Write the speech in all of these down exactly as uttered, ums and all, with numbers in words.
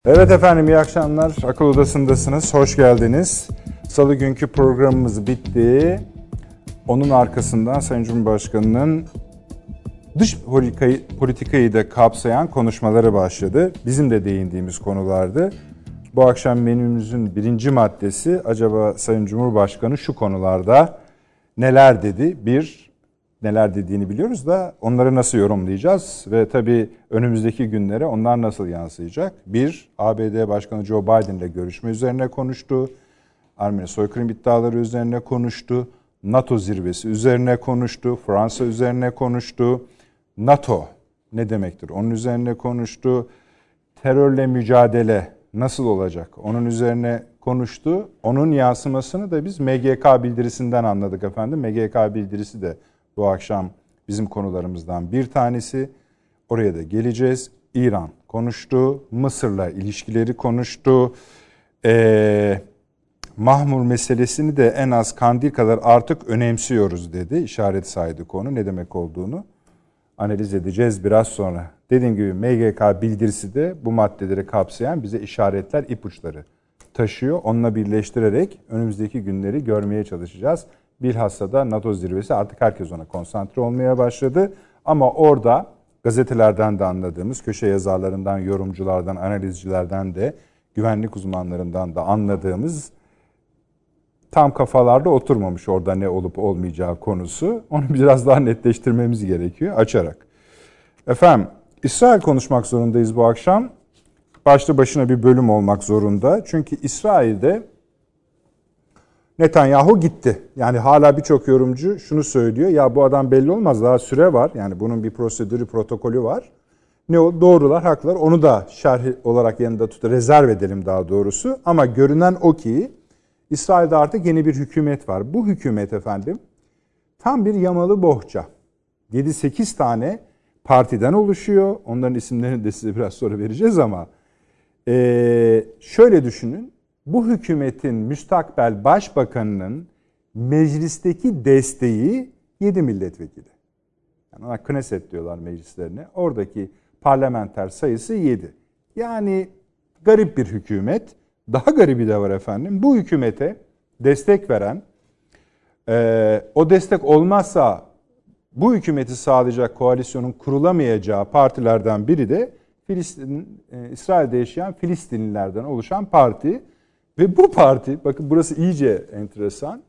Evet efendim, iyi akşamlar. Akıl Odası'ndasınız. Hoş geldiniz. Salı günkü programımız bitti. Onun arkasından Sayın Cumhurbaşkanı'nın dış politikayı, politikayı da kapsayan konuşmaları başladı. Bizim de değindiğimiz konulardı. Bu akşam menümüzün birinci maddesi, acaba Sayın Cumhurbaşkanı şu konularda neler dedi? Bir, neler dediğini biliyoruz da onları nasıl yorumlayacağız? Ve tabii önümüzdeki günlere onlar nasıl yansıyacak? Bir, A B D Başkanı Joe Biden ile görüşme üzerine konuştu. Ermeni soykırım iddiaları üzerine konuştu. NATO zirvesi üzerine konuştu. Fransa üzerine konuştu. NATO ne demektir? Onun üzerine konuştu. Terörle mücadele nasıl olacak? Onun üzerine konuştu. Onun yansımasını da biz M G K bildirisinden anladık efendim. M G K bildirisi de bu akşam bizim konularımızdan bir tanesi. Oraya da geleceğiz. İran konuştu. Mısır'la ilişkileri konuştu. Ee, Mahmur meselesini de en az Kandil kadar artık önemsiyoruz dedi. İşaret saydı konu. Ne demek olduğunu analiz edeceğiz biraz sonra. Dediğim gibi M G K bildirisi de bu maddeleri kapsayan bize işaretler, ipuçları taşıyor. Onunla birleştirerek önümüzdeki günleri görmeye çalışacağız. Bilhassa da NATO zirvesi, artık herkes ona konsantre olmaya başladı. Ama orada gazetelerden de anladığımız, köşe yazarlarından, yorumculardan, analizcilerden de, güvenlik uzmanlarından da anladığımız, tam kafalarda oturmamış orada ne olup olmayacağı konusu. Onu biraz daha netleştirmemiz gerekiyor açarak. Efendim, İsrail konuşmak zorundayız bu akşam. Başlı başına bir bölüm olmak zorunda. Çünkü İsrail'de Netanyahu gitti. Yani hala birçok yorumcu şunu söylüyor. Ya bu adam belli olmaz, daha süre var. Yani bunun bir prosedürü, protokolü var. Ne o? Doğrular, haklar. Onu da şerh olarak yanında tut, rezerv edelim daha doğrusu. Ama görünen o ki İsrail'de artık yeni bir hükümet var. Bu hükümet efendim tam bir yamalı bohça. yedi sekiz tane partiden oluşuyor. Onların isimlerini de size biraz sonra vereceğiz ama ee, şöyle düşünün. Bu hükümetin müstakbel başbakanının meclisteki desteği yedi milletvekili. Yani ona Knesset diyorlar meclislerine. Oradaki parlamenter sayısı yedi. Yani garip bir hükümet. Daha garibi de var efendim. Bu hükümete destek veren, e, o destek olmazsa bu hükümeti sağlayacak koalisyonun kurulamayacağı partilerden biri de Filistin, e, İsrail'de yaşayan Filistinlilerden oluşan parti. Ve bu parti, bakın burası iyice enteresan.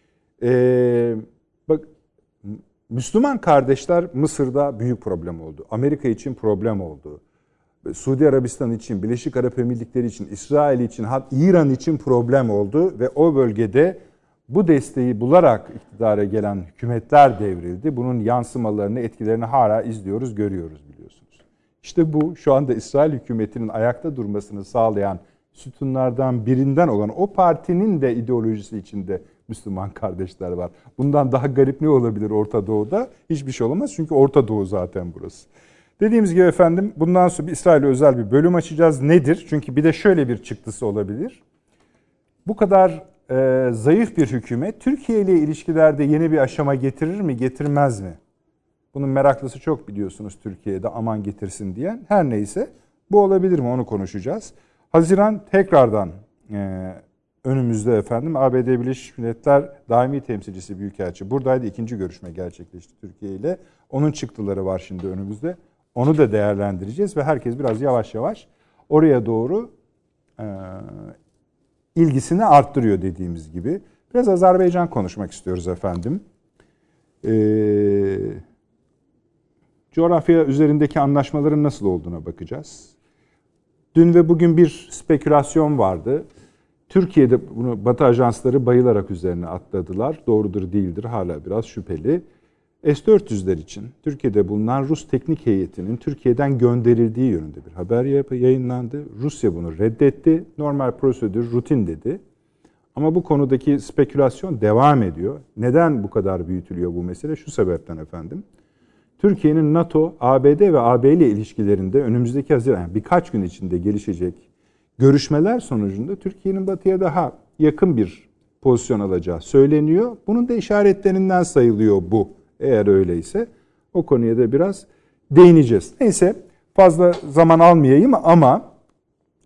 Ee, bak, Müslüman kardeşler Mısır'da büyük problem oldu. Amerika için problem oldu. Suudi Arabistan için, Birleşik Arap Emirlikleri için, İsrail için, hatta İran için problem oldu. Ve o bölgede bu desteği bularak iktidara gelen hükümetler devrildi. Bunun yansımalarını, etkilerini hala izliyoruz, görüyoruz biliyorsunuz. İşte bu şu anda İsrail hükümetinin ayakta durmasını sağlayan sütunlardan birinden olan o partinin de ideolojisi içinde Müslüman kardeşler var. Bundan daha garip ne olabilir Orta Doğu'da? Hiçbir şey olamaz çünkü Orta Doğu zaten burası. Dediğimiz gibi efendim bundan sonra bir İsrail'e özel bir bölüm açacağız. Nedir? Çünkü bir de şöyle bir çıktısı olabilir. Bu kadar e, zayıf bir hükümet Türkiye ile ilişkilerde yeni bir aşama getirir mi, getirmez mi? Bunun meraklısı çok biliyorsunuz Türkiye'de, aman getirsin diyen. Her neyse bu olabilir mi onu konuşacağız. Haziran tekrardan e, önümüzde efendim A B D Birleşmiş Milletler Daimi Temsilcisi Büyükelçi buradaydı. İkinci görüşme gerçekleşti Türkiye ile. Onun çıktıları var şimdi önümüzde. Onu da değerlendireceğiz ve herkes biraz yavaş yavaş oraya doğru e, ilgisini arttırıyor dediğimiz gibi. Biraz Azerbaycan konuşmak istiyoruz efendim. E, coğrafya üzerindeki anlaşmaların nasıl olduğuna bakacağız. Dün ve bugün bir spekülasyon vardı. Türkiye'de bunu Batı ajansları bayılarak üzerine atladılar. Doğrudur değildir hala biraz şüpheli. S dört yüzler için Türkiye'de bulunan Rus teknik heyetinin Türkiye'den gönderildiği yönünde bir haber yayınlandı. Rusya bunu reddetti. Normal prosedür, rutin dedi. Ama bu konudaki spekülasyon devam ediyor. Neden bu kadar büyütülüyor bu mesele? Şu sebepten efendim. Türkiye'nin NATO, A B D ve A B ile ilişkilerinde önümüzdeki Haziran, yani birkaç gün içinde gelişecek görüşmeler sonucunda Türkiye'nin Batı'ya daha yakın bir pozisyon alacağı söyleniyor. Bunun da işaretlerinden sayılıyor bu. Eğer öyleyse o konuya da biraz değineceğiz. Neyse fazla zaman almayayım ama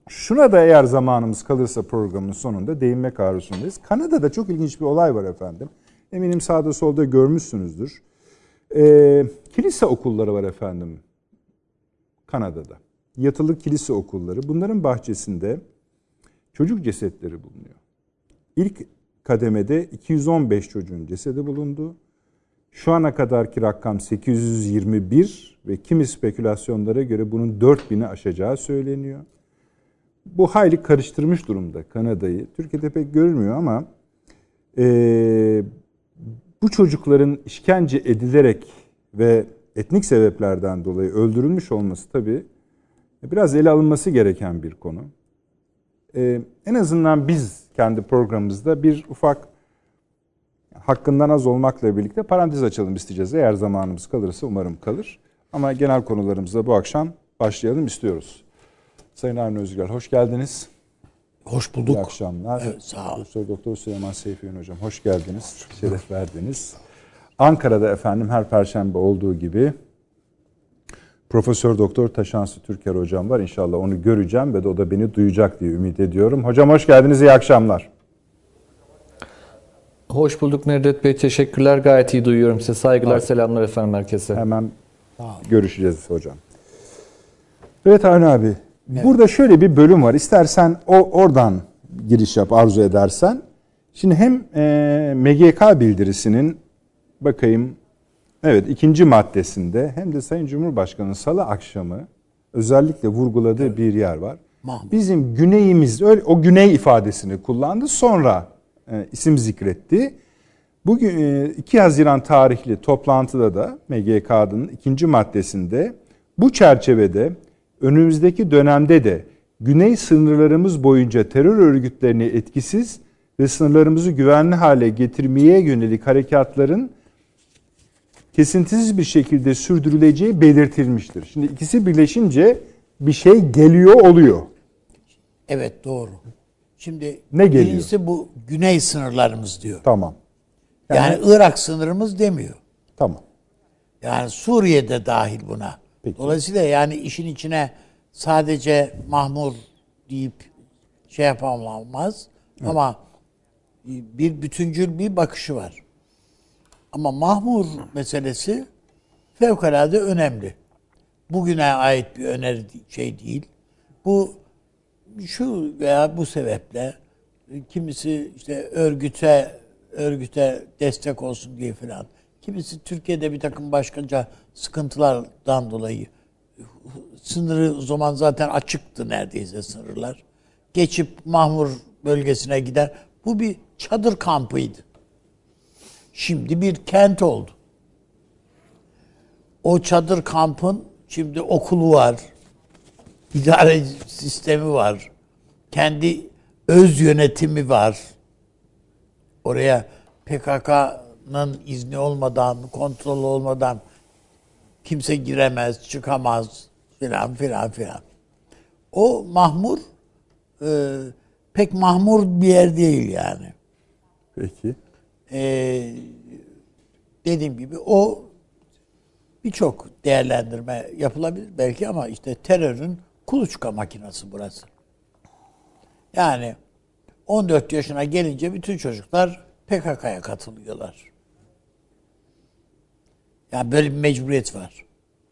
Şuna da eğer zamanımız kalırsa programın sonunda değinmek arzusundayız. Kanada'da çok ilginç bir olay var efendim. Eminim sağda solda görmüşsünüzdür. Ee, kilise okulları var efendim Kanada'da. Yatılı kilise okulları. Bunların bahçesinde çocuk cesetleri bulunuyor. İlk kademede iki yüz on beş çocuğun cesedi bulundu. Şu ana kadarki rakam sekiz yüz yirmi bir ve kimi spekülasyonlara göre bunun dört bini aşacağı söyleniyor. Bu hayli karıştırmış durumda Kanada'yı. Türkiye'de pek görülmüyor ama e, bu çocukların işkence edilerek ve etnik sebeplerden dolayı öldürülmüş olması tabii biraz ele alınması gereken bir konu. E, en azından biz kendi programımızda bir ufak hakkından az olmakla birlikte parantez açalım isteyeceğiz. Eğer zamanımız kalırsa umarım kalır. Ama genel konularımızda bu akşam başlayalım istiyoruz. Sayın Avni Özgür, hoş geldiniz. Hoş bulduk. İyi akşamlar. Evet, sağ olun. Profesör Doktor Süleyman Seyfi Ün Hocam, hoş geldiniz. Hoş Şeref verdiniz. Ankara'da efendim her perşembe olduğu gibi Profesör Doktor Taşansı Türker Hocam var. İnşallah onu göreceğim ve de o da beni duyacak diye ümit ediyorum. Hocam hoş geldiniz, iyi akşamlar. Hoş bulduk Nedret Bey. Teşekkürler. Gayet iyi duyuyorum size. Saygılar, evet. Selamlar efendim herkese. Hemen görüşeceğiz hocam. Evet Avni abi. Evet. Burada şöyle bir bölüm var. İstersen o oradan giriş yap arzu edersen. Şimdi hem e, M G K bildirisinin bakayım evet ikinci maddesinde hem de Sayın Cumhurbaşkanı Salı akşamı özellikle vurguladığı evet. bir yer var. Mahmut. Bizim güneyimiz öyle o güney ifadesini kullandı. Sonra e, isim zikretti. Bugün e, iki Haziran tarihli toplantıda da M G K'nın ikinci maddesinde bu çerçevede önümüzdeki dönemde de güney sınırlarımız boyunca terör örgütlerini etkisiz ve sınırlarımızı güvenli hale getirmeye yönelik harekatların kesintisiz bir şekilde sürdürüleceği belirtilmiştir. Şimdi ikisi birleşince bir şey geliyor oluyor. Evet doğru. Şimdi ne geliyor? Birincisi bu güney sınırlarımız diyor. Tamam. Yani, yani Irak sınırımız demiyor. Tamam. Yani Suriye'de dahil buna. Peki. Dolayısıyla yani işin içine sadece Mahmur deyip şey yapamaz. Evet. Ama bir bütüncül bir bakışı var. Ama Mahmur meselesi fevkalade önemli. Bugüne ait bir öneri şey değil. Bu şu veya bu sebeple kimisi işte örgüte örgüte destek olsun diye falan. Kimisi Türkiye'de bir takım başkaca sıkıntılardan dolayı sınırı o zaman zaten açıktı neredeyse sınırlar. Geçip Mahmur bölgesine gider. Bu bir çadır kampıydı. Şimdi bir kent oldu. O çadır kampın şimdi okulu var. İdare sistemi var. Kendi öz yönetimi var. Oraya P K K'nın izni olmadan, kontrol olmadan kimse giremez, çıkamaz filan filan filan. O Mahmur e, pek mahmur bir yer değil yani. Peki. Ee, dediğim gibi o birçok değerlendirme yapılabilir belki ama işte terörün kuluçka makinesi burası. Yani on dört yaşına gelince bütün çocuklar P K K'ya katılıyorlar. Yani böyle bir mecburiyet var.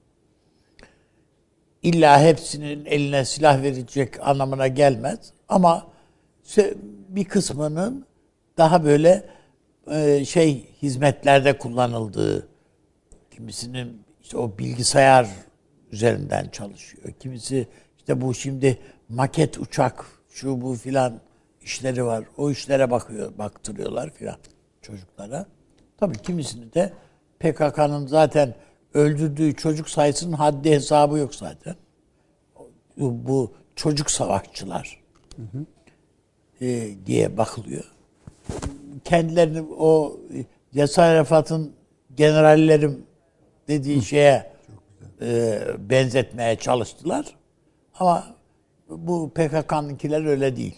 İlla hepsinin eline silah verilecek anlamına gelmez ama bir kısmının daha böyle şey hizmetlerde kullanıldığı, kimisinin işte o bilgisayar üzerinden çalışıyor. Kimisi işte bu şimdi maket uçak şu bu filan işleri var. O işlere bakıyor, baktırıyorlar filan çocuklara. Tabii kimisini de P K K'nın zaten öldürdüğü çocuk sayısının haddi hesabı yok zaten. Bu, bu çocuk savaşçılar hı hı. E, diye bakılıyor. Kendilerini o Yasar Arafat'ın generallerim dediği şeye e, benzetmeye çalıştılar. Ama bu P K K'nınkiler öyle değil.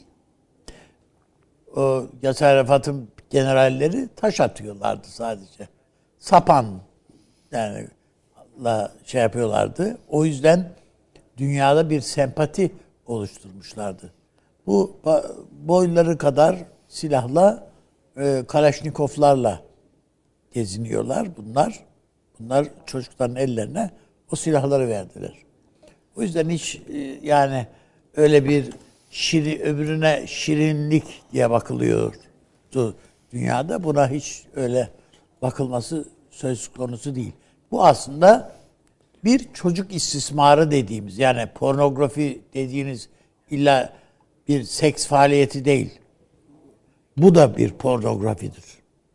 O Yasar Arafat'ın generalleri taş atıyorlardı sadece. Sapan yani la şey yapıyorlardı. O yüzden dünyada bir sempati oluşturmuşlardı. Bu boyları kadar silahla, e, Kalaşnikovlarla geziniyorlar bunlar. Bunlar çocukların ellerine o silahları verdiler. O yüzden hiç e, yani öyle bir şirin, öbürüne şirinlik diye bakılıyordu dünyada. Buna hiç öyle bakılması söz konusu değil. Bu aslında bir çocuk istismarı dediğimiz, yani pornografi dediğiniz illa bir seks faaliyeti değil. Bu da bir pornografidir.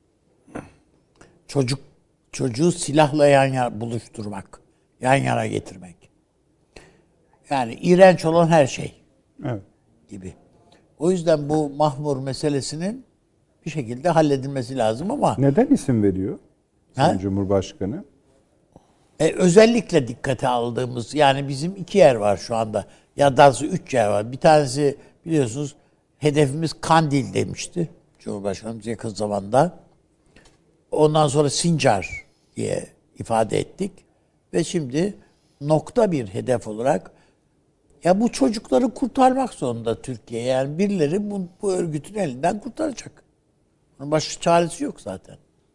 Çocuk çocuğu silahla yan yana buluşturmak, yan yana getirmek. Yani iğrenç olan her şey. Evet. Gibi. O yüzden bu mahmur meselesinin bir şekilde halledilmesi lazım ama neden isim veriyor Sayın Ha? Cumhurbaşkanı? E, özellikle dikkate aldığımız, yani bizim iki yer var şu anda. Ya daha doğrusu üç yer var. Bir tanesi biliyorsunuz hedefimiz Kandil demişti Cumhurbaşkanımız yakın zamanda. Ondan sonra Sincar diye ifade ettik. Ve şimdi nokta bir hedef olarak ya bu çocukları kurtarmak zorunda Türkiye. Yani birileri bu, bu örgütün elinden kurtaracak. Bunun başka çaresi yok zaten.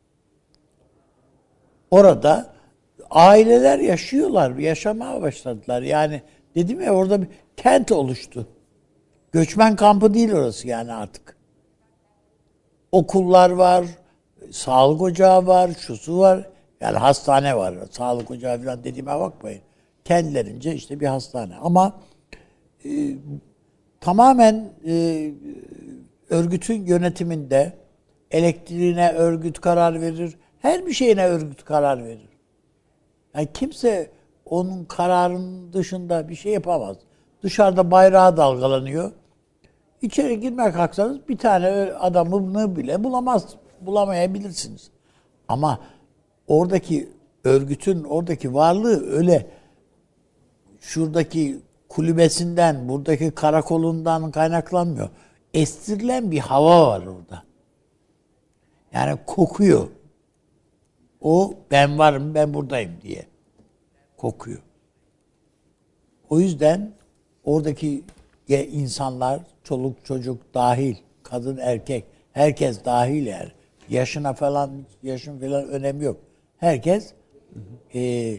Orada aileler yaşıyorlar, yaşamaya başladılar. Yani dedim ya, orada bir kent oluştu. Göçmen kampı değil orası yani artık. Okullar var, sağlık ocağı var, şusu var. Yani hastane var, sağlık ocağı falan dediğime bakmayın. Kendilerince işte bir hastane. Ama e, tamamen e, örgütün yönetiminde, elektriğine örgüt karar verir, her bir şeyine örgüt karar verir. Yani kimse onun kararının dışında bir şey yapamaz. Dışarıda bayrağı dalgalanıyor. İçeri girmek kalksanız bir tane adamını bile bulamaz, bulamayabilirsiniz. Ama oradaki örgütün oradaki varlığı öyle şuradaki kulübesinden, buradaki karakolundan kaynaklanmıyor. Estirilen bir hava var orada. Yani kokuyor. O ben varım, ben buradayım diye kokuyor. O yüzden oradaki insanlar, çoluk çocuk dahil, kadın erkek, herkes dahil yani. Yaşına falan, yaşın falan önemi yok. Herkes e,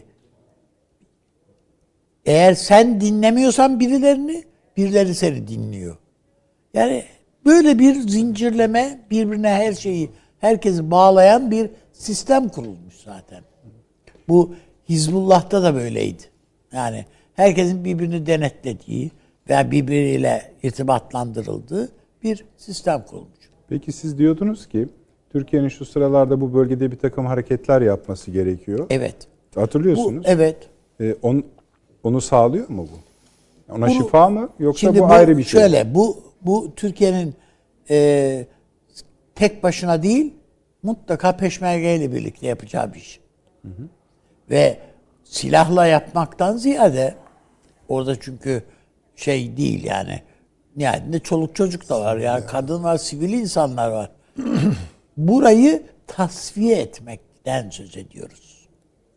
eğer sen dinlemiyorsan birilerini, birileri seni dinliyor. Yani böyle bir zincirleme, birbirine her şeyi, herkesi bağlayan bir sistem kurulmuş zaten. Bu Hizbullah'ta da böyleydi. Yani herkesin birbirini denetlediği veya birbiriyle irtibatlandırıldığı bir sistem kurulmuş. Peki siz diyordunuz ki Türkiye'nin şu sıralarda bu bölgede bir takım hareketler yapması gerekiyor. Evet. Hatırlıyorsunuz. Bu, evet. Ee, on, onu sağlıyor mu bu? Ona Bu, şifa mı yoksa bu, bu ayrı bir şey? Şöyle, bu bu Türkiye'nin e, tek başına değil, mutlaka Peşmerge ile birlikte yapacağı bir iş. Hı hı. Ve silahla yapmaktan ziyade orada çünkü şey değil yani. Yani çoluk çocuk da var ya, kadın var, sivil insanlar var. Burayı tasfiye etmekten söz ediyoruz.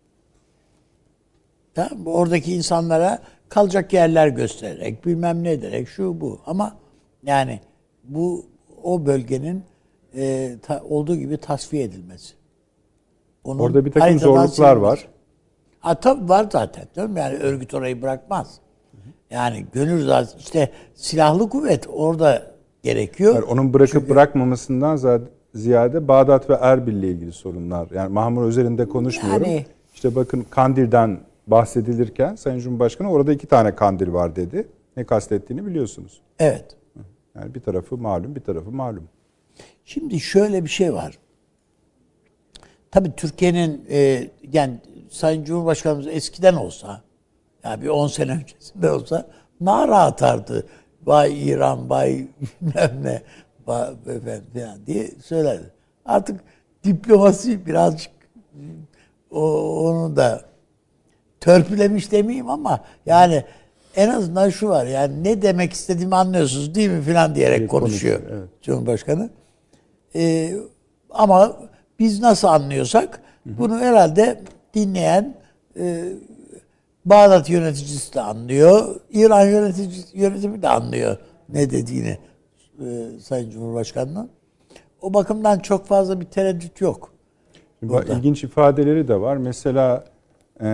Tamam mı? Oradaki insanlara kalacak yerler göstererek, bilmem ne ederek, şu bu. Ama yani bu o bölgenin e, ta, olduğu gibi tasfiye edilmesi. Onun orada bir takım zorluklar var. Ha tabii var zaten. Değil mi? Yani örgüt orayı bırakmaz. Yani gönül zaten işte silahlı kuvvet orada gerekiyor. Yani onun bırakıp Çünkü bırakmamasından ziyade Bağdat ve Erbil ile ilgili sorunlar. Yani Mahmur üzerinde konuşmuyorum. Yani, işte bakın Kandil'den bahsedilirken Sayın Cumhurbaşkanı orada iki tane kandil var dedi. Ne kastettiğini biliyorsunuz. Evet. Yani bir tarafı malum, bir tarafı malum. Şimdi şöyle bir şey var. Tabii Türkiye'nin e, yani Sayın Cumhurbaşkanımız eskiden olsa, yani bir on sene öncesinde olsa nara atardı. Vay İran, vay bilmem ne, vay efendim falan diye söylerdi. Artık diplomasi birazcık o, onu da törpülemiş demeyeyim ama yani en azından şu var, yani ne demek istediğimi anlıyorsunuz değil mi falan diyerek evet, konuşuyor, konuşuyor evet. Cumhurbaşkanı. Ee, ama biz nasıl anlıyorsak bunu herhalde dinleyen e, Bağdat yöneticisi de anlıyor. İran yöneticisi, yönetimi de anlıyor ne dediğini e, Sayın Cumhurbaşkanı'nın. O bakımdan çok fazla bir tereddüt yok. Burada. İlginç ifadeleri de var. Mesela e,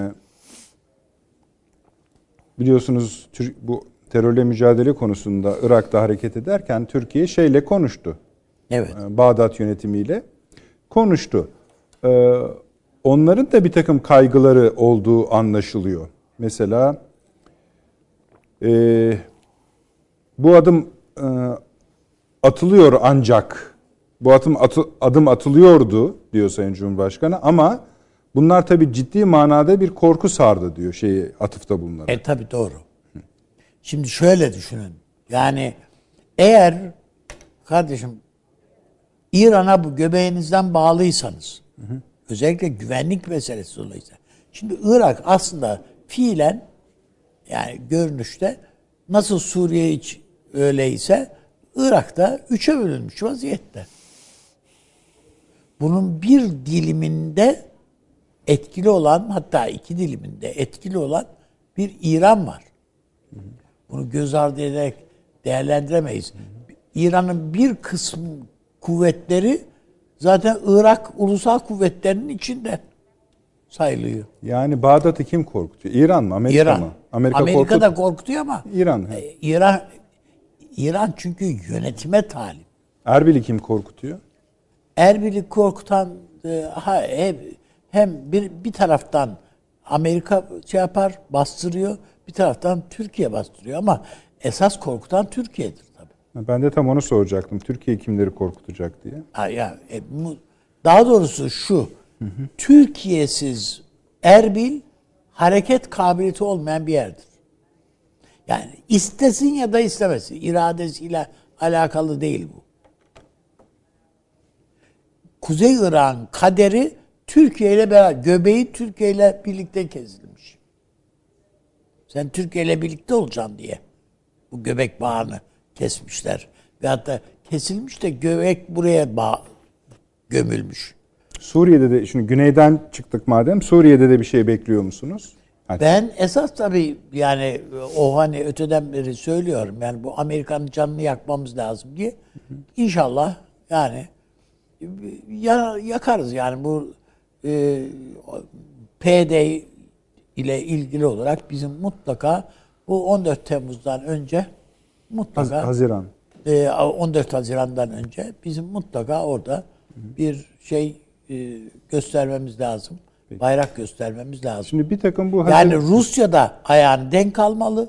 biliyorsunuz bu terörle mücadele konusunda Irak'ta hareket ederken Türkiye şeyle konuştu. Evet. Bağdat yönetimiyle konuştu. Ee, onların da bir takım kaygıları olduğu anlaşılıyor. Mesela e, bu adım e, atılıyor ancak bu adım atı, adım atılıyordu diyor Sayın Cumhurbaşkanı ama bunlar tabii ciddi manada bir korku sardı diyor şeyi atıfta bulunarak. E tabii doğru. Şimdi şöyle düşünün. Yani eğer kardeşim İran'a bu göbeğinizden bağlıysanız, hı hı. özellikle güvenlik meselesi dolayısıyla. Şimdi Irak aslında fiilen yani görünüşte nasıl Suriye hiç öyleyse Irak'ta üçe bölünmüş vaziyette. Bunun bir diliminde etkili olan hatta iki diliminde etkili olan bir İran var. Hı hı. Bunu göz ardı ederek değerlendiremeyiz. Hı hı. İran'ın bir kısmı kuvvetleri zaten Irak ulusal kuvvetlerinin içinde sayılıyor. Yani Bağdat'ı kim korkutuyor? İran mı? Amerika İran. mı? Amerika, Amerika da korkutuyor ama İran. E, İran İran çünkü yönetime talip. Erbil'i kim korkutuyor? Erbil'i korkutan e, ha, hem, hem bir bir taraftan Amerika şey yapar, bastırıyor, bir taraftan Türkiye bastırıyor ama esas korkutan Türkiye'dir. Ben de tam onu soracaktım. Türkiye kimleri korkutacak diye. Ha, yani, e, daha doğrusu şu. Hı hı. Türkiye'siz Erbil hareket kabiliyeti olmayan bir yerdir. Yani istesin ya da istemesin. İradesiyle alakalı değil bu. Kuzey Irak'ın kaderi Türkiye ile beraber, göbeği Türkiye ile birlikte kesilmiş. Sen Türkiye ile birlikte olacaksın diye bu göbek bağını kesmişler. Ve hatta kesilmiş de göbek buraya bağ, gömülmüş. Suriye'de de, şimdi güneyden çıktık madem, Suriye'de de bir şey bekliyor musunuz? Hadi. Ben esas tabii yani o hani öteden beri söylüyorum. Yani bu Amerika'nın canını yakmamız lazım diye. Hı hı. İnşallah yani ya, yakarız yani bu e, P D ile ilgili olarak bizim mutlaka bu on dört Temmuz'dan önce mutlaka Haziran. E, on dört Haziran'dan önce bizim mutlaka orada hı hı. bir şey e, göstermemiz lazım. Peki. Bayrak göstermemiz lazım. Şimdi bir takım bu Haziran... Yani Rusya'da ayağını denk almalı.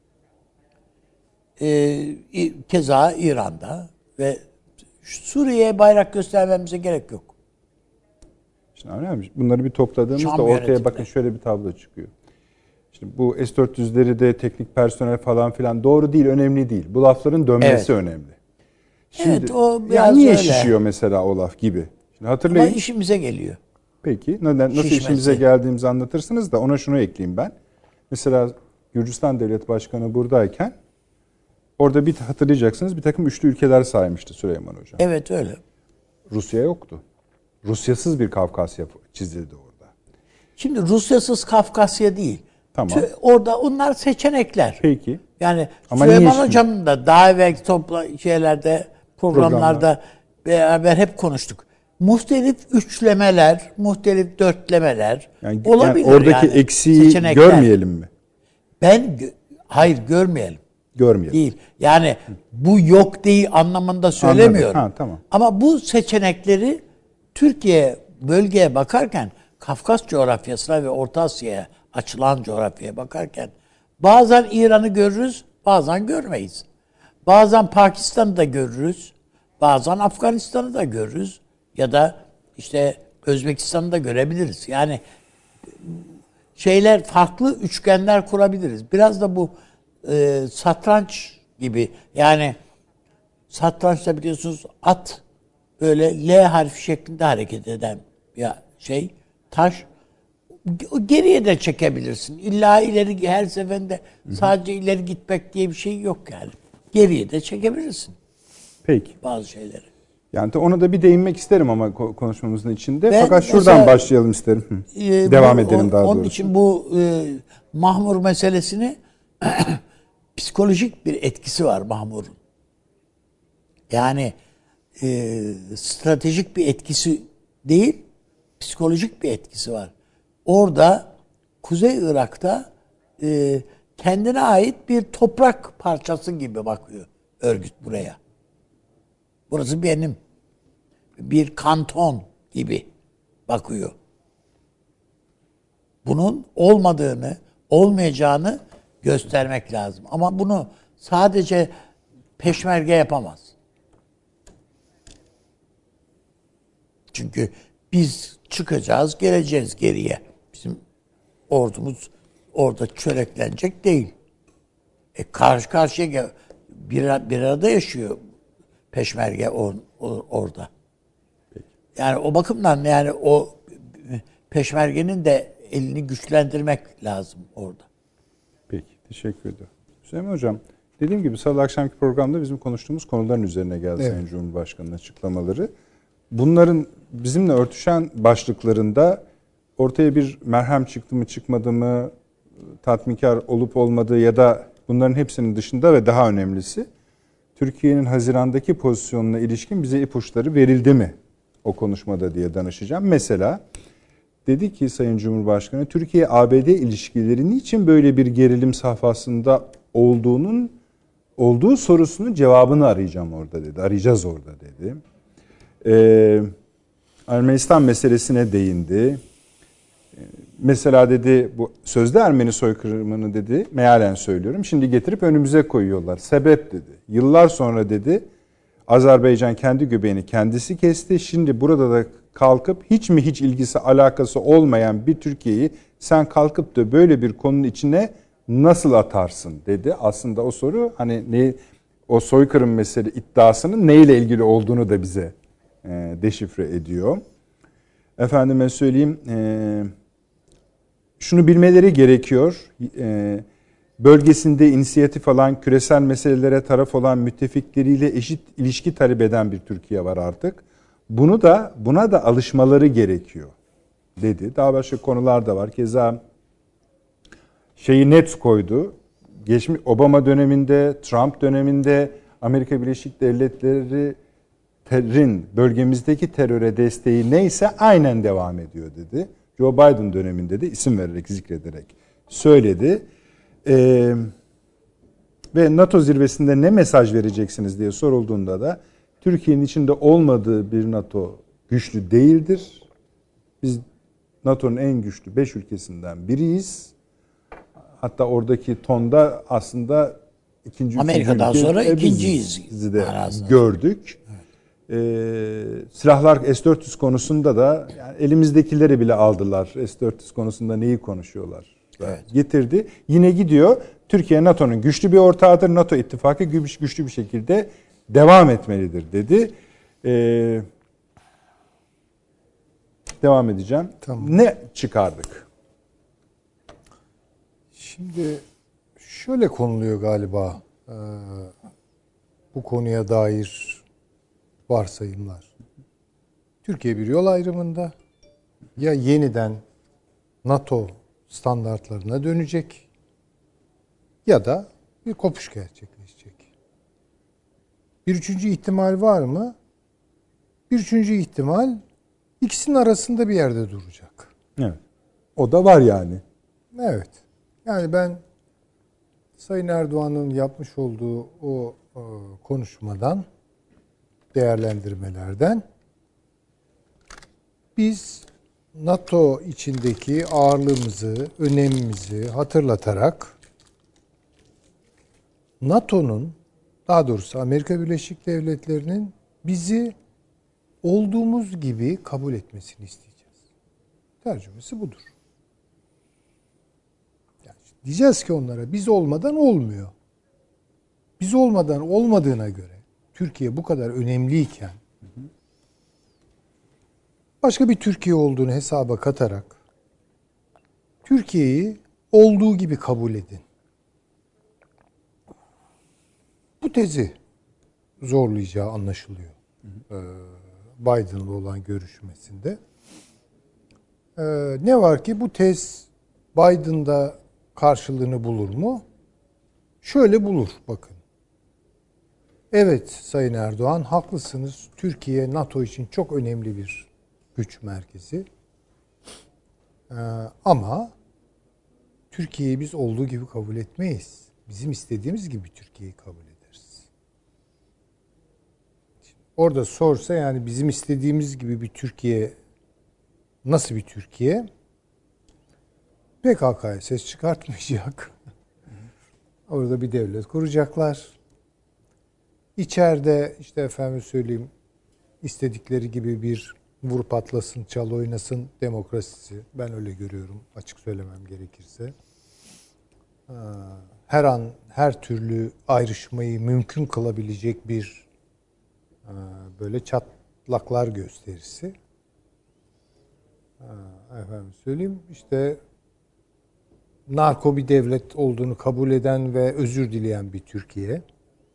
E, keza İran'da ve Suriye'ye bayrak göstermemize gerek yok. Şimdi önemli. Bunları bir topladığımızda ortaya bakın şöyle bir tablo çıkıyor. Şimdi bu S dört yüzleri de teknik personel falan filan doğru değil, önemli değil. Bu lafların dönmesi evet. önemli. Şimdi, evet, o biraz yani niye öyle. şişiyor mesela o laf gibi? Şimdi hatırlayın. Ama işimize geliyor. Peki. Neden, nasıl Şişmesi. işimize geldiğimizi anlatırsınız da ona şunu ekleyeyim ben. Mesela Gürcistan Devlet Başkanı buradayken orada bir hatırlayacaksınız bir takım üçlü ülkeler saymıştı Süleyman Hocam. Evet öyle. Rusya yoktu. Rusyasız bir Kafkasya çizildi orada. Şimdi Rusyasız Kafkasya değil. Tamam. Orada onlar seçenekler. Peki. Yani ama Süleyman Hocam'ın da daha evvelki topla şeylerde programlarda Programlar. beraber hep konuştuk. Muhtelif üçlemeler, muhtelif dörtlemeler yani, olabilir. Yani oradaki yani, eksiği seçenekler. Görmeyelim mi? Ben hayır görmeyelim. Görmeyelim. Değil. Yani bu yok değil anlamında söylemiyorum. Ha, tamam. Ama bu seçenekleri Türkiye bölgeye bakarken Kafkas coğrafyasına ve Orta Asya'ya açılan coğrafyaya bakarken bazen İran'ı görürüz, bazen görmeyiz. Bazen Pakistan'ı da görürüz, bazen Afganistan'ı da görürüz ya da işte Özbekistan'ı da görebiliriz. Yani şeyler farklı üçgenler kurabiliriz. Biraz da bu e, satranç gibi. Yani satrançta biliyorsunuz at böyle L harfi şeklinde hareket eden bir şey, taş. Geriye de çekebilirsin. İlla ileri her seferinde Hı-hı. sadece ileri gitmek diye bir şey yok yani. Geriye de çekebilirsin. Peki. Bazı şeyleri. Yani ona da bir değinmek isterim ama konuşmamızın içinde. Ben Fakat şuradan mesela, başlayalım isterim. E, Devam bu, edelim daha onun doğrusu. Onun için bu e, Mahmur meselesini psikolojik bir etkisi var Mahmur'un. Yani e, stratejik bir etkisi değil, psikolojik bir etkisi var. Orada Kuzey Irak'ta e, kendine ait bir toprak parçası gibi bakıyor örgüt buraya. Burası benim. Bir kanton gibi bakıyor. Bunun olmadığını, olmayacağını göstermek lazım. Ama bunu sadece peşmerge yapamaz. Çünkü biz çıkacağız, geleceğiz geriye. Bizim ordumuz orada çöreklenecek değil. E karşı karşıya bir, bir arada yaşıyor peşmerge or, or, orada. Yani o bakımdan yani o peşmergenin de elini güçlendirmek lazım orada. Peki, teşekkür ederim. Süleyman Hocam, dediğim gibi salı akşamki programda bizim konuştuğumuz konuların üzerine geldi evet. Sayın Cumhurbaşkanı'nın açıklamaları. Bunların bizimle örtüşen başlıklarında ortaya bir merhem çıktı mı çıkmadı mı, tatminkar olup olmadığı ya da bunların hepsinin dışında ve daha önemlisi Türkiye'nin Haziran'daki pozisyonuna ilişkin bize ipuçları verildi mi o konuşmada diye danışacağım. Mesela dedi ki Sayın Cumhurbaşkanı, Türkiye-A B D ilişkileri niçin böyle bir gerilim safhasında olduğunun olduğu sorusunun cevabını arayacağım orada dedi. Arayacağız orada dedi. Ee, Ermenistan meselesine değindi. Ee, mesela dedi bu sözde Ermeni soykırımını dedi mealen söylüyorum. Şimdi getirip önümüze koyuyorlar. Sebep dedi. Yıllar sonra dedi Azerbaycan kendi göbeğini kendisi kesti. Şimdi burada da kalkıp hiç mi hiç ilgisi alakası olmayan bir Türkiye'yi sen kalkıp da böyle bir konunun içine nasıl atarsın dedi. Aslında o soru hani ne o soykırım mesele iddiasının neyle ilgili olduğunu da bize e, deşifre ediyor. Efendime söyleyeyim e, şunu bilmeleri gerekiyor. E, bölgesinde inisiyatif alan, küresel meselelere taraf olan müttefikleriyle eşit ilişki talep eden bir Türkiye var artık. Bunu da buna da alışmaları gerekiyor dedi. Daha başka konular da var. Keza şeyi net koydu. Geçmiş Obama döneminde, Trump döneminde Amerika Birleşik Devletleri'nin bölgemizdeki teröre desteği neyse aynen devam ediyor dedi. Joe Biden döneminde de isim vererek, zikrederek söyledi. Ee, ve NATO zirvesinde ne mesaj vereceksiniz diye sorulduğunda da Türkiye'nin içinde olmadığı bir NATO güçlü değildir. Biz NATO'nun en güçlü beş ülkesinden biriyiz. Hatta oradaki tonda aslında ikinci Amerika'dan ülke, sonra e, ikinciyiz. Bizi de gördük. Evet. Ee, silahlar S dört yüz konusunda da yani elimizdekileri bile aldılar. S dört yüz konusunda neyi konuşuyorlar? Evet. Getirdi. Yine gidiyor. Türkiye NATO'nun güçlü bir ortağıdır. NATO ittifakı güçlü bir şekilde devam etmelidir dedi. Ee, devam edeceğim. Tamam. Ne çıkardık? Şimdi şöyle konuluyor galiba e, bu konuya dair varsayımlar. Türkiye bir yol ayrımında ya yeniden NATO standartlarına dönecek ya da bir kopuş gerçekleşecek. Bir üçüncü ihtimal var mı? Bir üçüncü ihtimal ikisinin arasında bir yerde duracak. Evet. O da var yani. Evet. Yani ben Sayın Erdoğan'ın yapmış olduğu o, o konuşmadan, değerlendirmelerden biz NATO içindeki ağırlığımızı, önemimizi hatırlatarak NATO'nun, daha doğrusu Amerika Birleşik Devletleri'nin bizi olduğumuz gibi kabul etmesini isteyeceğiz. Tercümesi budur. Yani diyeceğiz ki onlara biz olmadan olmuyor. Biz olmadan olmadığına göre Türkiye bu kadar önemliyken başka bir Türkiye olduğunu hesaba katarak Türkiye'yi olduğu gibi kabul edin. Bu tezi zorlayacağı anlaşılıyor. e, Biden'la olan görüşmesinde. E, ne var ki bu tez Biden'da karşılığını bulur mu? Şöyle bulur bakın. Evet Sayın Erdoğan haklısınız. Türkiye NATO için çok önemli bir güç merkezi. Ee, ama Türkiye'yi biz olduğu gibi kabul etmeyiz. Bizim istediğimiz gibi Türkiye'yi kabul ederiz. Şimdi orada sorsa yani bizim istediğimiz gibi bir Türkiye nasıl bir Türkiye? P K K'ya ses çıkartmayacak. Orada bir devlet kuracaklar. İçeride işte efendim söyleyeyim istedikleri gibi bir vur patlasın, çal oynasın demokrasisi. Ben öyle görüyorum açık söylemem gerekirse. Her an her türlü ayrışmayı mümkün kılabilecek bir böyle çatlaklar gösterisi. Efendim söyleyeyim işte narko bir devlet olduğunu kabul eden ve özür dileyen bir Türkiye.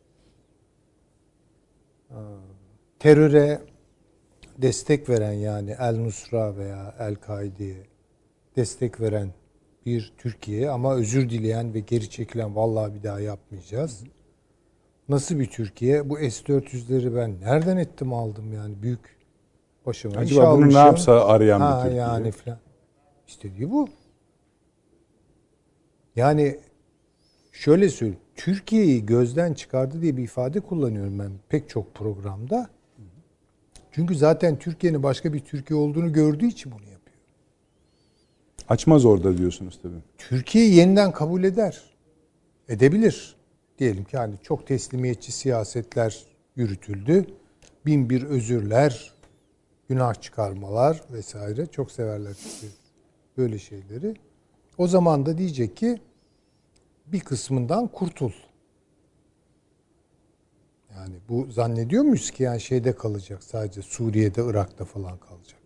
Teröre destek veren yani El-Nusra veya El-Kaide'ye destek veren bir Türkiye ama özür dileyen ve geri çekilen vallahi bir daha yapmayacağız. Nasıl bir Türkiye? Bu S dört yüzleri ben nereden ettim aldım yani büyük başıma. Acaba bunu ne yapsa arayan ha, bir Türkiye? Yani falan. İstediği bu. Yani şöyle söyleyeyim. Türkiye'yi gözden çıkardı diye bir ifade kullanıyorum ben pek çok programda. Çünkü zaten Türkiye'nin başka bir Türkiye olduğunu gördüğü için bunu yapıyor. Açmaz orada diyorsunuz tabii. Türkiye'yi yeniden kabul eder. Edebilir. Diyelim ki hani çok teslimiyetçi siyasetler yürütüldü. Bin bir özürler, günah çıkarmalar vesaire. Çok severler böyle şeyleri. O zaman da diyecek ki bir kısmından kurtul. Yani bu zannediyor muyuz ki yani şeyde kalacak sadece Suriye'de, Irak'ta falan kalacak.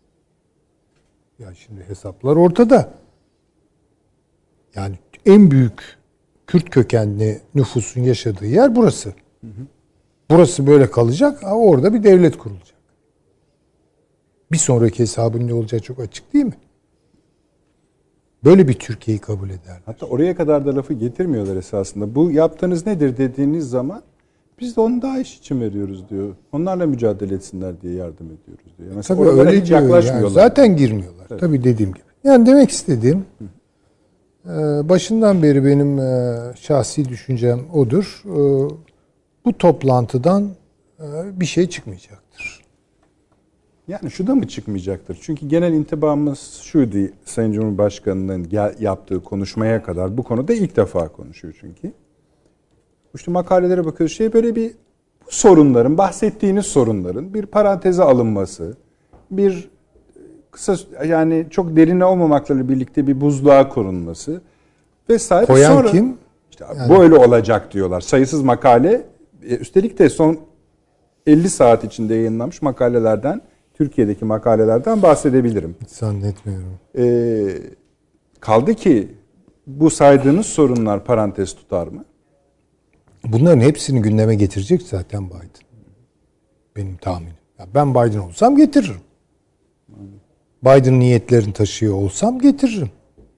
Ya şimdi hesaplar ortada. Yani en büyük Kürt kökenli nüfusun yaşadığı yer burası. Hı hı. Burası böyle kalacak, orada bir devlet kurulacak. Bir sonraki hesabın ne olacağı çok açık değil mi? Böyle bir Türkiye'yi kabul ederler. Hatta oraya kadar da lafı getirmiyorlar esasında. Bu yaptığınız nedir dediğiniz zaman biz de onu daha iş için veriyoruz diyor. Onlarla mücadele etsinler diye yardım ediyoruz diyor. Mesela tabii öyle hiç yaklaşmıyorlar. Yani zaten girmiyorlar. Evet. Tabii dediğim gibi. Yani demek istediğim e, başından beri benim e, şahsi düşüncem odur. E, bu toplantıdan e, bir şey çıkmayacaktır. Yani şu da mı çıkmayacaktır? Çünkü genel intibamız şuydu Sayın Cumhurbaşkanı'nın yaptığı konuşmaya kadar. Bu konuda ilk defa konuşuyor çünkü. İşte makalelere bakıyoruz. Şey böyle bir bu sorunların, bahsettiğiniz sorunların bir paranteze alınması, bir kısa yani çok derine olmamakla birlikte bir buzluğa konulması vesaire. Koyan sonra, kim? İşte yani. Böyle olacak diyorlar. Sayısız makale. Üstelik de son elli saat içinde yayınlanmış makalelerden, Türkiye'deki makalelerden bahsedebilirim. Hiç zannetmiyorum. Ee, kaldı ki bu saydığınız sorunlar parantez tutar mı? Bunların hepsini gündeme getirecek zaten Biden. Benim tahminim. Ya ben Biden olsam getiririm. Biden niyetlerini taşıyor olsam getiririm.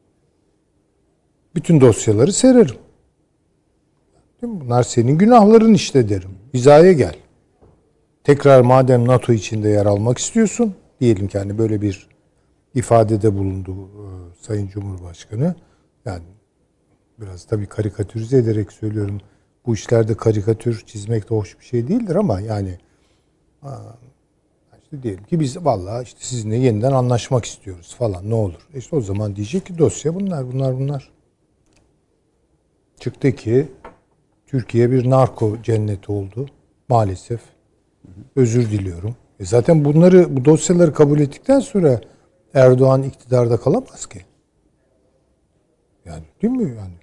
Bütün dosyaları sererim. Değil mi? Bunlar senin günahların işte derim. Hizaya gel. Tekrar madem NATO içinde yer almak istiyorsun, diyelim ki hani böyle bir ifadede bulundu e, Sayın Cumhurbaşkanı. Yani biraz tabii karikatürize ederek söylüyorum. Bu işlerde karikatür çizmek de hoş bir şey değildir ama yani işte diyelim ki biz vallahi işte sizinle yeniden anlaşmak istiyoruz falan ne olur. İşte o zaman diyecek ki dosya bunlar bunlar bunlar. Çıktı ki Türkiye bir narko cenneti oldu maalesef. Özür diliyorum. E zaten bunları bu dosyaları kabul ettikten sonra Erdoğan iktidarda kalamaz ki. Yani değil mi yani?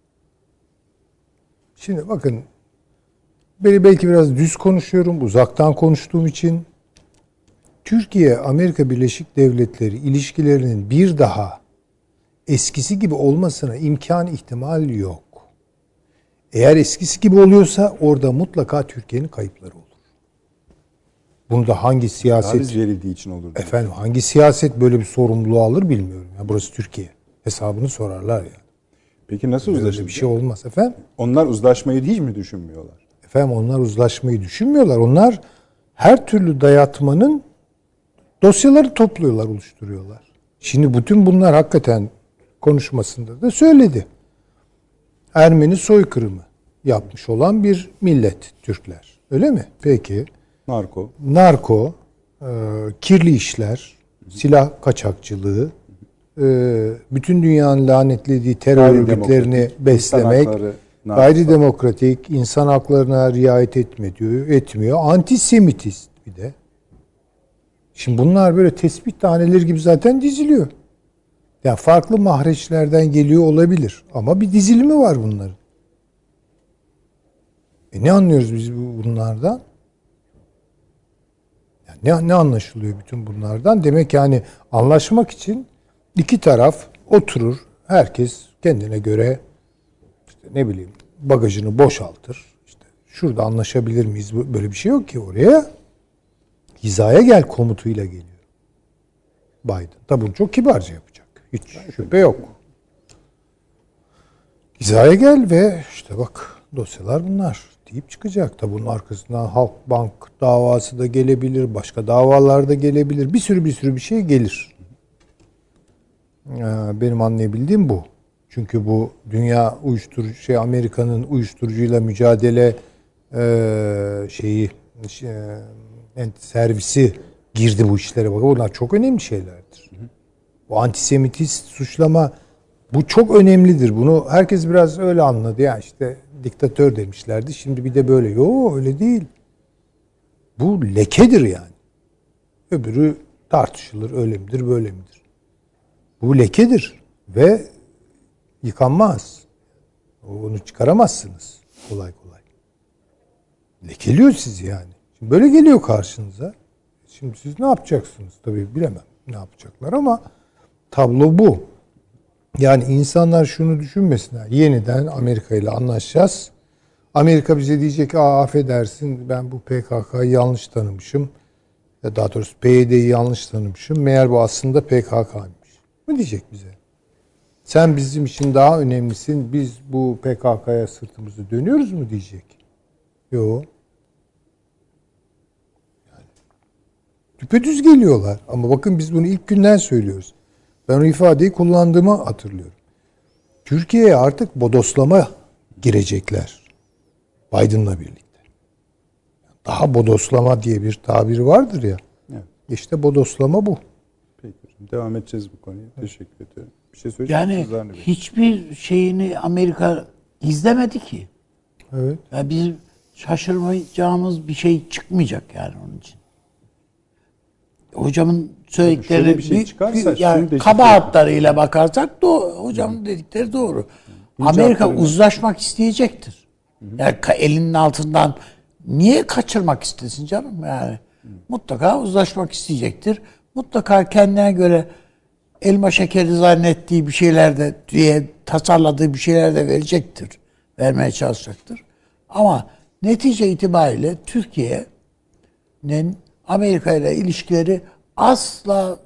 Şimdi bakın, beni belki biraz düz konuşuyorum, uzaktan konuştuğum için. Türkiye, Amerika Birleşik Devletleri ilişkilerinin bir daha eskisi gibi olmasına imkan ihtimal yok. Eğer eskisi gibi oluyorsa orada mutlaka Türkiye'nin kayıpları olur. Bunda hangi siyaset Taviz verildiği için olur. diyor. efendim hangi siyaset böyle bir sorumluluğu alır bilmiyorum. Ya burası Türkiye. Hesabını sorarlar yani. Peki nasıl Böyle uzlaşılacak? bir şey olmaz efendim. Onlar uzlaşmayı hiç mi düşünmüyorlar? Efendim onlar uzlaşmayı düşünmüyorlar. Onlar her türlü dayatmanın dosyaları topluyorlar, oluşturuyorlar. Şimdi bütün bunlar hakikaten konuşmasında da söyledi. Ermeni soykırımı yapmış olan bir millet Türkler. Öyle mi? Peki. Narko. Narko, e, kirli işler, silah kaçakçılığı, e, bütün dünyanın lanetlediği terör örgütlerini beslemek, gayridemokratik, insan haklarına riayet etme diyor, etmiyor. Antisemitist bir de. Şimdi bunlar böyle tespih taneleri gibi zaten diziliyor. Yani farklı mahreçlerden geliyor olabilir. Ama bir dizilimi var bunların. E ne anlıyoruz biz bunlardan? Yani ne, ne anlaşılıyor bütün bunlardan? Demek yani anlaşmak için iki taraf oturur. Herkes kendine göre işte ne bileyim bagajını boşaltır. İşte şurada anlaşabilir miyiz? Böyle bir şey yok ki oraya. Hizaya gel komutuyla geliyor Biden. Tabi bunu çok kibarca yapacak. Hiç şüphe yok. Hizaya gel ve işte bak dosyalar bunlar deyip çıkacak. Tabi bunun arkasından Halkbank davası da gelebilir. Başka davalar da gelebilir. Bir sürü bir sürü bir şey gelir. Benim anlayabildiğim bu. Çünkü bu dünya uyuşturucu şey Amerika'nın uyuşturucuyla mücadele e, şeyi şey, servisi girdi bu işlere. Bakın bunlar çok önemli şeylerdir. Bu antisemitist suçlama bu çok önemlidir. Bunu herkes biraz öyle anladı. Ya işte diktatör demişlerdi. Şimdi bir de böyle. Yok öyle değil. Bu lekedir yani. Öbürü tartışılır. Öyle midir böyle midir? Bu lekedir. Ve yıkanmaz. Onu çıkaramazsınız. Kolay kolay. Lekeliyor sizi yani. Şimdi böyle geliyor karşınıza. Şimdi siz ne yapacaksınız? Tabii bilemem ne yapacaklar ama tablo bu. Yani insanlar şunu düşünmesinler. Yeniden Amerika ile anlaşacağız. Amerika bize diyecek aa affedersin ben bu P K K'yı yanlış tanımışım. Ya daha doğrusu P Y D'yi yanlış tanımışım. Meğer bu aslında P K K'ymış. Ne diyecek bize? Sen bizim için daha önemlisin. Biz bu P K K'ya sırtımızı dönüyoruz mu diyecek. Yok. Yani, düpedüz geliyorlar. Ama bakın biz bunu ilk günden söylüyoruz. Ben o ifadeyi kullandığımı hatırlıyorum. Türkiye'ye artık bodoslama girecekler. Biden'la birlikte. Daha bodoslama diye bir tabir vardır ya. Evet. İşte bodoslama bu. Peki hocam. Devam edeceğiz bu konuya. Evet. Teşekkür ederim. Bir şey söyleyecek Yani hiçbir şeyini Amerika gizlemedi ki. Evet. Yani bizim şaşırmayacağımız bir şey çıkmayacak yani onun için. Hocamın söyledikleri bir şey çıkarsa bir, yani kaba hatlarıyla bakarsak doğru, hocamın Hı. dedikleri doğru. Hı. Amerika uzlaşmak isteyecektir. Hı. Yani elinin altından niye kaçırmak istesin canım yani? Hı. Mutlaka uzlaşmak isteyecektir. Mutlaka kendine göre elma şekeri zannettiği bir şeyler de diye tasarladığı bir şeyler de verecektir. Vermeye çalışacaktır. Ama netice itibariyle Türkiye'nin Amerika ile ilişkileri asla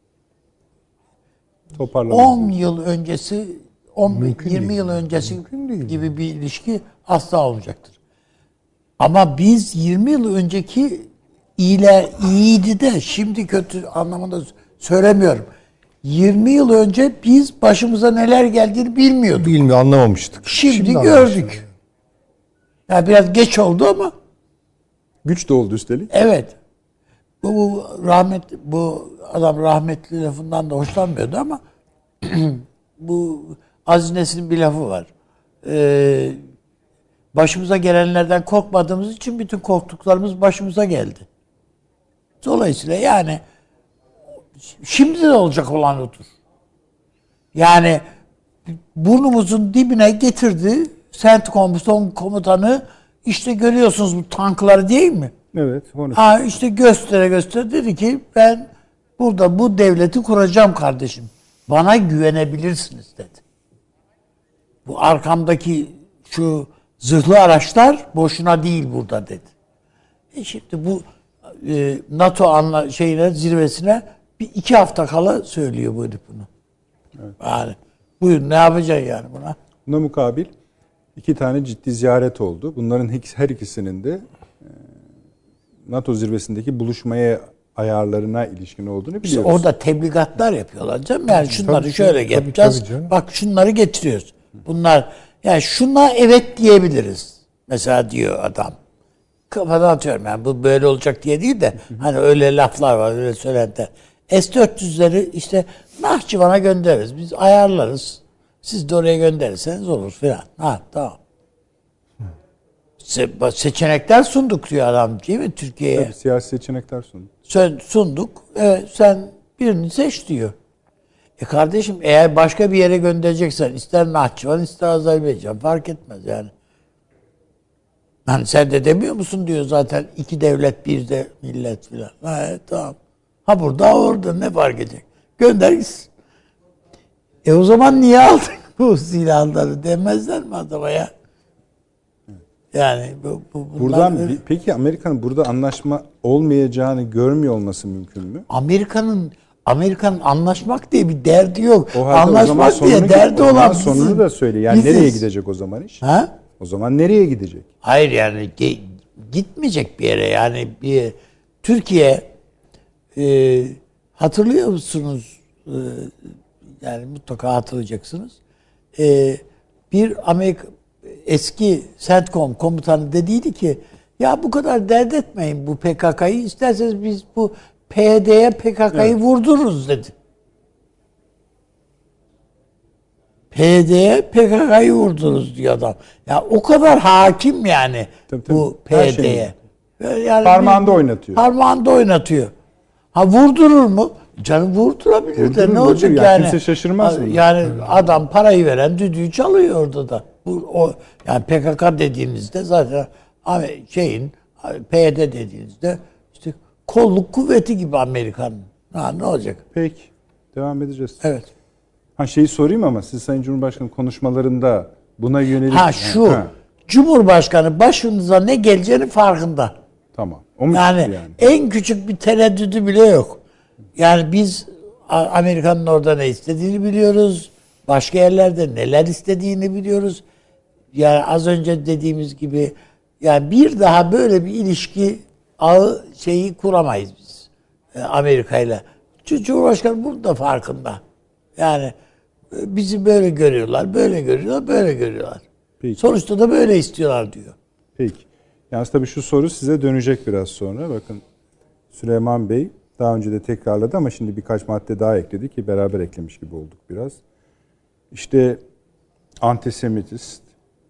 on yıl öncesi on yirmi yıl öncesi gibi bir ilişki asla olmayacaktır. Ama biz yirmi yıl önceki iyiler iyiydi de şimdi kötü anlamında söylemiyorum. yirmi yıl önce biz başımıza neler geldiğini bilmiyorduk. Bilmiyor, anlamamıştık. Şimdi, şimdi gördük. Yani biraz geç oldu ama güç de oldu üstelik. Evet. Bu, bu rahmet bu adam rahmetli lafından da hoşlanmıyordu ama bu Aziz Nesin'in bir lafı var. Ee, başımıza gelenlerden korkmadığımız için bütün korktuklarımız başımıza geldi. Dolayısıyla yani şimdi de olacak olan odur. Yani burnumuzun dibine getirdi CENTCOM son komutanı, işte görüyorsunuz bu tankları değil mi? Evet. Onu ha işte göstere göstere dedi ki ben burada bu devleti kuracağım kardeşim. Bana güvenebilirsiniz dedi. Bu arkamdaki şu zırhlı araçlar boşuna değil burada dedi. E şimdi bu e, NATO anla şeyine zirvesine bir iki hafta kala söylüyor bu herif bunu. Evet. Yani buyur ne yapacaksın yani buna? Buna mukabil iki tane ciddi ziyaret oldu. Bunların her ikisinin de NATO zirvesindeki buluşmaya ayarlarına ilişkin olduğunu biliyoruz. İşte orada tebligatlar yapıyorlar canım. Yani şunları tabii, şöyle tabii, yapacağız. tabii Bak şunları getiriyoruz. Bunlar yani şuna evet diyebiliriz. Mesela diyor adam. Kafadan atıyorum yani bu böyle olacak diye değil de hani öyle laflar var öyle söylentiler. S dört yüzleri işte Nahçıvan'a göndeririz. Biz ayarlarız. Siz de oraya gönderirseniz olur filan. Ha tamam. Se- seçenekler sunduk diyor adam değil mi Türkiye'ye? Tabii siyasi seçenekler sunduk. Sen sunduk. Evet, sen birini seç diyor. E kardeşim eğer başka bir yere göndereceksen ister Nahçıvan ister Azerbaycan fark etmez yani. Hani sen de demiyor musun diyor zaten iki devlet bir de millet filan. Ha evet, tamam. Ha burada orada ne fark edecek? Gönder gitsin. E o zaman niye aldın bu silahları demezler mi adama ya? Yani bu, bu Buradan öyle. peki Amerika'nın burada anlaşma olmayacağını görmüyor olması mümkün mü? Amerika'nın Amerika'nın anlaşmak diye bir derdi yok. O halde Anlaşmak o zaman diye derdi olan sonunu bizim, da söyle. Yani biziz. nereye gidecek o zaman iş? Ha? O zaman nereye gidecek? Hayır yani ge- gitmeyecek bir yere. Yani bir Türkiye e, hatırlıyor musunuz? E, yani mutlaka hatırlayacaksınız. E, bir Amerika eski CENTCOM komutanı dediydi ki ya bu kadar dert etmeyin bu P K K'yı isterseniz biz bu P Y D'ye P K K'yı evet. vurdururuz dedi. P Y D'ye P K K'yı vurdururuz diyor adam. Ya o kadar hakim yani tabii, tabii. bu P Y D'ye. Yani parmağında bir, oynatıyor. Parmağında oynatıyor. Ha vurdurur mu? Canım vurdurabilir vurdurur, de ne vurdurur, olacak yani? yani? Kimse şaşırmaz mı? Yani adam parayı veren düdüğü çalıyor orada da. Bu o yani P K K dediğinizde zaten şeyin P Y D dediğinizde işte kolluk kuvveti gibi Amerika'nın. Ha ne olacak? Peki. Devam edeceğiz. Evet. Ha şeyi sorayım ama siz Sayın Cumhurbaşkanı konuşmalarında buna yönelik... Ha şu, ha. Cumhurbaşkanı başınıza ne geleceğini farkında. Tamam. O mu yani, yani en küçük bir tereddüdü bile yok. Yani biz Amerika'nın orada ne istediğini biliyoruz. Başka yerlerde neler istediğini biliyoruz. Yani az önce dediğimiz gibi yani bir daha böyle bir ilişki ağı şeyi kuramayız biz Amerika ile. Cumhurbaşkanı bunun da farkında. Yani bizi böyle görüyorlar, böyle görüyorlar, böyle görüyorlar. Peki. Sonuçta da böyle istiyorlar diyor. Peki. Yalnız tabii şu soru size dönecek biraz sonra. Bakın Süleyman Bey daha önce de tekrarladı ama şimdi birkaç madde daha ekledi ki beraber eklemiş gibi olduk biraz. İşte antisemitist,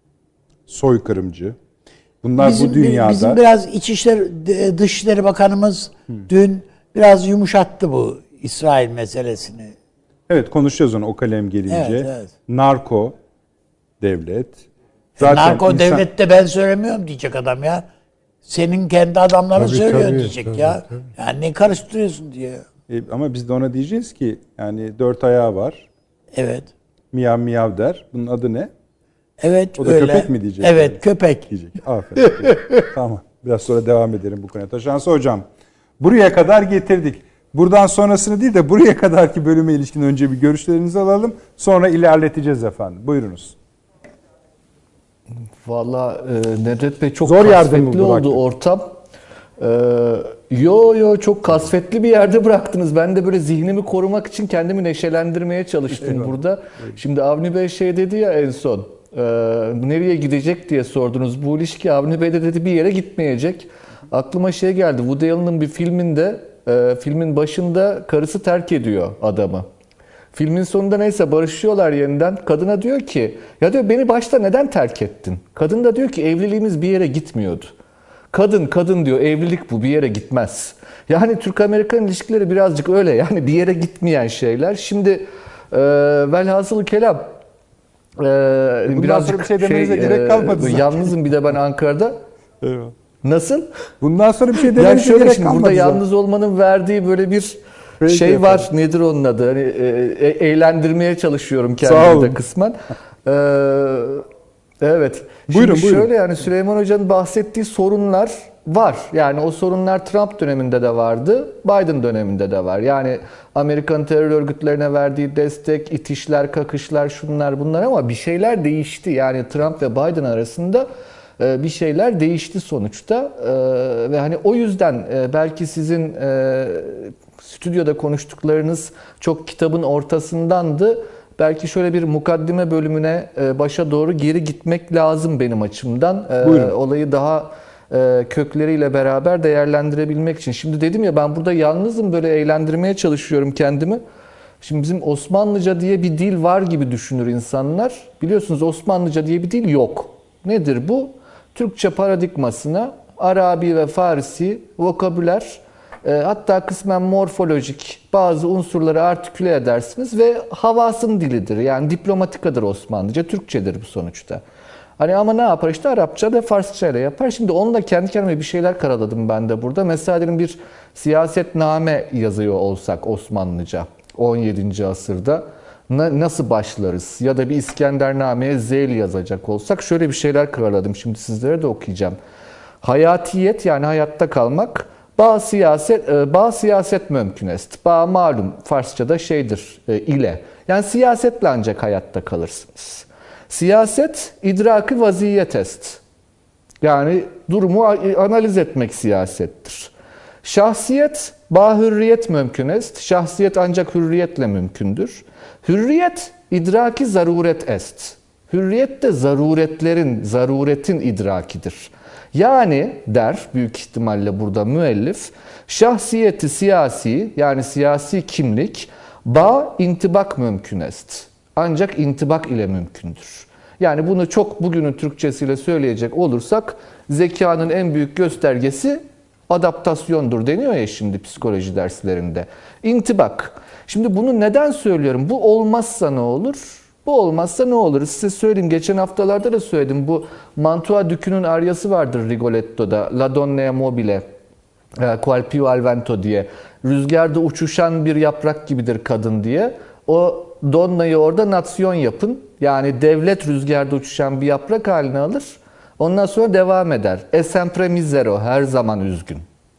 soykırımcı. Bunlar bizim, bu dünyada... Bizim biraz İçişleri, Dışişleri Bakanımız hmm. dün biraz yumuşattı bu İsrail meselesini. Evet konuşacağız onu o kalem gelince. Evet, evet. Narko devlet. Zaten e, narko insan... devlette ben söylemiyorum diyecek adam ya. Senin kendi adamların tabii, söylüyor tabii, diyecek tabii, ya. Tabii. Yani ne karıştırıyorsun diye. E, ama biz de ona diyeceğiz ki yani dört ayağı var. Evet. Miyav miyav der. Bunun adı ne? Evet o da öyle. Köpek mi diyecek? Evet yani? Köpek. Diyecek. Aferin. Tamam. Biraz sonra devam edelim bu konuya. Taşansı hocam. Buraya kadar getirdik. Buradan sonrasını değil de buraya kadarki bölüme ilişkin önce bir görüşlerinizi alalım. Sonra ilerleteceğiz efendim. Buyurunuz. Valla e, Nedret Bey çok Zor kasvetli oldu ortam. E, yo yo çok kasvetli bir yerde bıraktınız. Ben de böyle zihnimi korumak için kendimi neşelendirmeye çalıştım Eyvallah. burada. Eyvallah. Şimdi Avni Bey şey dedi ya en son. E, nereye gidecek diye sordunuz. Bu ilişki Avni Bey de dedi bir yere gitmeyecek. Aklıma şey geldi. Woody Allen'ın bir filminde e, filmin başında karısı terk ediyor adamı. Filmin sonunda neyse barışıyorlar yeniden. Kadına diyor ki ya diyor beni başta neden terk ettin? Kadın da diyor ki evliliğimiz bir yere gitmiyordu. Kadın kadın diyor evlilik bu bir yere gitmez. Yani Türk-Amerikan ilişkileri birazcık öyle yani bir yere gitmeyen şeyler. Şimdi e, velhasılı kelam e, birazcık bir şey demenize şey, gerek kalmadı. E, yalnızım bir de ben Ankara'da. Evet. Nasıl? Bundan sonra bir şey demenize yani gerek kalmadı. Burada yalnız olmanın verdiği böyle bir Peki şey efendim. var. Nedir onun adı? Hani e, e, eğlendirmeye çalışıyorum kendimi de kısmen. Ee, Evet. Buyurun, Şimdi buyurun. şöyle, yani Süleyman Hoca'nın bahsettiği sorunlar var. Yani o sorunlar Trump döneminde de vardı, Biden döneminde de var. Yani Amerikan terör örgütlerine verdiği destek, itişler, kakışlar, şunlar bunlar, ama bir şeyler değişti. Yani Trump ve Biden arasında bir şeyler değişti sonuçta. Ve hani o yüzden belki sizin stüdyoda konuştuklarınız çok kitabın ortasındandı. Belki şöyle bir mukaddime bölümüne başa doğru geri gitmek lazım benim açımdan. Buyurun. Olayı daha kökleriyle beraber değerlendirebilmek için. Şimdi dedim ya, ben burada yalnızım, böyle eğlendirmeye çalışıyorum kendimi. Şimdi bizim Osmanlıca diye bir dil var gibi düşünür insanlar. Biliyorsunuz Osmanlıca diye bir dil yok. Nedir bu? Türkçe paradigmasına Arabi ve Farsi vokabüler, hatta kısmen morfolojik bazı unsurları artiküle edersiniz ve havasın dilidir. Yani diplomatikadır Osmanlıca, Türkçedir bu sonuçta. Hani ama ne yapar işte, Arapça ve Farsça ile yapar. Şimdi onunla kendi kendime bir şeyler karaladım ben de burada. Mesela bir siyasetname yazıyor olsak Osmanlıca on yedinci asırda nasıl başlarız? Ya da bir İskendername'ye zeyl yazacak olsak şöyle bir şeyler karaladım. Şimdi sizlere de okuyacağım. Hayatiyet, yani hayatta kalmak. Ba siyaset, ba siyaset mümkün est. Ba malum Farsçada şeydir, ile. Yani siyasetle ancak hayatta kalırsınız. Siyaset idraki vaziyet est. Yani durumu analiz etmek siyasettir. Şahsiyet ba hürriyet mümkün est. Şahsiyet ancak hürriyetle mümkündür. Hürriyet idraki zaruret est. Hürriyet de zaruretlerin, zaruretin idrakidir. Yani der büyük ihtimalle burada müellif, şahsiyeti siyasi, yani siyasi kimlik ba intibak mümkün est. Ancak intibak ile mümkündür. Yani bunu çok bugünün Türkçesiyle söyleyecek olursak, zekanın en büyük göstergesi adaptasyondur deniyor ya şimdi psikoloji derslerinde. İntibak. Şimdi bunu neden söylüyorum? Bu olmazsa ne olur? Bu olmazsa ne olur? Size söyleyeyim. Geçen haftalarda da söyledim. Bu Mantua Ducu'nun aryası vardır Rigoletto'da. La Donna Mobile, Qual più al vento diye. Rüzgarda uçuşan bir yaprak gibidir kadın diye. O Donna'yı orada nasyon yapın. Yani devlet rüzgarda uçuşan bir yaprak haline alır. Ondan sonra devam eder. E sempre misero, her zaman üzgün.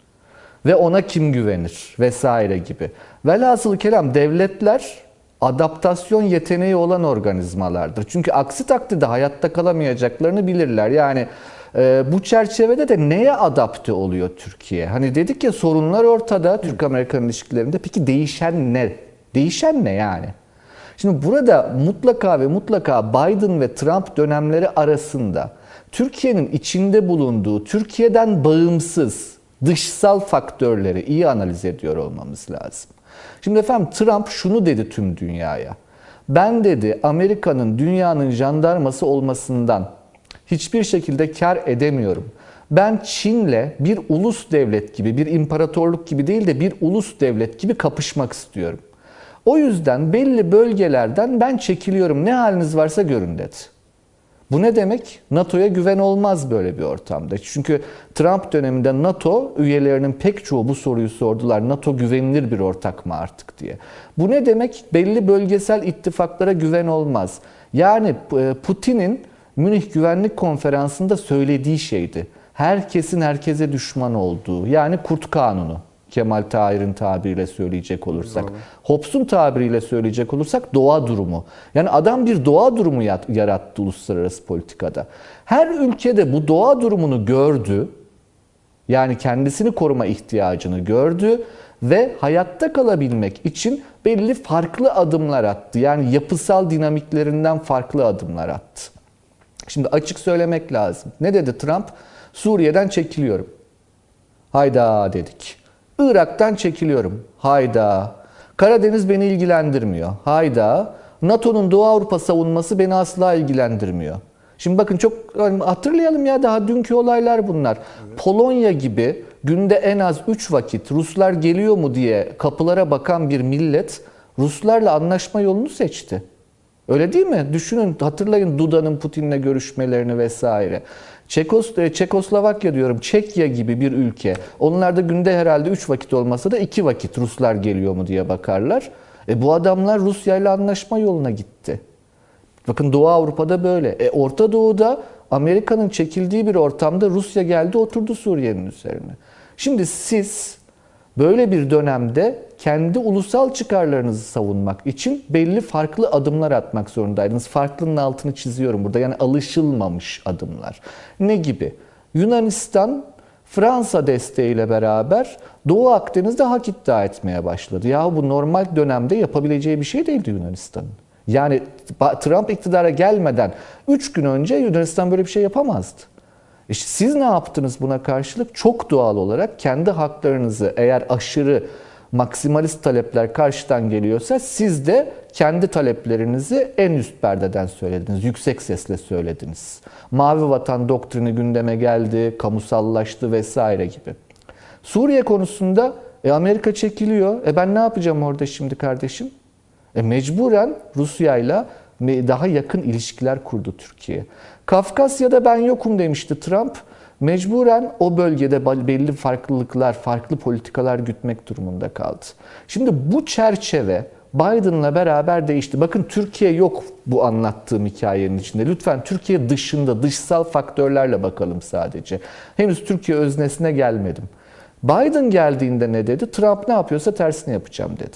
Ve ona kim güvenir? Vesaire gibi. Velhasıl kelam, devletler adaptasyon yeteneği olan organizmalardır. Çünkü aksi takdirde hayatta kalamayacaklarını bilirler. Yani e, bu çerçevede de neye adapte oluyor Türkiye? Hani dedik ya, sorunlar ortada Türk-Amerikan ilişkilerinde. Peki değişen ne? Değişen ne yani? Şimdi burada mutlaka ve mutlaka Biden ve Trump dönemleri arasında Türkiye'nin içinde bulunduğu, Türkiye'den bağımsız dışsal faktörleri iyi analiz ediyor olmamız lazım. Şimdi efendim, Trump şunu dedi tüm dünyaya. Ben dedi Amerika'nın dünyanın jandarması olmasından hiçbir şekilde kar edemiyorum. Ben Çin'le bir ulus devlet gibi, bir imparatorluk gibi değil de bir ulus devlet gibi kapışmak istiyorum. O yüzden belli bölgelerden ben çekiliyorum. Ne haliniz varsa görün dedi. Bu ne demek? NATO'ya güven olmaz böyle bir ortamda. Çünkü Trump döneminde NATO üyelerinin pek çoğu bu soruyu sordular. NATO güvenilir bir ortak mı artık diye. Bu ne demek? Belli bölgesel ittifaklara güven olmaz. Yani Putin'in Münih Güvenlik Konferansı'nda söylediği şeydi. Herkesin herkese düşman olduğu, yani Kurt Kanunu. Kemal Tahir'in tabiriyle söyleyecek olursak. Doğru. Hobbes'un tabiriyle söyleyecek olursak doğa durumu. Yani adam bir doğa durumu yarattı uluslararası politikada. Her ülkede bu doğa durumunu gördü. Yani kendisini koruma ihtiyacını gördü ve hayatta kalabilmek için belli farklı adımlar attı. Yani yapısal dinamiklerinden farklı adımlar attı. Şimdi açık söylemek lazım. Ne dedi Trump? Suriye'den çekiliyorum. Hayda dedik. Irak'tan çekiliyorum. Hayda. Karadeniz beni ilgilendirmiyor. Hayda. NATO'nun Doğu Avrupa savunması beni asla ilgilendirmiyor. Şimdi bakın, çok hatırlayalım ya, daha dünkü olaylar bunlar. Evet. Polonya gibi günde en az üç vakit Ruslar geliyor mu diye kapılara bakan bir millet Ruslarla anlaşma yolunu seçti. Öyle değil mi? Düşünün, hatırlayın Duda'nın Putin'le görüşmelerini vesaire. Çekos, Çekoslovakya diyorum, Çekya gibi bir ülke. Onlarda günde herhalde üç vakit olmasa da iki vakit Ruslar geliyor mu diye bakarlar. E bu adamlar Rusya ile anlaşma yoluna gitti. Bakın Doğu Avrupa'da böyle. E, Orta Doğu'da Amerika'nın çekildiği bir ortamda Rusya geldi oturdu Suriye'nin üzerine. Şimdi siz böyle bir dönemde kendi ulusal çıkarlarınızı savunmak için belli farklı adımlar atmak zorundaydınız. Farklının altını çiziyorum burada. Yani alışılmamış adımlar. Ne gibi? Yunanistan Fransa desteğiyle beraber Doğu Akdeniz'de hak iddia etmeye başladı. Ya bu normal dönemde yapabileceği bir şey değildi Yunanistan'ın. Yani Trump iktidara gelmeden üç gün önce Yunanistan böyle bir şey yapamazdı. İşte siz ne yaptınız buna karşılık? Çok doğal olarak kendi haklarınızı, eğer aşırı maksimalist talepler karşıdan geliyorsa siz de kendi taleplerinizi en üst perdeden söylediniz, yüksek sesle söylediniz. Mavi Vatan doktrini gündeme geldi, kamusallaştı vesaire gibi. Suriye konusunda e, Amerika çekiliyor. E ben ne yapacağım orada şimdi kardeşim? E mecburen Rusya'yla daha yakın ilişkiler kurdu Türkiye. Kafkasya'da ben yokum demişti Trump. Mecburen o bölgede belli farklılıklar, farklı politikalar gütmek durumunda kaldı. Şimdi bu çerçeve Biden'la beraber değişti. Bakın Türkiye yok bu anlattığım hikayenin içinde. Lütfen Türkiye dışında, dışsal faktörlerle bakalım sadece. Henüz Türkiye öznesine gelmedim. Biden geldiğinde ne dedi? Trump ne yapıyorsa tersini yapacağım dedi.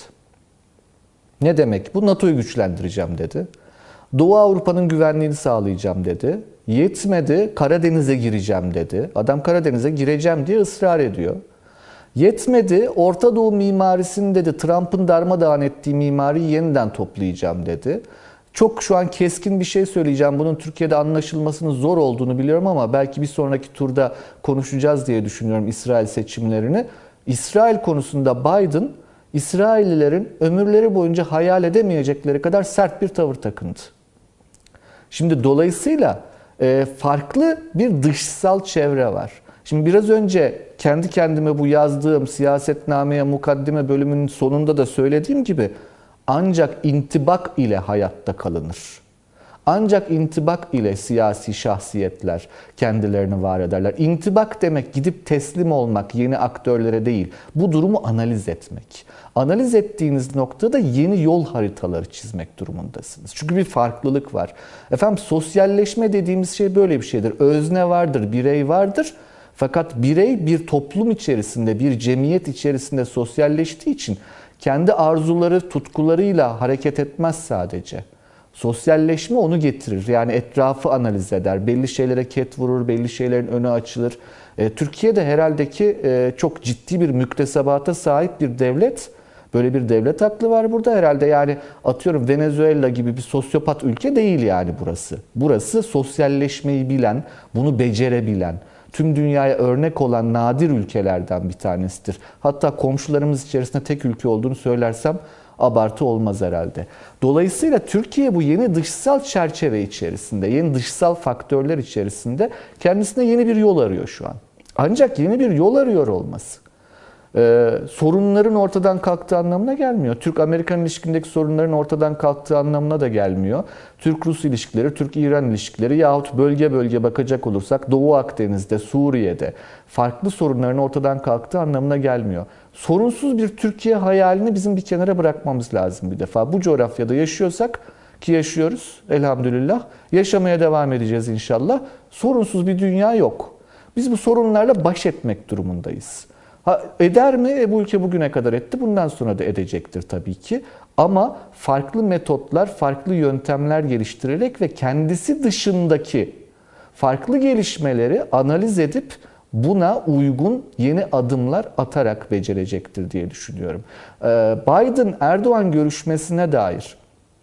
Ne demek bu? NATO'yu güçlendireceğim dedi. Doğu Avrupa'nın güvenliğini sağlayacağım dedi. Yetmedi, Karadeniz'e gireceğim dedi. Adam Karadeniz'e gireceğim diye ısrar ediyor. Yetmedi, Orta Doğu mimarisini dedi, Trump'ın darmadağın ettiği mimariyi yeniden toplayacağım dedi. Çok şu an keskin bir şey söyleyeceğim. Bunun Türkiye'de anlaşılmasının zor olduğunu biliyorum ama belki bir sonraki turda konuşacağız diye düşünüyorum İsrail seçimlerini. İsrail konusunda Biden, İsraillilerin ömürleri boyunca hayal edemeyecekleri kadar sert bir tavır takındı. Şimdi dolayısıyla e, farklı bir dışsal çevre var. Şimdi biraz önce kendi kendime bu yazdığım siyasetnameye mukaddime bölümünün sonunda da söylediğim gibi ancak intibak ile hayatta kalınır. Ancak intibak ile siyasi şahsiyetler kendilerini var ederler. İntibak demek gidip teslim olmak yeni aktörlere değil. Bu durumu analiz etmek. Analiz ettiğiniz noktada yeni yol haritaları çizmek durumundasınız. Çünkü bir farklılık var. Efendim sosyalleşme dediğimiz şey böyle bir şeydir. Özne vardır, birey vardır. Fakat birey bir toplum içerisinde, bir cemiyet içerisinde sosyalleştiği için kendi arzuları, tutkularıyla hareket etmez sadece. Sosyalleşme onu getirir. Yani etrafı analiz eder. Belli şeylere ket vurur, belli şeylerin önü açılır. E, Türkiye'de herhalde ki e, çok ciddi bir müktesebata sahip bir devlet. Böyle bir devlet aklı var burada herhalde. Yani atıyorum Venezuela gibi bir sosyopat ülke değil yani burası. Burası sosyalleşmeyi bilen, bunu becerebilen, tüm dünyaya örnek olan nadir ülkelerden bir tanesidir. Hatta komşularımız içerisinde tek ülke olduğunu söylersem abartı olmaz herhalde. Dolayısıyla Türkiye bu yeni dışsal çerçeve içerisinde, yeni dışsal faktörler içerisinde kendisine yeni bir yol arıyor şu an. Ancak yeni bir yol arıyor olması Ee, sorunların ortadan kalktığı anlamına gelmiyor. Türk-Amerikan ilişkindeki sorunların ortadan kalktığı anlamına da gelmiyor. Türk-Rus ilişkileri, Türk-İran ilişkileri yahut bölge bölge bakacak olursak Doğu Akdeniz'de, Suriye'de farklı sorunların ortadan kalktığı anlamına gelmiyor. Sorunsuz bir Türkiye hayalini bizim bir kenara bırakmamız lazım bir defa. Bu coğrafyada yaşıyorsak ki yaşıyoruz elhamdülillah, yaşamaya devam edeceğiz inşallah. Sorunsuz bir dünya yok. Biz bu sorunlarla baş etmek durumundayız. Ha, eder mi? E, bu ülke bugüne kadar etti. Bundan sonra da edecektir tabii ki. Ama farklı metotlar, farklı yöntemler geliştirerek ve kendisi dışındaki farklı gelişmeleri analiz edip buna uygun yeni adımlar atarak becerecektir diye düşünüyorum. Biden-Erdoğan görüşmesine dair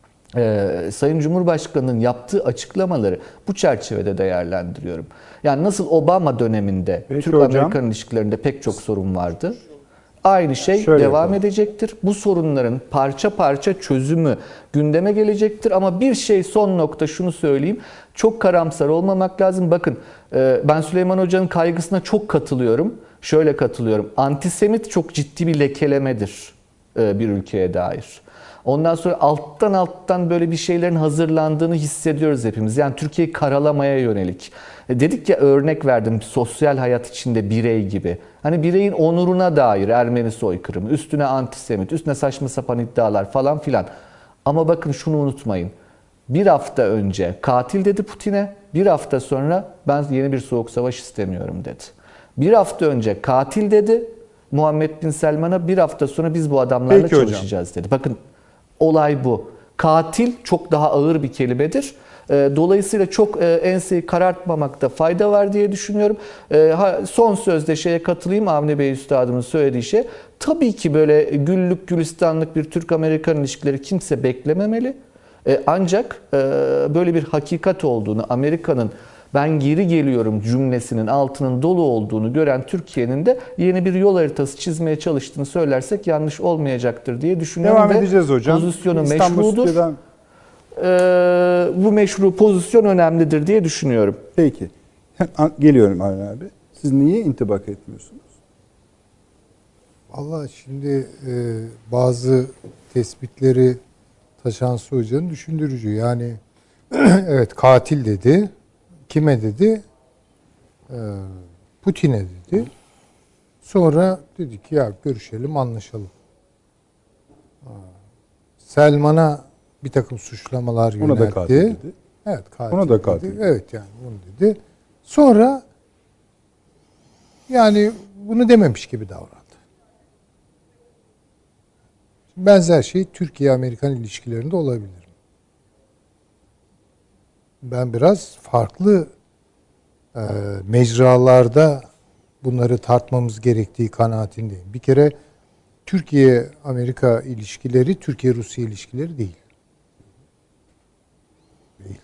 Ee, Sayın Cumhurbaşkanı'nın yaptığı açıklamaları bu çerçevede değerlendiriyorum. Yani nasıl Obama döneminde Türk-Amerikan ilişkilerinde pek çok sorun vardı. Aynı şey Şöyle devam yapalım. edecektir. Bu sorunların parça parça çözümü gündeme gelecektir. Ama bir şey son nokta şunu söyleyeyim. Çok karamsar olmamak lazım. Bakın ben Süleyman Hoca'nın kaygısına çok katılıyorum. Şöyle katılıyorum. Antisemit çok ciddi bir lekelemedir bir ülkeye dair. Ondan sonra alttan alttan böyle bir şeylerin hazırlandığını hissediyoruz hepimiz. Yani Türkiye'yi karalamaya yönelik. Dedik ya, örnek verdim sosyal hayat içinde birey gibi. Hani bireyin onuruna dair Ermeni soykırımı, üstüne antisemit, üstüne saçma sapan iddialar falan filan. Ama bakın şunu unutmayın. bir hafta önce katil dedi Putin'e, bir hafta sonra ben yeni bir soğuk savaş istemiyorum dedi. Bir hafta önce katil dedi Muhammed Bin Selman'a, bir hafta sonra biz bu adamlarla Peki çalışacağız hocam dedi. Bakın olay bu. Katil çok daha ağır bir kelimedir. Dolayısıyla çok enseyi karartmamakta fayda var diye düşünüyorum. Son sözde şeye katılayım, Avni Bey Üstadımın söylediği şey. Tabii ki böyle güllük gülistanlık bir Türk-Amerikan ilişkileri kimse beklememeli. Ancak böyle bir hakikat olduğunu, Amerika'nın ben geri geliyorum cümlesinin altının dolu olduğunu gören Türkiye'nin de yeni bir yol haritası çizmeye çalıştığını söylersek yanlış olmayacaktır diye düşünüyorum. Devam ve edeceğiz hocam. Pozisyonu İstanbul meşrudur. Stüdyo'dan... Ee, bu meşru pozisyon önemlidir diye düşünüyorum. Peki. Geliyorum Avni abi. Siz niye intibak etmiyorsunuz? Vallahi şimdi e, bazı tespitleri Taşansı Hoca'nın düşündürücü. Yani evet katil dedi. Kime dedi? Ee, Putin'e dedi. Sonra dedi ki ya görüşelim, anlaşalım. Selman'a bir takım suçlamalar yöneltti. Ona da katil dedi. Evet, katil Ona da katil dedi. dedi. Evet yani bunu dedi. Sonra yani bunu dememiş gibi davrandı. Benzer şey Türkiye-Amerikan ilişkilerinde olabilir. Ben biraz farklı e, mecralarda bunları tartmamız gerektiği kanaatindeyim. Bir kere Türkiye-Amerika ilişkileri, Türkiye-Rusya ilişkileri değil. Değil.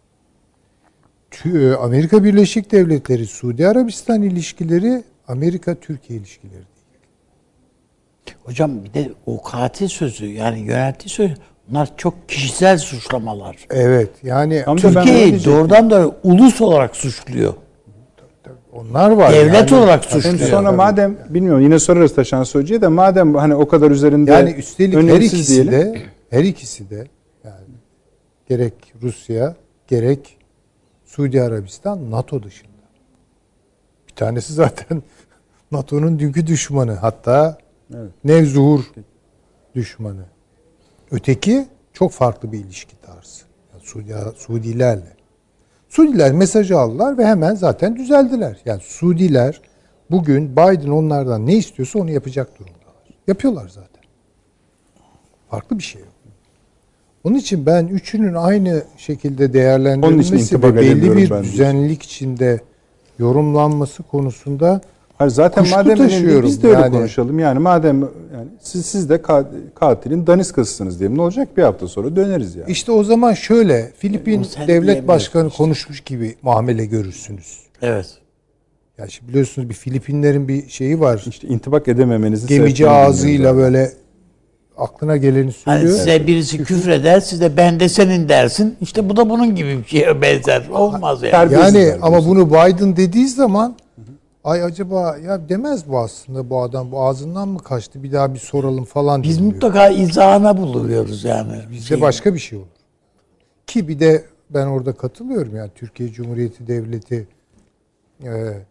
Amerika Birleşik Devletleri, Suudi Arabistan ilişkileri, Amerika-Türkiye ilişkileri değil. Hocam bir de o katil sözü, yani yöneltiği sözü, bunlar çok kişisel suçlamalar. Evet yani Türkiye'yi doğrudan da ulus olarak suçluyor. Onlar var. Devlet yani, olarak suçluyor. Sonra tabii. madem bilmiyorum yine sorarız Taşansı Hoca'ya da madem hani o kadar üzerinde Yani üstelik her ikisi diyelim. de her ikisi de yani gerek Rusya gerek Suudi Arabistan NATO dışında. Bir tanesi zaten NATO'nun dünkü düşmanı, hatta evet. nevzuhur düşmanı. Öteki çok farklı bir ilişki tarzı. Yani Suudi, Suudilerle. Suudiler mesajı aldılar ve hemen zaten düzeldiler. Yani Suudiler bugün Biden onlardan ne istiyorsa onu yapacak durumdalar. Yapıyorlar zaten. Farklı bir şey yok. Onun için ben üçünün aynı şekilde değerlendirilmesi ve belli bir düzenlilik içinde yorumlanması konusunda hayır, zaten kuşku madem taşıyorum. Biz de öyle yani, konuşalım. Yani madem yani siz siz de katilin daniskasısınız diyelim. Ne olacak? Bir hafta sonra döneriz yani. İşte o zaman şöyle Filipin yani devlet başkanı işte. konuşmuş gibi muamele görürsünüz. Evet. Ya şimdi biliyorsunuz bir Filipinlerin bir şeyi var. İşte intibak edememenizi gemici ağzıyla böyle aklına geleni söylüyor. Hani size birisi küfreder, siz de ben de senin dersin. İşte bu da bunun gibi bir şeye benzer. Olmaz yani. Yani ama bunu Biden dediği zaman ay acaba ya demez bu aslında, bu adam bu ağzından mı kaçtı, bir daha bir soralım falan. Biz deniliyor. mutlaka izahına buluyoruz yani. Bizde şey. başka bir şey olur. Ki bir de ben orada katılıyorum yani Türkiye Cumhuriyeti Devleti e,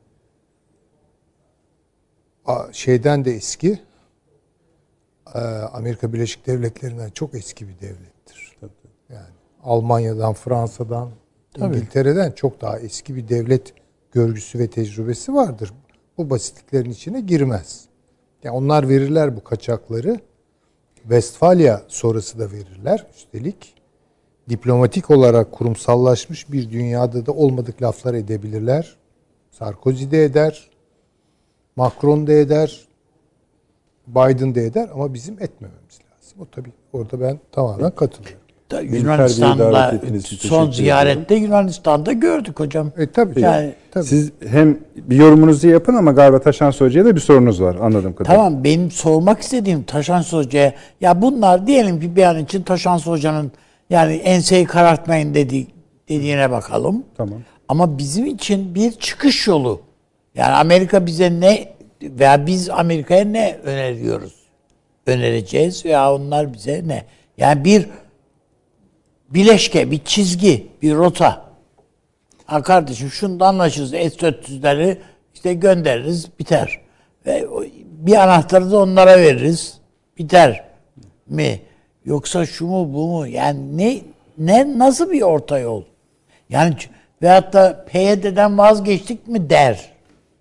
şeyden de eski, e, Amerika Birleşik Devletleri'nden çok eski bir devlettir. Yani Almanya'dan, Fransa'dan, Tabii. İngiltere'den çok daha eski bir devlet görgüsü ve tecrübesi vardır. Bu basitliklerin içine girmez. Yani onlar verirler bu kaçakları. Westfalia sonrası da verirler. Üstelik diplomatik olarak kurumsallaşmış bir dünyada da olmadık laflar edebilirler. Sarkozy de eder, Macron da eder, Biden de eder ama bizim etmememiz lazım. O tabii orada ben tamamen katılıyorum. Yunanistan'da son ziyarette Yunanistan'da gördük hocam. E tabii. Yani, tabii. Siz hem bir yorumunuzu yapın ama galiba Taşansı Hoca'ya da bir sorunuz var anladığım kadarıyla. Tamam, benim sormak istediğim Taşansı Hoca'ya, ya bunlar diyelim ki bir an için Taşansı Hoca'nın yani enseyi karartmayın dedi, dediğine bakalım. Tamam. Ama bizim için bir çıkış yolu. Yani Amerika bize ne veya biz Amerika'ya ne öneriyoruz? Önereceğiz veya onlar bize ne? Yani bir bileşke, bir çizgi, bir rota. Ha kardeşim şundan anlaşırız. S dört yüzleri işte göndeririz, biter. Ve bir anahtarı da onlara veririz, biter mi? Yoksa şu mu bu mu? Yani ne Ne nasıl bir orta yol? Yani veyahut da P Y D'den vazgeçtik mi der.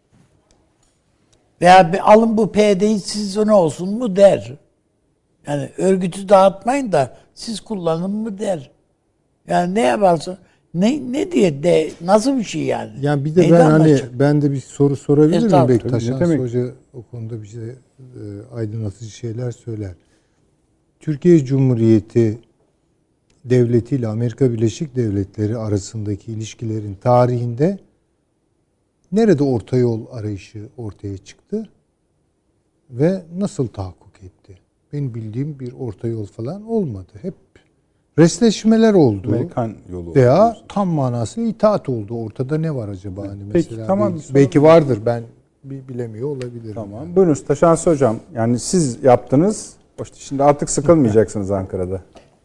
Veya bir alın bu P Y D'yi siz ne olsun mu der. Yani örgütü dağıtmayın da siz kullanın mı der. Yani ne yaparsın? Ne ne diye de nasıl bir şey yani? Yani bir de Neyden ben hani anlaşılır? ben de bir soru sorabilir miyim? Bektaş Tabii, Hoca o konuda bize e, aydınlatıcı şeyler söyler. Türkiye Cumhuriyeti Devleti ile Amerika Birleşik Devletleri arasındaki ilişkilerin tarihinde nerede orta yol arayışı ortaya çıktı ve nasıl tahakkuk etti? Benim bildiğim bir orta yol falan olmadı. Hep resleşmeler oldu. Amerikan yolu veya oldu. tam manasıyla itaat oldu. Ortada ne var acaba? Hani Peki, mesela tamam, belki, sorun belki vardır. Ben bilemiyor olabilirim. Tamam. Yani. Buyurun Taşansı Hocam. Yani siz yaptınız. İşte şimdi artık sıkılmayacaksınız Ankara'da.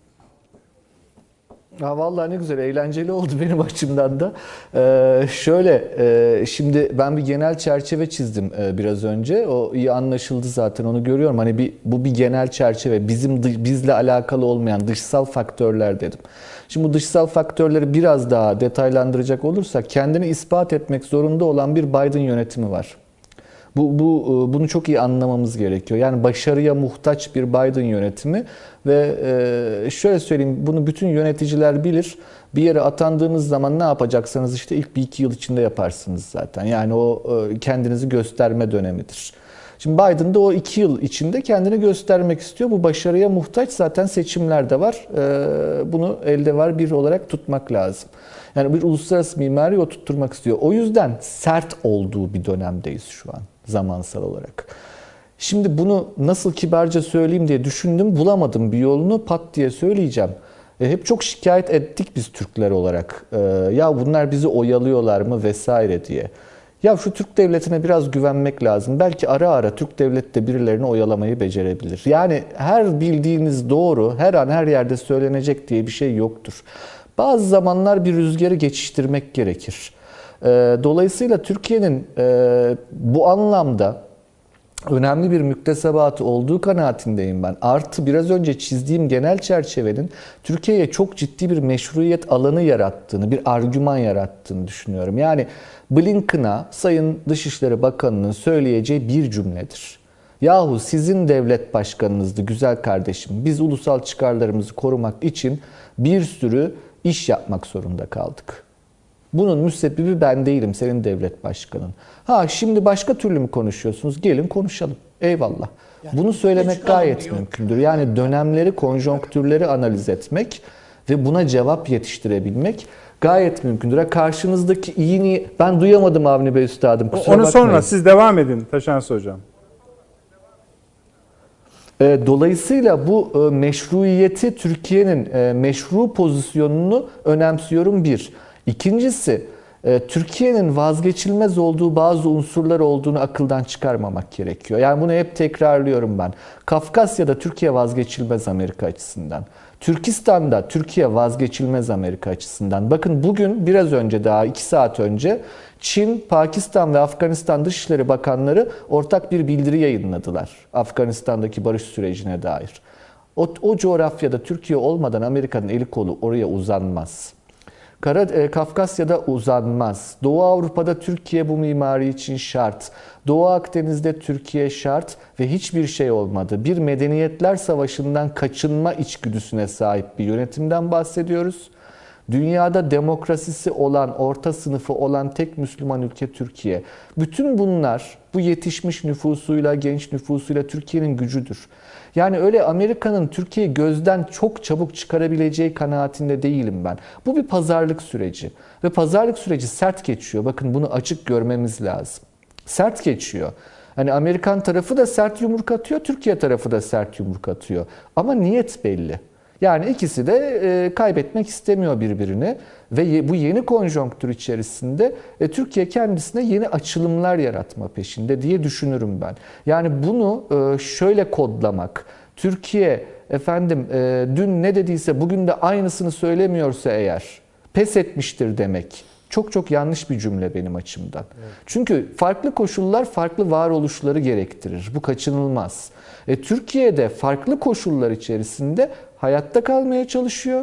Ha, vallahi ne güzel, eğlenceli oldu benim açımdan da. Ee, şöyle, e, şimdi ben bir genel çerçeve çizdim e, biraz önce. O iyi anlaşıldı zaten, onu görüyorum. Hani bir, bu bir genel çerçeve, bizim bizle alakalı olmayan dışsal faktörler dedim. Şimdi bu dışsal faktörleri biraz daha detaylandıracak olursak, kendini ispat etmek zorunda olan bir Biden yönetimi var. Bu, bu bunu çok iyi anlamamız gerekiyor. Yani başarıya muhtaç bir Biden yönetimi ve e, şöyle söyleyeyim, bunu bütün yöneticiler bilir. Bir yere atandığınız zaman ne yapacaksanız işte ilk bir iki yıl içinde yaparsınız zaten. Yani o e, kendinizi gösterme dönemidir. Şimdi Biden de o iki yıl içinde kendini göstermek istiyor. Bu başarıya muhtaç, zaten seçimler de var. E, bunu elde var bir olarak tutmak lazım. Yani bir uluslararası mimari oturtturmak istiyor. O yüzden sert olduğu bir dönemdeyiz şu an zamansal olarak. Şimdi bunu nasıl kibarca söyleyeyim diye düşündüm, bulamadım bir yolunu, pat diye söyleyeceğim. E, hep çok şikayet ettik biz Türkler olarak. E, ya bunlar bizi oyalıyorlar mı vesaire diye. Ya şu Türk devletine biraz güvenmek lazım. Belki ara ara Türk devleti de birilerini oyalamayı becerebilir. Yani her bildiğiniz doğru, her an her yerde söylenecek diye bir şey yoktur. Bazı zamanlar bir rüzgarı geçiştirmek gerekir. Dolayısıyla Türkiye'nin bu anlamda önemli bir müktesebatı olduğu kanaatindeyim ben. Artı biraz önce çizdiğim genel çerçevenin Türkiye'ye çok ciddi bir meşruiyet alanı yarattığını, bir argüman yarattığını düşünüyorum. Yani Blinken'a Sayın Dışişleri Bakanı'nın söyleyeceği bir cümledir. Yahu sizin devlet başkanınızdı güzel kardeşim. Biz ulusal çıkarlarımızı korumak için bir sürü iş yapmak zorunda kaldık. Bunun müsebbibi ben değilim, senin devlet başkanın. Ha şimdi başka türlü mü konuşuyorsunuz? Gelin konuşalım. Eyvallah. Yani bunu söylemek gayet yok. mümkündür. Yani dönemleri, konjonktürleri analiz etmek ve buna cevap yetiştirebilmek gayet mümkündür. Ha, karşınızdaki iyi niyet... Ben duyamadım Avni Bey Üstadım. Kusura Onu bakmayın. sonra siz devam edin Taşansı Hocam. Dolayısıyla bu meşruiyeti, Türkiye'nin meşru pozisyonunu önemsiyorum bir. İkincisi, Türkiye'nin vazgeçilmez olduğu bazı unsurlar olduğunu akıldan çıkarmamak gerekiyor. Yani bunu hep tekrarlıyorum ben. Kafkasya'da Türkiye vazgeçilmez Amerika açısından. Türkistan'da Türkiye vazgeçilmez Amerika açısından. Bakın bugün biraz önce, daha iki saat önce Çin, Pakistan ve Afganistan Dışişleri Bakanları ortak bir bildiri yayınladılar. Afganistan'daki barış sürecine dair. O, o coğrafyada Türkiye olmadan Amerika'nın eli kolu oraya uzanmaz. Kara, e, Kafkasya'da uzanmaz. Doğu Avrupa'da Türkiye bu mimari için şart. Doğu Akdeniz'de Türkiye şart ve hiçbir şey olmadı. Bir medeniyetler savaşından kaçınma içgüdüsüne sahip bir yönetimden bahsediyoruz. Dünyada demokrasisi olan, orta sınıfı olan tek Müslüman ülke Türkiye. Bütün bunlar bu yetişmiş nüfusuyla, genç nüfusuyla Türkiye'nin gücüdür. Yani öyle Amerika'nın Türkiye'yi gözden çok çabuk çıkarabileceği kanaatinde değilim ben. Bu bir pazarlık süreci ve pazarlık süreci sert geçiyor. Bakın bunu açık görmemiz lazım. Sert geçiyor. Hani Amerikan tarafı da sert yumruk atıyor, Türkiye tarafı da sert yumruk atıyor. Ama niyet belli. Yani ikisi de e, kaybetmek istemiyor birbirini ve ye, bu yeni konjonktür içerisinde e, Türkiye kendisine yeni açılımlar yaratma peşinde diye düşünürüm ben. Yani bunu e, şöyle kodlamak, Türkiye efendim e, dün ne dediyse bugün de aynısını söylemiyorsa eğer pes etmiştir demek. Çok çok yanlış bir cümle benim açımdan. Evet. Çünkü farklı koşullar farklı varoluşları gerektirir. Bu kaçınılmaz. E, Türkiye'de farklı koşullar içerisinde hayatta kalmaya çalışıyor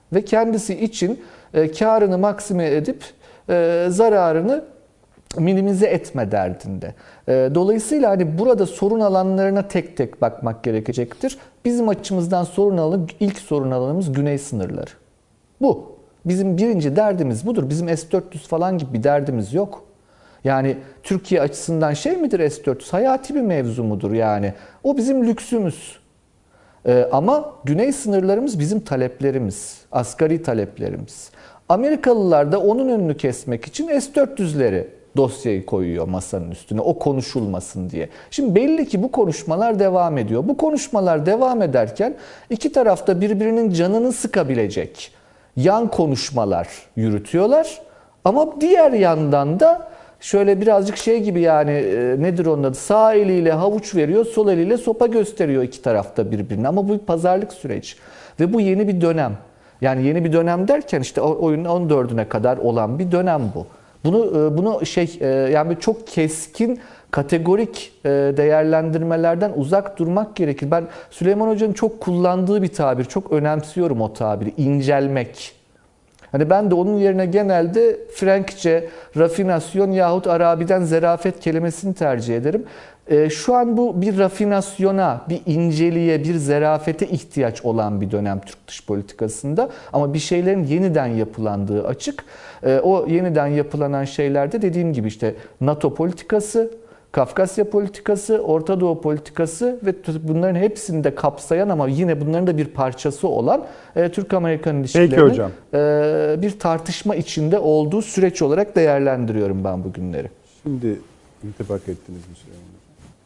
ve kendisi için e, karını maksime edip e, zararını minimize etme derdinde. E, dolayısıyla hani burada sorun alanlarına tek tek bakmak gerekecektir. Bizim açımızdan sorun alanı, ilk sorun alanımız güney sınırları. Bu. Bizim birinci derdimiz budur. Bizim S dört yüz falan gibi bir derdimiz yok. Yani Türkiye açısından şey midir S dört yüz? Hayati bir mevzu mudur yani? O bizim lüksümüz. Ee, ama güney sınırlarımız bizim taleplerimiz. Asgari taleplerimiz. Amerikalılar da onun önünü kesmek için S dört yüzleri dosyayı koyuyor masanın üstüne. O konuşulmasın diye. Şimdi belli ki bu konuşmalar devam ediyor. Bu konuşmalar devam ederken iki tarafta birbirinin canını sıkabilecek yan konuşmalar yürütüyorlar. Ama diğer yandan da şöyle birazcık şey gibi yani e, nedir onun adı? Sağ eliyle havuç veriyor, sol eliyle sopa gösteriyor iki tarafta birbirine. Ama bu bir pazarlık süreci. Ve bu yeni bir dönem. Yani yeni bir dönem derken işte oyunun on dördüne kadar olan bir dönem bu. Bunu bunu şey yani çok keskin, kategorik değerlendirmelerden uzak durmak gerekir. Ben Süleyman Hoca'nın çok kullandığı bir tabir, çok önemsiyorum o tabiri, incelmek. Hani ben de onun yerine genelde Frenkçe, rafinasyon yahut Arabi'den zerafet kelimesini tercih ederim. Şu an bu bir rafinasyona, bir inceliğe, bir zerafete ihtiyaç olan bir dönem Türk dış politikasında. Ama bir şeylerin yeniden yapılandığı açık. O yeniden yapılanan şeylerde dediğim gibi işte NATO politikası, Kafkasya politikası, Orta Doğu politikası ve bunların hepsini de kapsayan ama yine bunların da bir parçası olan Türk-Amerikan ilişkilerinin bir tartışma içinde olduğu süreç olarak değerlendiriyorum ben bu günleri. Şimdi intibak ettiniz mi Süleyman Hocam?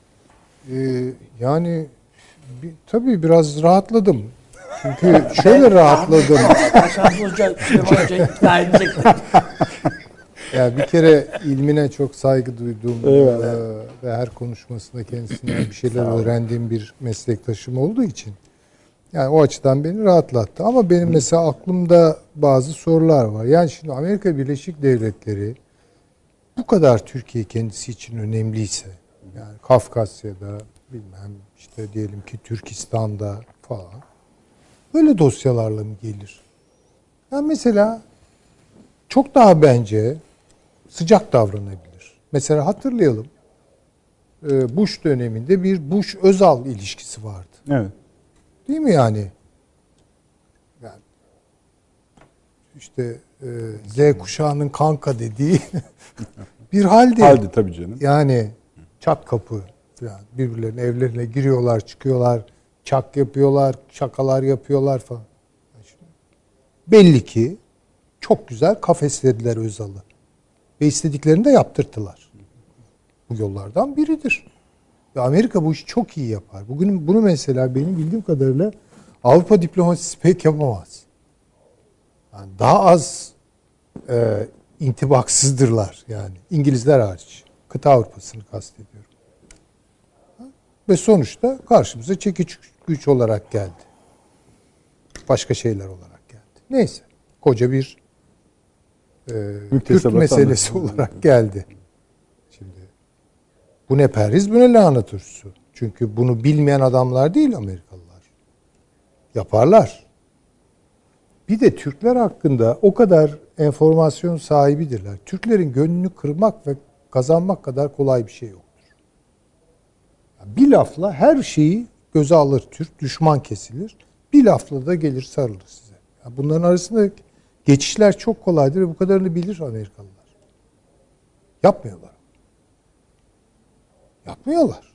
Ee, yani bir, tabii biraz rahatladım. Çünkü şöyle rahatladım. Hasan Hoca, Süleyman Hoca ikna edecekler. Ya bir kere ilmine çok saygı duyduğum e, ve her konuşmasında kendisinden bir şeyler öğrendiğim bir meslektaşım olduğu için yani o açıdan beni rahatlattı. Ama benim mesela aklımda bazı sorular var. Yani şimdi Amerika Birleşik Devletleri bu kadar Türkiye kendisi için önemliyse, yani Kafkasya'da bilmem işte diyelim ki Türkistan'da falan böyle dosyalarla mı gelir? Yani mesela çok daha bence sıcak davranabilir. Mesela hatırlayalım, Bush döneminde bir Bush-Özal ilişkisi vardı. Evet. Değil mi yani? Yani işte e, Z kuşağının kanka dediği bir halde. Halde tabii canım. Yani çat kapı yani birbirlerinin evlerine giriyorlar, çıkıyorlar, çak yapıyorlar, şakalar yapıyorlar falan. Belli ki çok güzel kafeslediler Özal'ı. Ve istediklerini de yaptırttılar. Bu yollardan biridir. Ve Amerika bu işi çok iyi yapar. Bugün bunu mesela benim bildiğim kadarıyla Avrupa diplomasisi pek yapamaz. Yani daha az e, intibaksızdırlar yani. İngilizler hariç. Kıta Avrupa'sını kastediyorum. Ve sonuçta karşımıza çekiç güç olarak geldi. Başka şeyler olarak geldi. Neyse. Koca bir e, Kürt meselesi anladım. olarak geldi. Şimdi bu ne perhiz, bu ne lanet hırsı. Çünkü bunu bilmeyen adamlar değil Amerikalılar. Yaparlar. Bir de Türkler hakkında o kadar enformasyon sahibidirler. Türklerin gönlünü kırmak ve kazanmak kadar kolay bir şey yoktur. Bir lafla her şeyi göze alır Türk, düşman kesilir. Bir lafla da gelir sarılır size. Yani bunların arasında geçişler çok kolaydır ve bu kadarını bilir Amerikalılar. Yapmıyorlar. Yapmıyorlar.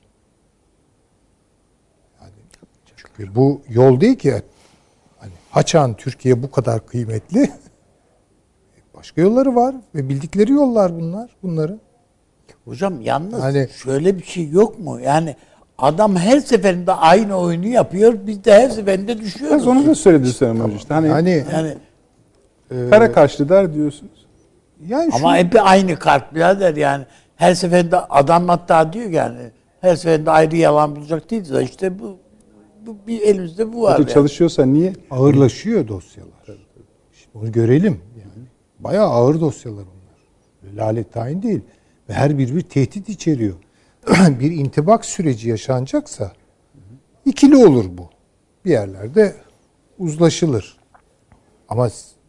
Yani çünkü bu yol değil ki. Hani Haçan Türkiye bu kadar kıymetli. Başka yolları var ve bildikleri yollar bunlar. Bunların. Hocam yalnız yani, şöyle bir şey yok mu? Yani adam her seferinde aynı oyunu yapıyor. Biz de her seferinde düşüyoruz. Onu da söyledi Süleyman Hoca işte. Hani yani, yani e, kara kaşlı der diyorsunuz. Yani ama şu, hep aynı kart birader yani. Her seferinde adam hatta diyor yani her seferinde ayrı yalan bulacak değiliz. İşte bu, bu bir elimizde bu var. Yani. Çalışıyorsa niye? Ağırlaşıyor dosyalar. İşte onu görelim. Yani. Bayağı ağır dosyalar onlar. Lalet tayin değil. Ve her biri bir tehdit içeriyor. Bir intibak süreci yaşanacaksa ikili olur bu. Bir yerlerde uzlaşılır. Ama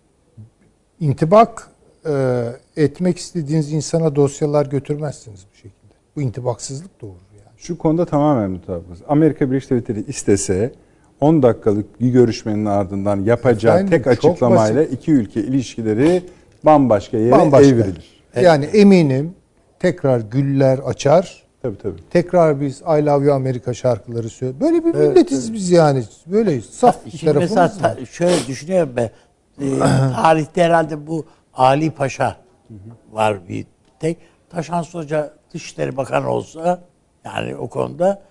intibak e, etmek istediğiniz insana dosyalar götürmezsiniz bu şekilde. Bu intibaksızlık doğurur yani. Şu konuda tamamen mutabıkız. Amerika Birleşik Devletleri istese on dakikalık bir görüşmenin ardından yapacağı Efendim, tek açıklamayla basit. iki ülke ilişkileri bambaşka yere Bambaşka. evrilir. Yani eminim tekrar güller açar. Tabii tabii. Tekrar biz I Love You America şarkıları söyle. Böyle bir milletiz evet, biz yani. Böyle saf bir Şimdi tarafımız mesela var. ta, şöyle düşünüyorum ben. E, tarihte herhalde bu Ali Paşa var bir tek. Taşan Hoca Dışişleri Bakanı olsa yani o konuda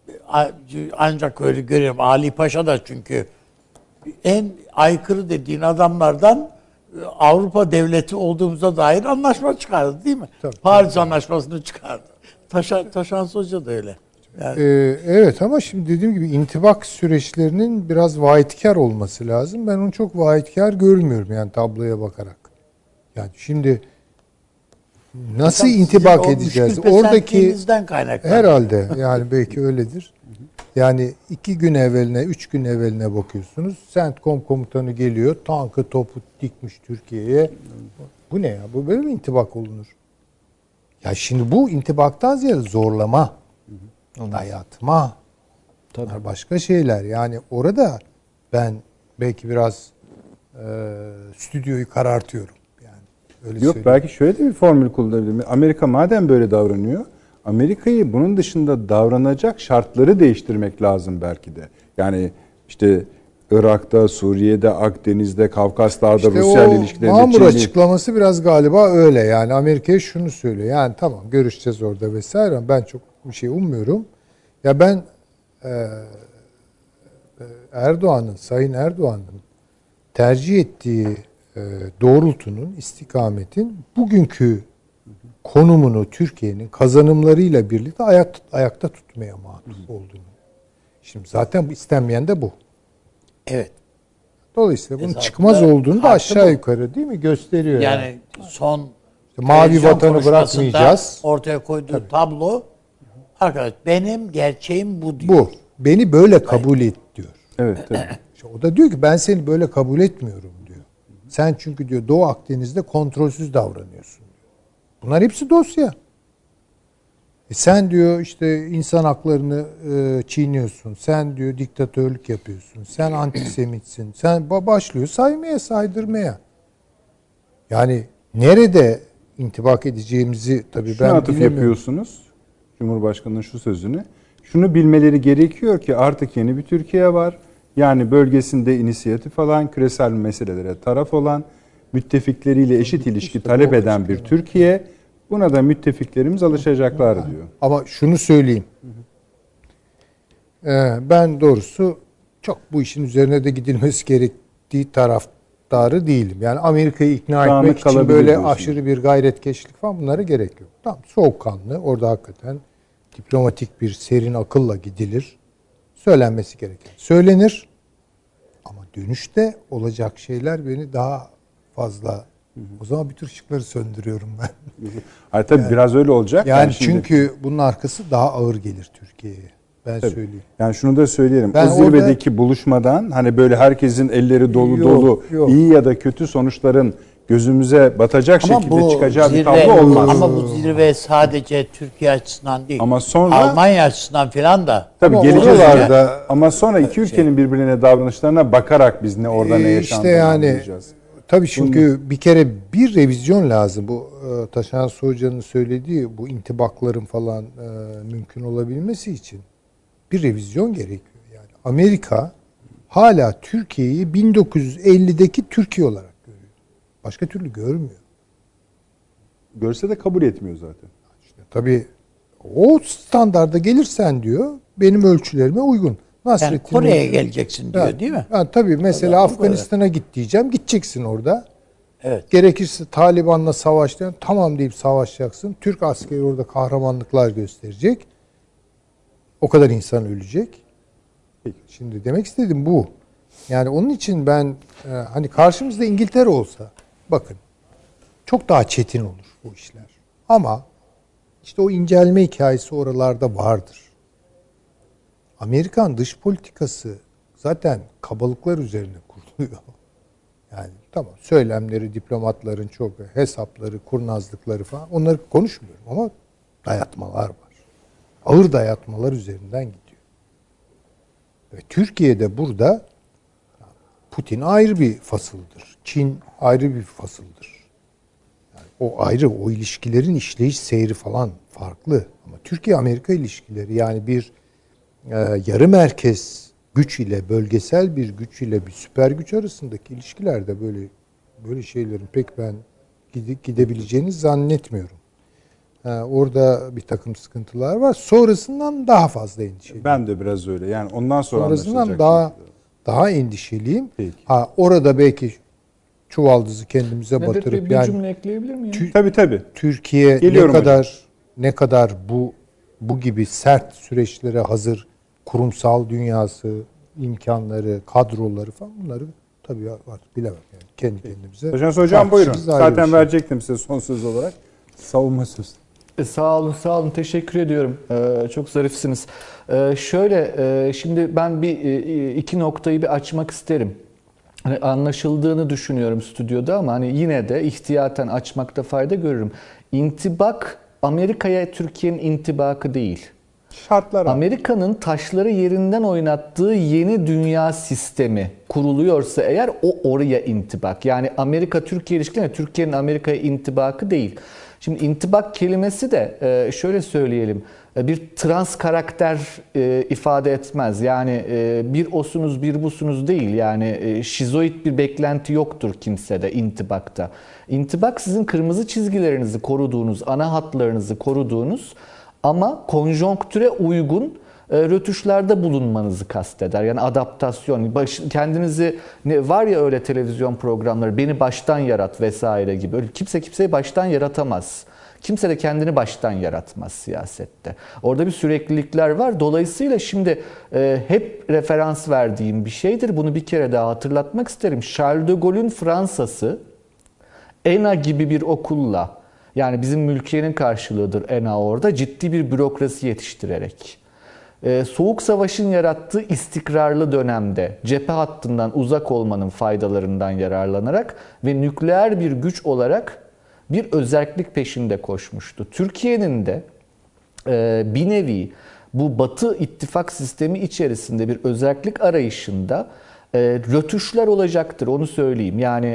ancak öyle görüyorum. Ali Paşa da çünkü en aykırı dediğin adamlardan Avrupa devleti olduğumuza dair anlaşma çıkardı değil mi? Tabii, Paris tabii. Anlaşması'nı çıkardı. Taşan, Taşan Hoca da öyle. Yani. Ee, evet ama şimdi dediğim gibi intibak süreçlerinin biraz vahitkar olması lazım. Ben onu çok vahitkar görmüyorum yani tabloya bakarak. Yani şimdi nasıl Mesela intibak edeceğiz? Oradaki herhalde yani belki öyledir. Yani iki gün evveline, üç gün evveline bakıyorsunuz. CENTCOM komutanı geliyor, tankı topu dikmiş Türkiye'ye. Bu ne ya? Bu böyle mi intibak olunur? Ya şimdi bu intibaktan ziyade zorlama, dayatma, tabii başka şeyler. Yani orada ben belki biraz e, stüdyoyu karartıyorum. Yani öyle Yok söyleyeyim. belki şöyle de bir formül kullanabilir. Amerika madem böyle davranıyor, Amerika'yı bunun dışında davranacak şartları değiştirmek lazım belki de. Yani işte Irak'ta, Suriye'de, Akdeniz'de, Kafkaslar'da, İşte Rusya ile o ilişkilerinde... Mamur Çin'li... açıklaması biraz galiba öyle. Yani Amerika'ya şunu söylüyor. Yani tamam görüşeceğiz orada vesaire ama ben çok bir şey ummuyorum. Ya ben e, Erdoğan'ın, Sayın Erdoğan'ın tercih ettiği e, doğrultunun, istikametin bugünkü konumunu Türkiye'nin kazanımlarıyla birlikte ayak, ayakta tutmaya mahsus olduğunu. Şimdi zaten bu istenmeyen de bu. Evet. Dolayısıyla bunun çıkmaz olduğunu da aşağı yukarı değil mi gösteriyor. Yani, yani. son işte mavi vatanı bırakmayacağız. Ortaya koyduğu Tabii. tablo arkadaş benim gerçeğim bu diyor. Bu. Beni böyle kabul et diyor. Evet, tabii. İşte o da diyor ki ben seni böyle kabul etmiyorum diyor. Sen çünkü diyor Doğu Akdeniz'de kontrolsüz davranıyorsun diyor. Bunlar hepsi dosya. E sen diyor işte insan haklarını e, çiğniyorsun. Sen diyor diktatörlük yapıyorsun. Sen antisemitsin. Sen başlıyor saymaya, saydırmaya. Yani nerede intibak edeceğimizi tabii Şuna ben atıf bilemiyorum. yapıyorsunuz. Cumhurbaşkanı'nın şu sözünü. Şunu bilmeleri gerekiyor ki artık yeni bir Türkiye var. Yani bölgesinde inisiyatif alan, küresel meselelere taraf olan, müttefikleriyle eşit ilişki işte talep eden bir Türkiye. Buna da müttefiklerimiz alışacaklar diyor. Ama şunu söyleyeyim. Ee, ben doğrusu çok bu işin üzerine de gidilmesi gerektiği taraftarı değilim. Yani Amerika'yı ikna Dağınık etmek için böyle diyorsun. Aşırı bir gayretkeşlik falan bunlara gerek yok. Tamam soğukkanlı orada hakikaten diplomatik bir serin akılla gidilir. Söylenmesi gereken söylenir. Ama dönüşte olacak şeyler beni daha fazla... Hı hı. O zaman bütün ışıkları söndürüyorum ben. Hayır tabii yani, biraz öyle olacak. Yani, yani şimdi, çünkü bunun arkası daha ağır gelir Türkiye'ye. Ben tabii. söyleyeyim. Yani şunu da söyleyelim. Ben o zirvedeki orada, buluşmadan hani böyle herkesin elleri dolu yok, dolu yok. iyi ya da kötü sonuçların gözümüze batacak ama şekilde çıkacağı zirve, bir tablo olmaz. Ama bu zirve sadece Türkiye açısından değil. Ama sonra Almanya açısından filan da. Tabii geleceğiz orada. Ama sonra iki ülkenin birbirine davranışlarına bakarak biz ne orada ne yaşandığını işte yani, anlayacağız. Tabii çünkü Bunu, bir kere bir revizyon lazım. Bu e, Taşan Hoca'nın söylediği bu intibakların falan e, mümkün olabilmesi için bir revizyon gerekiyor. Yani Amerika hala Türkiye'yi bin dokuz yüz ellideki Türkiye olarak görüyor. Başka türlü görmüyor. Görse de kabul etmiyor zaten. İşte tabii o standarda gelirsen diyor benim ölçülerime uygun. Yani Kore'ye geleceksin diyor yani, değil mi? Yani tabii mesela tabii, Afganistan'a git diyeceğim. Gideceksin orada. Evet. Gerekirse Taliban'la savaşlayan tamam deyip savaşacaksın. Türk askeri orada kahramanlıklar gösterecek. O kadar insan ölecek. Şimdi demek istediğim bu. Yani onun için ben e, hani karşımızda İngiltere olsa bakın çok daha çetin olur bu işler. Ama işte o incelme hikayesi oralarda vardır. Amerikan dış politikası zaten kabalıklar üzerine kuruluyor. Yani tamam, söylemleri, diplomatların çok hesapları, kurnazlıkları falan, onları konuşmuyorum ama dayatmalar var. Ağır dayatmalar üzerinden gidiyor. Ve Türkiye'de burada Putin ayrı bir fasıldır. Çin ayrı bir fasıldır. Yani o ayrı, o ilişkilerin işleyiş seyri falan farklı. Ama Türkiye-Amerika ilişkileri, yani bir e, yarı merkez güç ile bölgesel bir güç ile bir süper güç arasındaki ilişkilerde böyle böyle şeylerin pek ben gide, gidebileceğini zannetmiyorum. Ha, orada bir takım sıkıntılar var. Sonrasından daha fazla endişeliyim. Ben de biraz öyle. Yani ondan sonra Sonrasından daha daha endişeliyim. Peki. Ha, orada belki çuvaldızı kendimize Nedet batırıp Bey, bir yani cümle ekleyebilir miyim? Tü- tabii tabii. Türkiye Geliyorum ne kadar hocam. ne kadar bu bu gibi sert süreçlere hazır, kurumsal dünyası, imkanları, kadroları falan, bunları tabii artık bilemem yani kendi kendimize. Hocam hocam buyurun. Zaten şey. verecektim size son söz olarak. Savunma sözü. E, sağ olun, sağ olun. Teşekkür ediyorum. Ee, çok zarifsiniz. Ee, şöyle, e, şimdi ben bir e, iki noktayı bir açmak isterim. Hani anlaşıldığını düşünüyorum stüdyoda ama hani yine de ihtiyaten açmakta fayda görürüm. İntibak, Amerika'ya Türkiye'nin intibakı değil. Şartlar. Amerika'nın taşları yerinden oynattığı yeni dünya sistemi kuruluyorsa eğer, o oraya intibak. Yani Amerika-Türkiye ilişkileri, Türkiye'nin Amerika'ya intibakı değil. Şimdi intibak kelimesi de şöyle söyleyelim, bir trans karakter ifade etmez. Yani bir osunuz bir busunuz değil. Yani şizoid bir beklenti yoktur kimsede intibakta. İntibak sizin kırmızı çizgilerinizi koruduğunuz, ana hatlarınızı koruduğunuz ama konjonktüre uygun rötuşlarda bulunmanızı kasteder. Yani adaptasyon, baş, kendinizi, ne var ya öyle televizyon programları, beni baştan yarat vesaire gibi. Öyle kimse kimseyi baştan yaratamaz. Kimse de kendini baştan yaratmaz siyasette. Orada bir süreklilikler var. Dolayısıyla şimdi e, hep referans verdiğim bir şeydir. Bunu bir kere daha hatırlatmak isterim. Charles de Gaulle'ün Fransa'sı E N A gibi bir okulla, yani bizim mülkiyenin karşılığıdır E N A orada, ciddi bir bürokrasi yetiştirerek, Soğuk Savaş'ın yarattığı istikrarlı dönemde cephe hattından uzak olmanın faydalarından yararlanarak ve nükleer bir güç olarak bir özellik peşinde koşmuştu. Türkiye'nin de bir nevi bu Batı ittifak sistemi içerisinde bir özellik arayışında rötuşlar olacaktır, onu söyleyeyim. Yani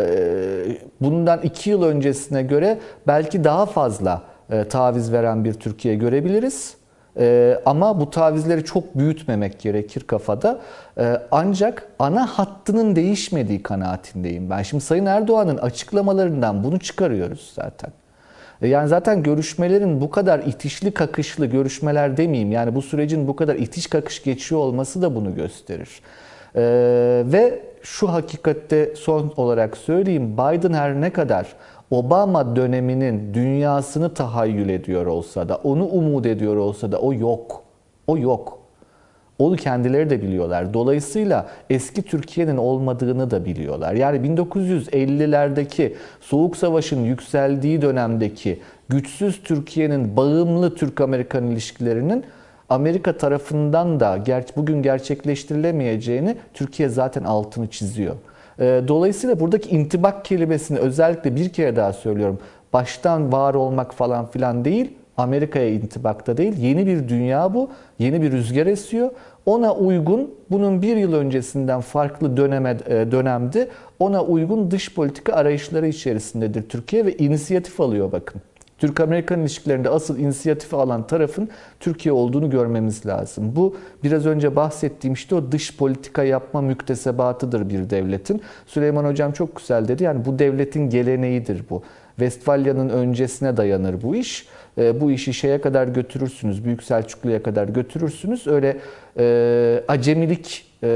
bundan iki yıl öncesine göre belki daha fazla taviz veren bir Türkiye görebiliriz. Ee, ama bu tavizleri çok büyütmemek gerekir kafada. Ee, ancak ana hattının değişmediği kanaatindeyim ben. Şimdi Sayın Erdoğan'ın açıklamalarından bunu çıkarıyoruz zaten. Ee, yani zaten görüşmelerin bu kadar itişli kakışlı görüşmeler demeyeyim, yani bu sürecin bu kadar itiş kakış geçiyor olması da bunu gösterir. Ee, ve şu hakikatte son olarak söyleyeyim, Biden her ne kadar Obama döneminin dünyasını tahayyül ediyor olsa da, onu umut ediyor olsa da o yok. O yok. Onu kendileri de biliyorlar. Dolayısıyla eski Türkiye'nin olmadığını da biliyorlar. Yani bin dokuz yüz ellilerdeki Soğuk Savaş'ın yükseldiği dönemdeki güçsüz Türkiye'nin bağımlı Türk-Amerikan ilişkilerinin Amerika tarafından da bugün gerçekleştirilemeyeceğini Türkiye zaten altını çiziyor. Dolayısıyla buradaki intibak kelimesini özellikle bir kere daha söylüyorum. Baştan var olmak falan filan değil, Amerika'ya intibakta değil. Yeni bir dünya bu, yeni bir rüzgar esiyor. Ona uygun, bunun bir yıl öncesinden farklı döneme, dönemde ona uygun dış politika arayışları içerisindedir Türkiye ve inisiyatif alıyor bakın. Türk-Amerikan ilişkilerinde asıl inisiyatifi alan tarafın Türkiye olduğunu görmemiz lazım. Bu biraz önce bahsettiğim işte o dış politika yapma müktesebatıdır bir devletin. Süleyman Hocam çok güzel dedi. Yani bu devletin geleneğidir bu. Westfalya'nın öncesine dayanır bu iş. E, bu işi şeye kadar götürürsünüz, Büyük Selçuklu'ya kadar götürürsünüz. Öyle e, acemilik e,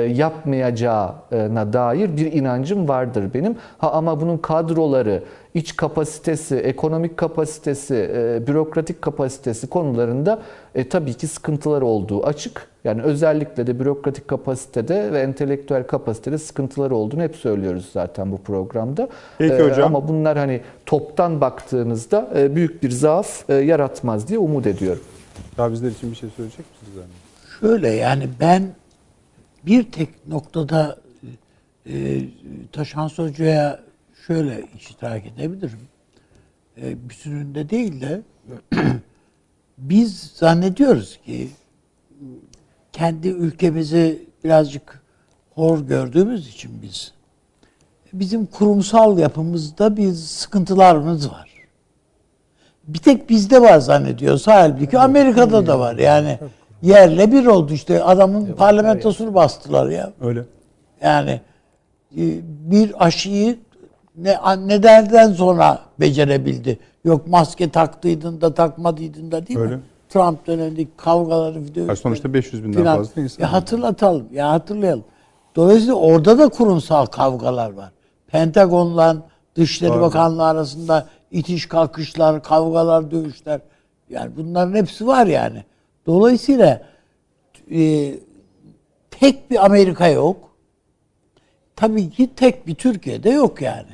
yapmayacağına dair bir inancım vardır benim. Ha, ama bunun kadroları, iç kapasitesi, ekonomik kapasitesi, e, bürokratik kapasitesi konularında e, tabii ki sıkıntılar olduğu açık. Yani özellikle de bürokratik kapasitede ve entelektüel kapasitede sıkıntıları olduğunu hep söylüyoruz zaten bu programda. Peki e, hocam. Ama bunlar hani toptan baktığınızda e, büyük bir zaaf e, yaratmaz diye umut ediyorum. Daha bizler için bir şey söyleyecek misiniz? Şöyle, yani ben bir tek noktada e, Taşan Hoca'ya şöyle iştirak edebilirim. E, bütününde değil de biz zannediyoruz ki kendi ülkemizi birazcık hor gördüğümüz için biz bizim kurumsal yapımızda bir sıkıntılarımız var. Bir tek bizde var zannediyoruz. Halbuki Amerika'da da var. Yani yerle bir oldu işte. Adamın parlamentosunu bastılar ya. Öyle. Yani bir aşıyı ne nedenden sonra becerebildi. Yok maske taktıydın da takmadıydın da değil Öyle. mi? Trump dönemindeki kavgaları video. Sonuçta beş yüz binden falan. fazla insan. Ya hatırlatalım. Ya hatırlayalım. Dolayısıyla orada da kurumsal kavgalar var. Pentagon'la Dışişleri Var. Bakanlığı arasında itiş kalkışlar, kavgalar, dövüşler. Yani bunların hepsi var yani. Dolayısıyla e, tek bir Amerika yok. Tabii ki tek bir Türkiye'de yok yani.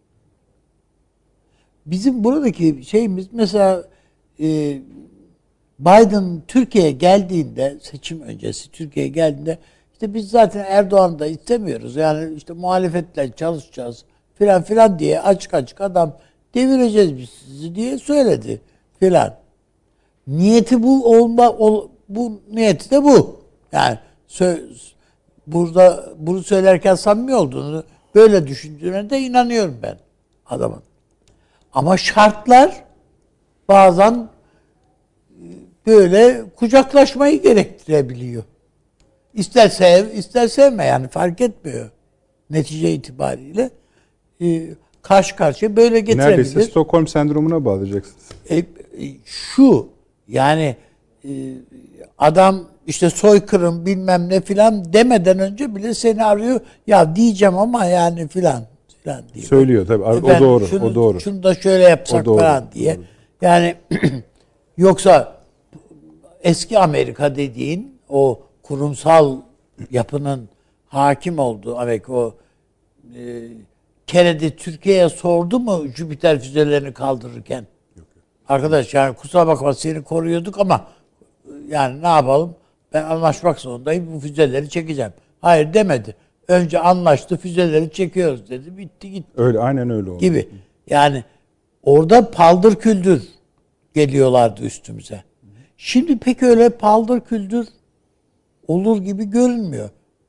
Bizim buradaki şeyimiz mesela e, Biden Türkiye'ye geldiğinde, seçim öncesi Türkiye'ye geldiğinde işte biz zaten Erdoğan'ı da istemiyoruz. Yani işte muhalefetle çalışacağız filan filan diye açık açık adam devireceğiz biz sizi diye söyledi filan. Niyeti bu olma ol, bu niyeti de bu. Yani söz, burada bunu söylerken samimi olduğunu, böyle düşündüğüne de inanıyorum ben adamın. Ama şartlar bazen böyle kucaklaşmayı gerektirebiliyor. İster sev, ister sevme yani fark etmiyor. Netice itibariyle e, karşı karşıya böyle getirebilir. Neredeyse Stockholm sendromuna bağlayacaksınız. E, e, şu yani e, adam işte soykırım bilmem ne filan demeden önce bile seni arıyor. Ya diyeceğim ama yani filan filan diyor. Söylüyor tabii. O Efendim, doğru. Şunu, o doğru. Şunu da şöyle yapsak doğru, falan diye. doğru. Yani yoksa eski Amerika dediğin o kurumsal yapının hakim olduğu Amerika o e, Kennedy Türkiye'ye sordu mu Jüpiter füzelerini kaldırırken? Yok, yok. Arkadaş yani kusura bakma seni koruyorduk ama yani ne yapalım? Ben anlaşmak zorundayım. Bu füzeleri çekeceğim. Hayır demedi. Önce anlaştı. Füzeleri çekiyoruz dedi. Bitti gitti. Öyle aynen öyle oldu. Gibi. Yani orada paldır küldür geliyorlardı üstümüze. Şimdi pek öyle paldır küldür olur gibi görünmüyor.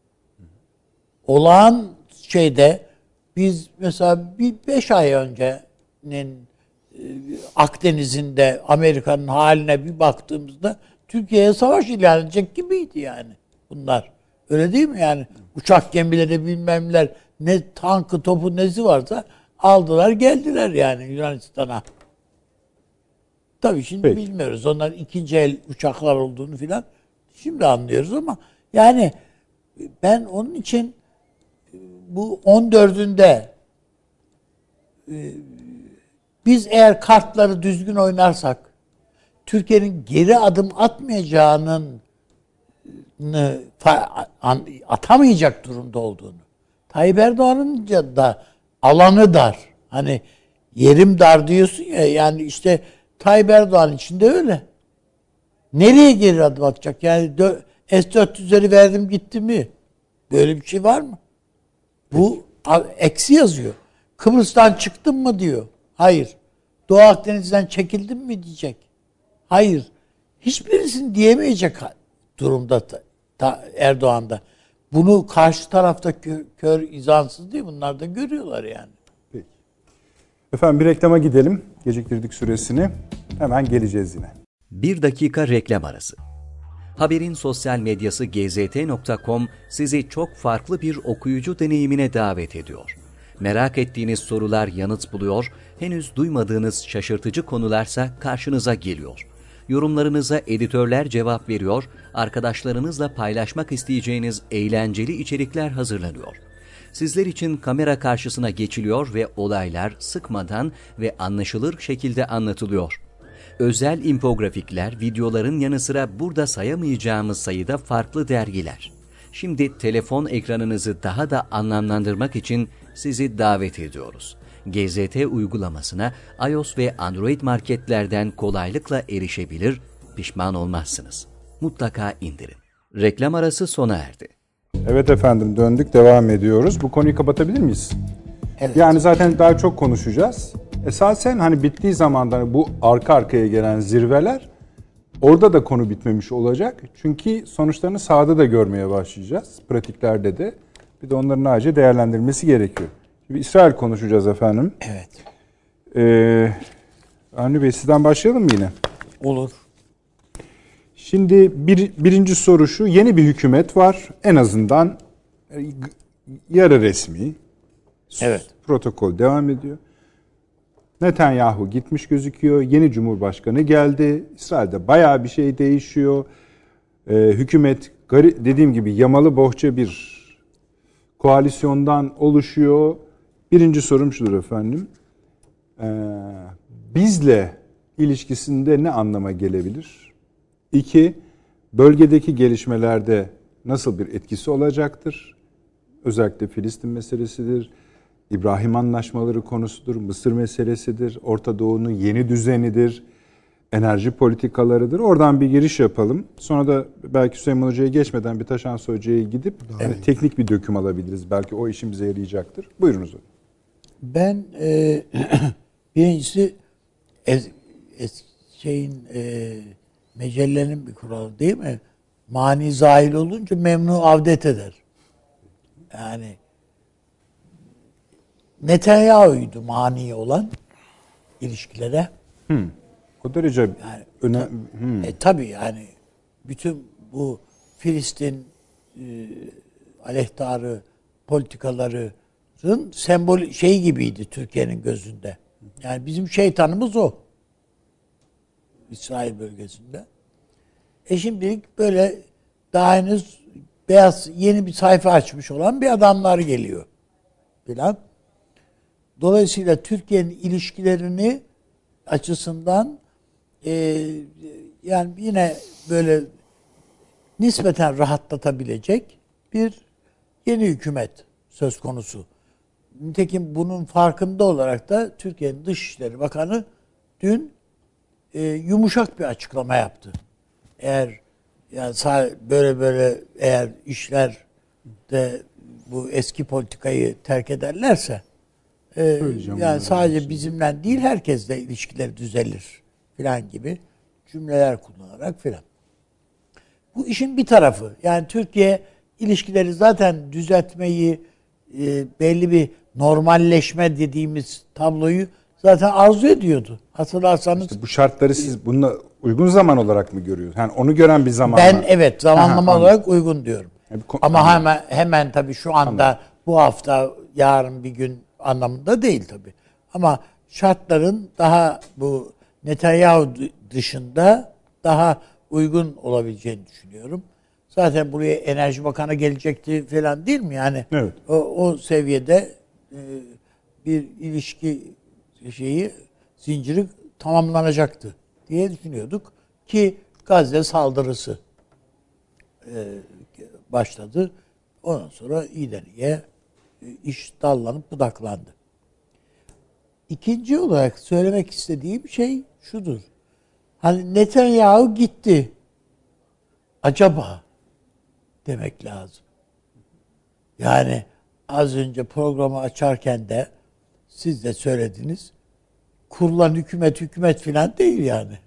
Olağan şeyde biz mesela bir beş ay öncenin Akdeniz'inde Amerika'nın haline bir baktığımızda Türkiye'ye savaş ilan edecek gibiydi yani bunlar. Öyle değil mi yani? Uçak gemileri bilmemler ne tankı topu nesi varsa aldılar geldiler yani Yunanistan'a. Tabii şimdi Peki. bilmiyoruz. Onların ikinci el uçaklar olduğunu filan şimdi anlıyoruz ama yani ben onun için bu on dördünde biz eğer kartları düzgün oynarsak Türkiye'nin geri adım atmayacağının atamayacak durumda olduğunu. Tayyip Erdoğan'ın da alanı dar. Hani yerim dar diyorsun ya yani işte Tayyip Erdoğan için de öyle. Nereye geri adım atacak? Yani S dört yüzleri verdim gitti mi? Böyle bir şey var mı? Bu eksi yazıyor. Kıbrıs'tan çıktın mı diyor. Hayır. Doğu Akdeniz'den çekildin mi diyecek. Hayır. Hiçbirisini diyemeyecek durumda Erdoğan'da. Bunu karşı tarafta kör, kör izansız değil. Bunlar da görüyorlar yani. Peki. Efendim bir reklama gidelim. Geciktirdik süresini. Hemen geleceğiz yine. Bir dakika reklam arası. Haberin sosyal medyası ge zete te nokta com sizi çok farklı bir okuyucu deneyimine davet ediyor. Merak ettiğiniz sorular yanıt buluyor, henüz duymadığınız şaşırtıcı konularsa karşınıza geliyor. Yorumlarınıza editörler cevap veriyor, arkadaşlarınızla paylaşmak isteyeceğiniz eğlenceli içerikler hazırlanıyor. Sizler için kamera karşısına geçiliyor ve olaylar sıkmadan ve anlaşılır şekilde anlatılıyor. Özel infografikler, videoların yanı sıra burada sayamayacağımız sayıda farklı dergiler. Şimdi telefon ekranınızı daha da anlamlandırmak için sizi davet ediyoruz. Ge Zete te uygulamasına iOS ve Android marketlerden kolaylıkla erişebilir, pişman olmazsınız. Mutlaka indirin. Reklam arası sona erdi. Evet efendim, döndük, devam ediyoruz. Bu konuyu kapatabilir miyiz? Evet. Yani zaten daha çok konuşacağız. Esasen hani bittiği zamanda bu arka arkaya gelen zirveler orada da konu bitmemiş olacak. Çünkü sonuçlarını sahada da görmeye başlayacağız. Pratiklerde de. Bir de onların ayrıca değerlendirilmesi gerekiyor. Şimdi İsrail konuşacağız efendim. Evet. Ee, Avni Bey, sizden başlayalım mı yine? Olur. Şimdi bir, birinci soru şu. Yeni bir hükümet var. En azından yarı resmi. Evet. Protokol devam ediyor. Netanyahu gitmiş gözüküyor. Yeni Cumhurbaşkanı geldi. İsrail'de bayağı bir şey değişiyor. Ee, hükümet dediğim gibi yamalı bohça bir koalisyondan oluşuyor. Birinci sorum şudur efendim. Ee, bizle ilişkisinde ne anlama gelebilir? İki, bölgedeki gelişmelerde nasıl bir etkisi olacaktır? Özellikle Filistin meselesidir. İbrahim Anlaşmaları konusudur, Mısır meselesidir, Orta Doğu'nun yeni düzenidir, enerji politikalarıdır. Oradan bir giriş yapalım. Sonra da belki Süleyman Hoca'ya geçmeden bir Taşansı Hoca'ya gidip evet, teknik bir döküm alabiliriz. Belki o işimize yarayacaktır. Buyurunuz hocam. Ben e, birincisi es, es, şeyin e, mecellenin bir kuralı değil mi? Mani zahil olunca memnu avdet eder. Yani Netanyahu'ydu mani olan ilişkilere. Hmm. O derece yani, önemli. Hmm. E, tabii yani bütün bu Filistin e, aleyhtarı politikaların sembol şey gibiydi Türkiye'nin gözünde. Yani bizim şeytanımız o. İsrail bölgesinde. E şimdi böyle daha henüz beyaz yeni bir sayfa açmış olan bir adamlar geliyor filan. Dolayısıyla Türkiye'nin ilişkilerini açısından e, yani yine böyle nispeten rahatlatabilecek bir yeni hükümet söz konusu. Nitekim bunun farkında olarak da Türkiye'nin Dışişleri Bakanı dün e, yumuşak bir açıklama yaptı. Eğer yani böyle böyle eğer işler de bu eski politikayı terk ederlerse e, yani sadece bizimle değil herkesle ilişkileri düzelir filan gibi cümleler kullanarak filan. Bu işin bir tarafı. Yani Türkiye ilişkileri zaten düzeltmeyi e, belli bir normalleşme dediğimiz tabloyu zaten arzu ediyordu. Hatırlarsanız. İşte bu şartları siz bununla uygun zaman olarak mı görüyorsunuz? Yani onu gören bir zaman. Ben evet zamanlama Aha, olarak uygun diyorum. Yani Ama anladım. hemen hemen tabii şu anda anladım. Bu hafta yarın bir gün anlamında değil tabii. Ama şartların daha bu Netanyahu dışında daha uygun olabileceğini düşünüyorum. Zaten buraya Enerji Bakanı gelecekti falan değil mi? Yani evet. o, o seviyede e, bir ilişki şeyi zinciri tamamlanacaktı diye düşünüyorduk ki Gazze saldırısı e, başladı. Ondan sonra iyiden iyiye e, iş dallanıp budaklandı. İkinci olarak söylemek istediğim şey şudur. Hani Netanyahu gitti. Acaba demek lazım. Yani az önce programı açarken de siz de söylediniz. Kurulan hükümet hükümet filan değil yani.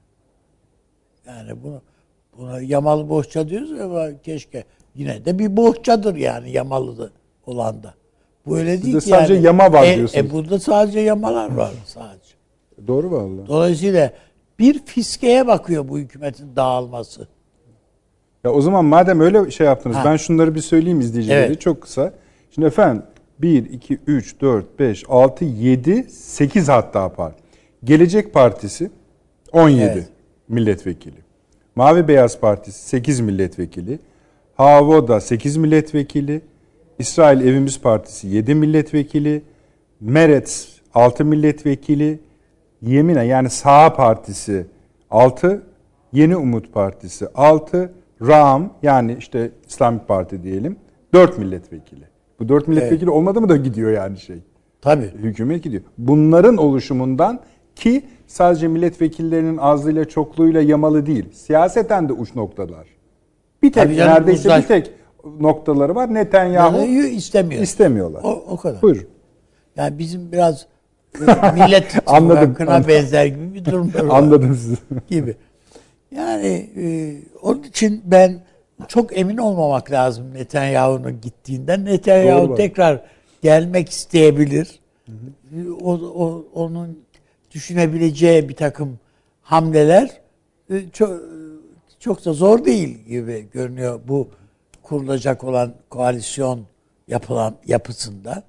Yani bunu buna yamalı bohça diyoruz ama keşke yine de bir bohçadır yani yamalı olan da. Bu öyle değil Sizde ki sadece yani. yama var e, diyorsunuz. E burada sadece yamalar var sadece. Doğru vallahi. Dolayısıyla bir fiskeye bakıyor bu hükümetin dağılması. Ya o zaman madem öyle şey yaptınız, ha. ben şunları bir söyleyeyim izleyicileri evet. çok kısa. Şimdi efendim bir, iki, üç, dört, beş, altı, yedi, sekiz hatta par. Gelecek Partisi on yedi evet. milletvekili. Mavi Beyaz Partisi sekiz milletvekili. Havoda sekiz milletvekili. İsrail Evimiz Partisi yedi milletvekili. Meretz altı milletvekili. Yemine yani Sağ Partisi altı. Yeni Umut Partisi altı. Ra'am yani işte İslamik Parti diyelim dört milletvekili. Bu dört milletvekili evet. olmadı mı da gidiyor yani şey. Tabii. Hükümet gidiyor. Bunların oluşumundan ki sadece milletvekillerinin azlığıyla çokluğuyla yamalı değil. Siyaseten de uç noktalar. Bir tek neredeyse bir tek noktaları var. Netanyahu istemiyor. istemiyorlar. O, o kadar. Buyurun. Yani bizim biraz Millet İttifakı'na benzer gibi bir durum var. Anladım sizi. Gibi. Yani e, onun için ben çok emin olmamak lazım Netanyahu'nun gittiğinden. Netanyahu tekrar gelmek isteyebilir. Hı hı. O, o onun düşünebileceği bir takım hamleler e, çok çok da zor değil gibi görünüyor bu kurulacak olan koalisyon yapılan yapısında.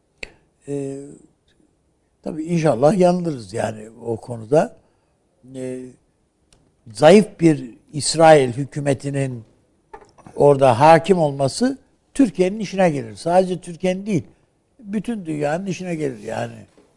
E, tabii inşallah yanılırız yani o konuda. E, zayıf bir İsrail hükümetinin orada hakim olması Türkiye'nin işine gelir. Sadece Türkiye'nin değil, bütün dünyanın işine gelir yani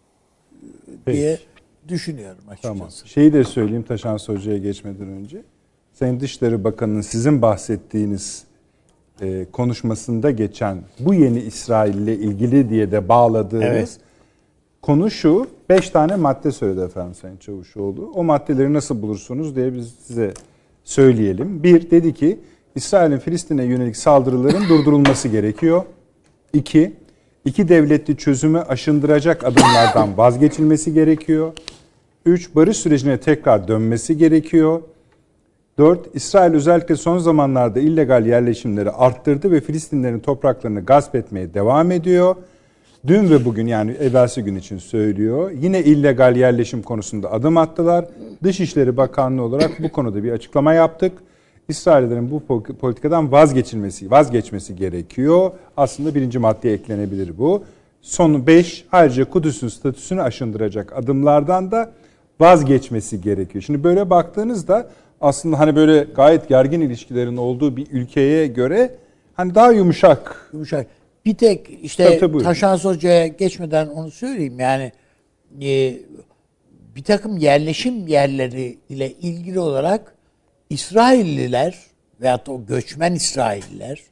diye Peki. düşünüyorum açıkçası. Tamam. Şeyi de söyleyeyim Taşansı Hoca'ya geçmeden önce. Sayın Dışişleri Bakanı'nın sizin bahsettiğiniz e, konuşmasında geçen bu yeni İsrail ile ilgili diye de bağladığınız evet. konu şu. Beş tane madde söyledi efendim Sayın Çavuşoğlu. O maddeleri nasıl bulursunuz diye biz size söyleyelim. Bir, dedi ki İsrail'in Filistin'e yönelik saldırıların durdurulması gerekiyor. İki, iki devletli çözümü aşındıracak adımlardan vazgeçilmesi gerekiyor. Üç, barış sürecine tekrar dönmesi gerekiyor. Dört, İsrail özellikle son zamanlarda illegal yerleşimleri arttırdı ve Filistinlerin topraklarını gasp etmeye devam ediyor. Dün ve bugün yani evvelsi gün için söylüyor. Yine illegal yerleşim konusunda adım attılar. Dışişleri Bakanlığı olarak bu konuda bir açıklama yaptık. İsraillerin bu politikadan vazgeçilmesi, vazgeçmesi gerekiyor. Aslında birinci maddeye eklenebilir bu. Son beş, ayrıca Kudüs'ün statüsünü aşındıracak adımlardan da vazgeçmesi gerekiyor. Şimdi böyle baktığınızda aslında hani böyle gayet gergin ilişkilerin olduğu bir ülkeye göre hani daha yumuşak. Yumuşak. Bir tek işte Taşansı Hoca'ya geçmeden onu söyleyeyim. Yani e, bir takım yerleşim yerleri ile ilgili olarak İsrailliler veyahut o göçmen İsrailliler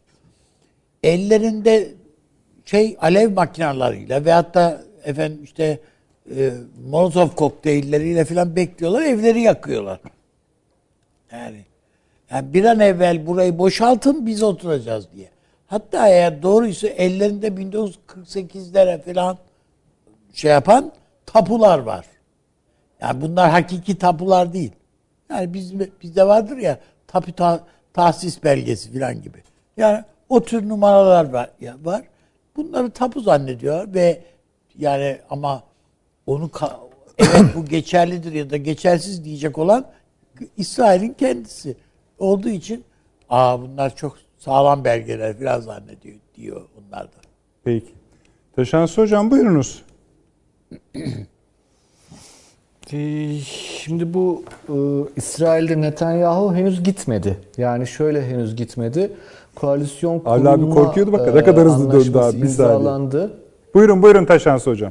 ellerinde şey alev makinalarıyla veyahut da efendim işte e, Molotov kokteylleriyle falan bekliyorlar, evleri yakıyorlar. Yani, yani bir an evvel burayı boşaltın biz oturacağız diye. Hatta eğer doğruysa ellerinde bin dokuz yüz kırk sekizlere falan şey yapan tapular var. Yani bunlar hakiki tapular değil. Yani biz, bizde vardır ya tapu ta, tahsis belgesi falan gibi. Yani o tür numaralar var. Ya var. Bunları tapu zannediyor ve yani ama onu evet bu geçerlidir ya da geçersiz diyecek olan İsrail'in kendisi olduğu için aa bunlar çok sağlam belgeler falan zannediyor diyor onlar da. Peki. Taşansı Hocam buyurunuz. Şimdi bu e, İsrail'de Netanyahu henüz gitmedi. Yani şöyle henüz gitmedi. Koalisyon kurulma abi korkuyordu bak ne kadar hızlı döndü abi. imzalandı. Buyurun buyurun Taşansı Hocam.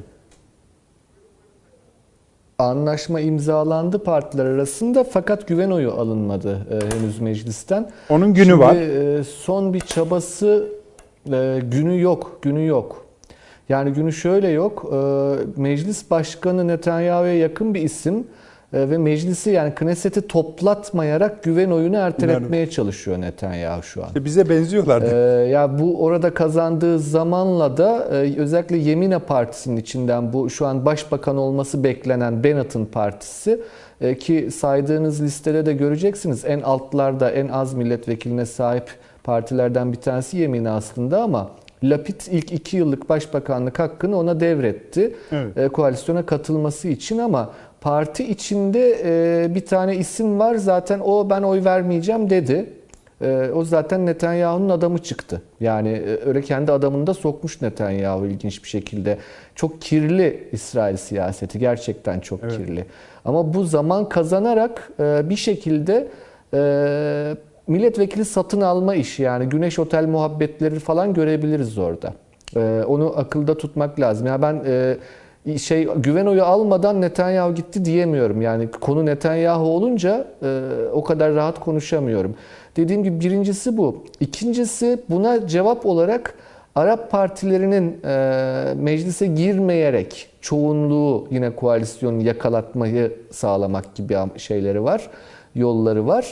Anlaşma imzalandı partiler arasında fakat güven oyu alınmadı e, henüz meclisten. Onun günü Şimdi, var. E, son bir çabası e, günü yok, günü yok. Yani günü şöyle yok. E, Meclis Başkanı Netanyahu'ya yakın bir isim e, ve meclisi yani Knesset'i toplatmayarak güven oyunu erteletmeye yani, çalışıyor Netanyahu şu an. İşte bize benziyorlar. E, ya bu orada kazandığı zamanla da e, özellikle Yemina Partisi'nin içinden bu şu an başbakan olması beklenen Bennett'ın partisi e, ki saydığınız listede de göreceksiniz en altlarda en az milletvekiline sahip partilerden bir tanesi Yemina aslında ama Lapid ilk iki yıllık başbakanlık hakkını ona devretti. Evet. E, koalisyona katılması için ama parti içinde e, bir tane isim var zaten o ben oy vermeyeceğim dedi. E, o zaten Netanyahu'nun adamı çıktı. Yani e, öyle kendi adamını da sokmuş Netanyahu ilginç bir şekilde. Çok kirli İsrail siyaseti gerçekten çok evet. kirli. Ama bu zaman kazanarak e, bir şekilde e, milletvekili satın alma işi yani Güneş Otel muhabbetleri falan görebiliriz orada. Ee, onu akılda tutmak lazım. Yani ben e, şey güven oyu almadan Netanyahu gitti diyemiyorum. Yani konu Netanyahu olunca e, o kadar rahat konuşamıyorum. Dediğim gibi birincisi bu. İkincisi buna cevap olarak Arap partilerinin e, meclise girmeyerek çoğunluğu yine koalisyonu yakalatmayı sağlamak gibi şeyleri var, yolları var.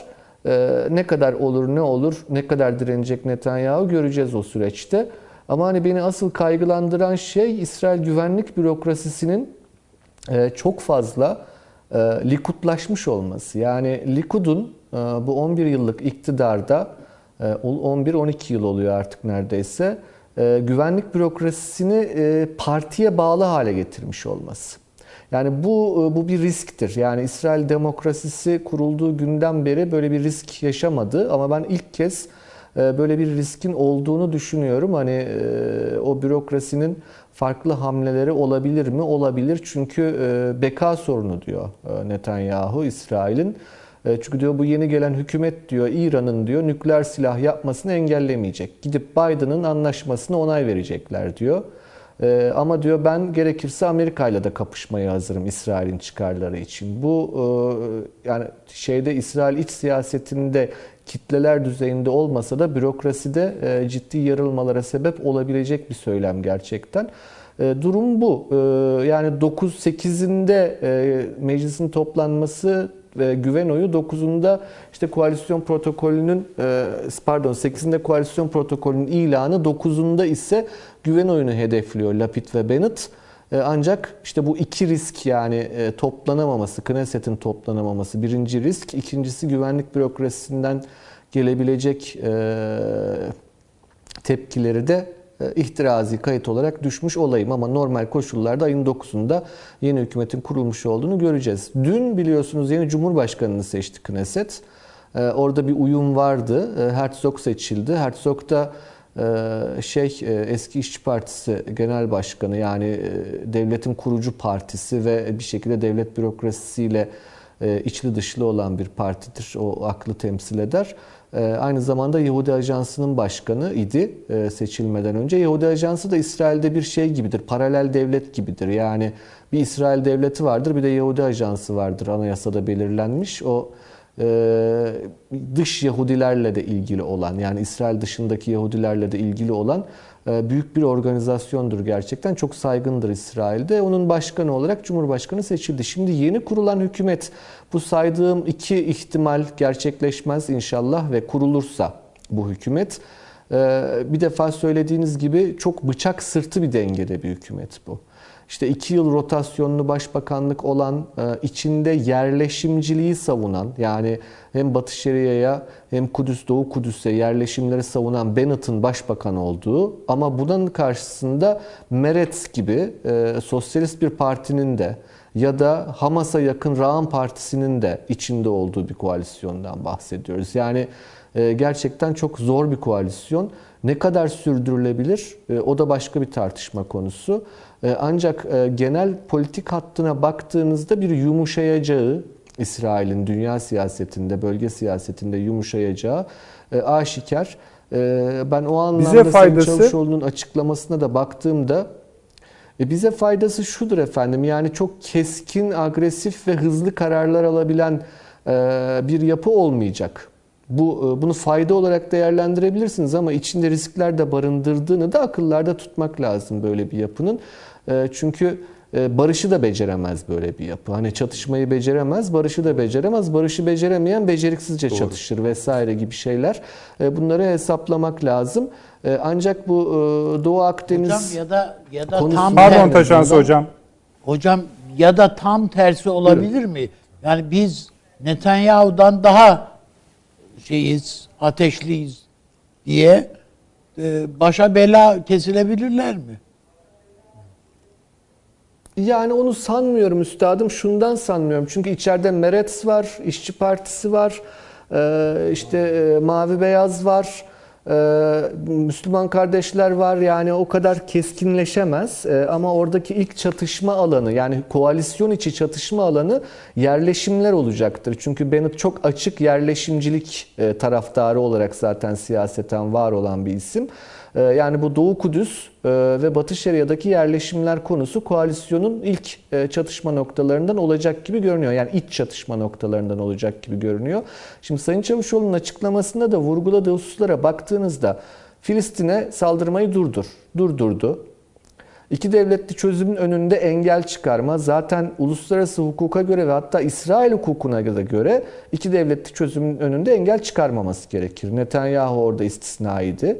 ne kadar olur ne olur, ne kadar direnecek Netanyahu göreceğiz o süreçte. Ama hani beni asıl kaygılandıran şey İsrail güvenlik bürokrasisinin çok fazla Likudlaşmış olması. Yani Likud'un bu on bir yıllık iktidarda, on bir on iki yıl oluyor artık neredeyse, güvenlik bürokrasisini partiye bağlı hale getirmiş olması. Yani bu bu bir risktir. Yani İsrail demokrasisi kurulduğu günden beri böyle bir risk yaşamadı ama ben ilk kez böyle bir riskin olduğunu düşünüyorum. Hani o bürokrasinin farklı hamleleri olabilir mi? Olabilir. Çünkü beka sorunu diyor Netanyahu, İsrail'in. Çünkü diyor bu yeni gelen hükümet diyor İran'ın diyor nükleer silah yapmasını engellemeyecek. Gidip Biden'ın anlaşmasına onay verecekler diyor. Ee, ama diyor ben gerekirse Amerika ile de kapışmaya hazırım İsrail'in çıkarları için. Bu e, yani şeyde İsrail iç siyasetinde kitleler düzeyinde olmasa da bürokraside e, ciddi yarılmalara sebep olabilecek bir söylem gerçekten. E, durum bu. E, yani dokuz sekizinde e, meclisin toplanması ve güven oyu, dokuzunda işte koalisyon protokolünün pardon sekizinde koalisyon protokolünün ilanı, dokuzunda ise güven oyunu hedefliyor Lapid ve Bennett. Ancak işte bu iki risk, yani toplanamaması, Knesset'in toplanamaması birinci risk, ikincisi güvenlik bürokrasisinden gelebilecek tepkileri de ihtirazi kayıt olarak düşmüş olayım. Ama normal koşullarda ayın dokuzunda yeni hükümetin kurulmuş olduğunu göreceğiz. Dün biliyorsunuz yeni Cumhurbaşkanını seçti Knesset. Orada bir uyum vardı. Herzog seçildi. Herzog da şey eski İşçi Partisi Genel Başkanı, yani devletin kurucu partisi ve bir şekilde devlet bürokrasisiyle içli dışlı olan bir partidir. O aklı temsil eder. Aynı zamanda Yahudi Ajansı'nın başkanı idi seçilmeden önce. Yahudi Ajansı da İsrail'de bir şey gibidir, paralel devlet gibidir. Yani bir İsrail devleti vardır, bir de Yahudi Ajansı vardır, anayasada belirlenmiş. O dış Yahudilerle de ilgili olan, yani İsrail dışındaki Yahudilerle de ilgili olan büyük bir organizasyondur gerçekten. Çok saygındır İsrail'de. Onun başkanı olarak Cumhurbaşkanı seçildi. Şimdi yeni kurulan hükümet, bu saydığım iki ihtimal gerçekleşmez inşallah ve kurulursa bu hükümet, bir defa söylediğiniz gibi çok bıçak sırtı bir dengede bir hükümet bu. İşte iki yıl rotasyonlu başbakanlık olan, içinde yerleşimciliği savunan, yani hem Batı Şeria'ya hem Kudüs, Doğu Kudüs'e yerleşimleri savunan Bennett'ın başbakan olduğu, ama bunun karşısında Meretz gibi e, sosyalist bir partinin de ya da Hamas'a yakın Ra'an Partisi'nin de içinde olduğu bir koalisyondan bahsediyoruz. Yani e, gerçekten çok zor bir koalisyon. Ne kadar sürdürülebilir? E, o da başka bir tartışma konusu. E, ancak e, genel politik hattına baktığınızda bir yumuşayacağı, İsrail'in dünya siyasetinde, bölge siyasetinde yumuşayacağı e, aşikar. E, ben o anlamda Sayın Çavuşoğlu'nun açıklamasına da baktığımda e, bize faydası şudur efendim. Yani çok keskin, agresif ve hızlı kararlar alabilen e, bir yapı olmayacak. Bu, bunu fayda olarak değerlendirebilirsiniz ama içinde riskler de barındırdığını da akıllarda tutmak lazım böyle bir yapının. Çünkü barışı da beceremez böyle bir yapı. Hani çatışmayı beceremez, barışı da beceremez. Barışı beceremeyen beceriksizce Doğru. çatışır vesaire gibi şeyler. Bunları hesaplamak lazım. Ancak bu Doğu Akdeniz hocam ya da ya da tam pardon Taşansı hocam. Hocam ya da tam tersi olabilir Buyurun. mi? Yani biz Netanyahu'dan daha şeyiz, ateşliyiz diye başa bela kesilebilirler mi? Yani onu sanmıyorum üstadım. Şundan sanmıyorum. Çünkü içeride Meretz var, İşçi Partisi var, işte Mavi Beyaz var, Müslüman kardeşler var. Yani o kadar keskinleşemez. Ama oradaki ilk çatışma alanı, yani koalisyon içi çatışma alanı yerleşimler olacaktır. Çünkü Bennett çok açık yerleşimcilik taraftarı olarak zaten siyaseten var olan bir isim. Yani bu Doğu Kudüs ve Batı Şeria'daki yerleşimler konusu koalisyonun ilk çatışma noktalarından olacak gibi görünüyor. Yani iç çatışma noktalarından olacak gibi görünüyor. Şimdi Sayın Çavuşoğlu'nun açıklamasında da vurguladığı hususlara baktığınızda Filistin'e saldırmayı durdur, durdurdu. İki devletli çözümün önünde engel çıkarma, zaten uluslararası hukuka göre ve hatta İsrail hukukuna da göre iki devletli çözümün önünde engel çıkarmaması gerekir. Netanyahu orada istisnaydı.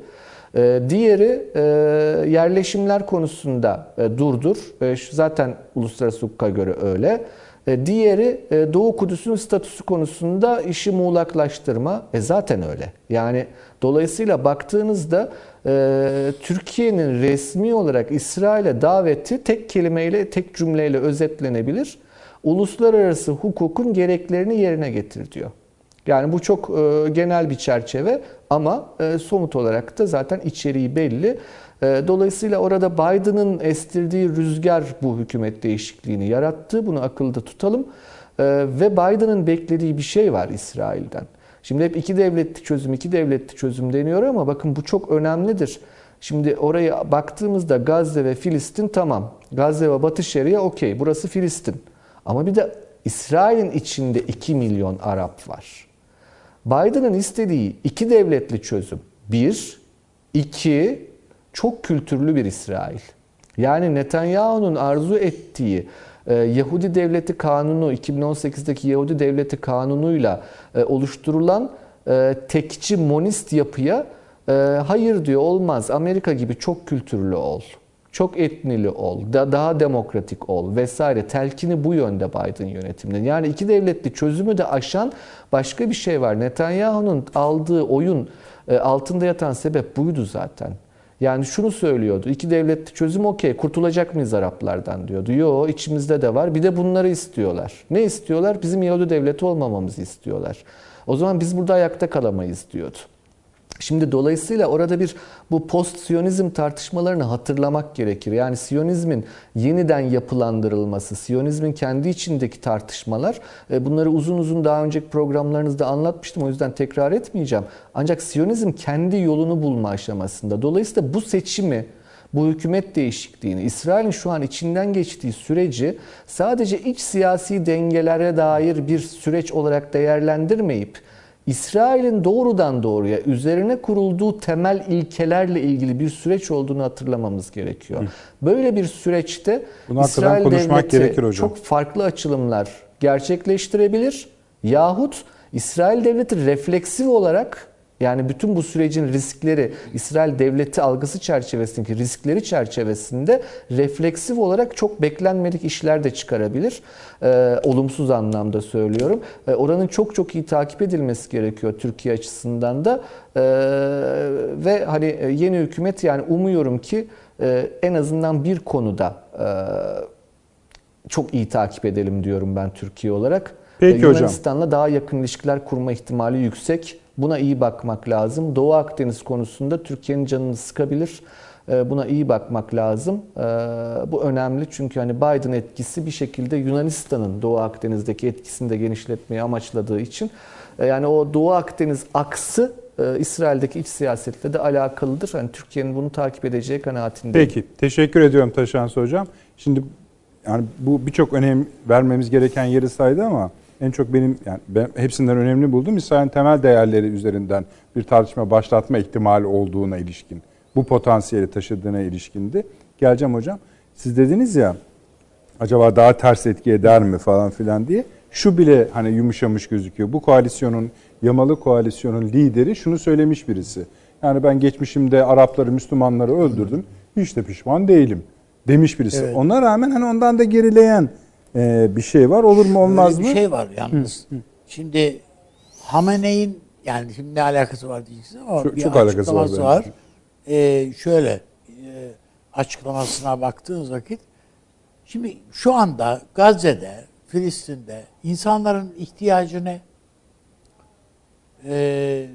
Diğeri yerleşimler konusunda durdur. Zaten uluslararası hukuka göre öyle. Diğeri Doğu Kudüs'ün statüsü konusunda işi muğlaklaştırma. E zaten öyle. Yani dolayısıyla baktığınızda e, Türkiye'nin resmi olarak İsrail'e daveti tek kelimeyle, tek cümleyle özetlenebilir. Uluslararası hukukun gereklerini yerine getir diyor. Yani bu çok e, genel bir çerçeve ama e, somut olarak da zaten içeriği belli. E, dolayısıyla orada Biden'ın estirdiği rüzgar bu hükümet değişikliğini yarattı. Bunu akılda tutalım. E, ve Biden'ın beklediği bir şey var İsrail'den. Şimdi hep iki devletli çözüm, iki devletli çözüm deniyor ama bakın bu çok önemlidir. Şimdi oraya baktığımızda Gazze ve Filistin tamam. Gazze ve Batı Şeria okey. Burası Filistin. Ama bir de İsrail'in içinde iki milyon Arap var. Biden'ın istediği iki devletli çözüm. Bir, iki, çok kültürlü bir İsrail. Yani Netanyahu'nun arzu ettiği e, Yahudi Devleti Kanunu, iki bin on sekizdeki Yahudi Devleti Kanunu'yla e, oluşturulan e, tekçi monist yapıya e, hayır diyor, olmaz. Amerika gibi çok kültürlü ol, çok etnili ol, da daha demokratik ol vesaire. Telkini bu yönde Biden yönetiminin. Yani iki devletli çözümü de aşan başka bir şey var. Netanyahu'nun aldığı oyun e, altında yatan sebep buydu zaten. Yani şunu söylüyordu. İki devletli çözüm okey. Kurtulacak mıyız Araplardan diyordu. Yo, içimizde de var. Bir de bunları istiyorlar. Ne istiyorlar? Bizim Yahudi devleti olmamamızı istiyorlar. O zaman biz burada ayakta kalamayız diyordu. Şimdi dolayısıyla orada bir bu post-Siyonizm tartışmalarını hatırlamak gerekir. Yani Siyonizmin yeniden yapılandırılması, Siyonizmin kendi içindeki tartışmalar, bunları uzun uzun daha önceki programlarınızda anlatmıştım. O yüzden tekrar etmeyeceğim. Ancak Siyonizm kendi yolunu bulma aşamasında. Dolayısıyla bu seçimi, bu hükümet değişikliğini, İsrail'in şu an içinden geçtiği süreci sadece iç siyasi dengelere dair bir süreç olarak değerlendirmeyip, İsrail'in doğrudan doğruya üzerine kurulduğu temel ilkelerle ilgili bir süreç olduğunu hatırlamamız gerekiyor. Hı. Böyle bir süreçte Bunu İsrail devleti hocam. çok farklı açılımlar gerçekleştirebilir yahut İsrail devleti refleksif olarak, yani bütün bu sürecin riskleri, İsrail devleti algısı çerçevesindeki riskleri çerçevesinde refleksif olarak çok beklenmedik işler de çıkarabilir. Ee, olumsuz anlamda söylüyorum. Ee, oranın çok çok iyi takip edilmesi gerekiyor Türkiye açısından da. Ee, ve hani yeni hükümet, yani umuyorum ki e, en azından bir konuda e, çok iyi takip edelim diyorum ben Türkiye olarak. Peki hocam. Yunanistan'la daha yakın ilişkiler kurma ihtimali yüksek. Buna iyi bakmak lazım. Doğu Akdeniz konusunda Türkiye'nin canını sıkabilir. Buna iyi bakmak lazım. Bu önemli çünkü hani Biden etkisi bir şekilde Yunanistan'ın Doğu Akdeniz'deki etkisini de genişletmeyi amaçladığı için, yani o Doğu Akdeniz aksı İsrail'deki iç siyasetle de alakalıdır. Yani Türkiye'nin bunu takip edeceği kanaatindeyim. Peki, teşekkür ediyorum Taşansı hocam. Şimdi yani bu birçok önem vermemiz gereken yeri saydı ama en çok benim, yani ben hepsinden önemli buldum, İsrail'in temel değerleri üzerinden bir tartışma başlatma ihtimali olduğuna ilişkin, bu potansiyeli taşıdığına ilişkindi. Geleceğim hocam. Siz dediniz ya, acaba daha ters etki eder mi falan filan diye. Şu bile hani yumuşamış gözüküyor. Bu koalisyonun, yamalı koalisyonun lideri şunu söylemiş birisi. Yani ben geçmişimde Arapları, Müslümanları öldürdüm. Hiç de pişman değilim demiş birisi. Evet. Ona rağmen hani ondan da gerileyen Ee, bir şey var. Olur mu olmaz Öyle mı? Bir şey var yalnız. Hı, hı. Şimdi Hamene'in, yani şimdi ne alakası var diyeceksiniz ama çok, bir çok açıklaması var. var. Ee, şöyle e, açıklamasına baktığınız vakit, şimdi şu anda Gazze'de, Filistin'de insanların ihtiyacı ne? Ee,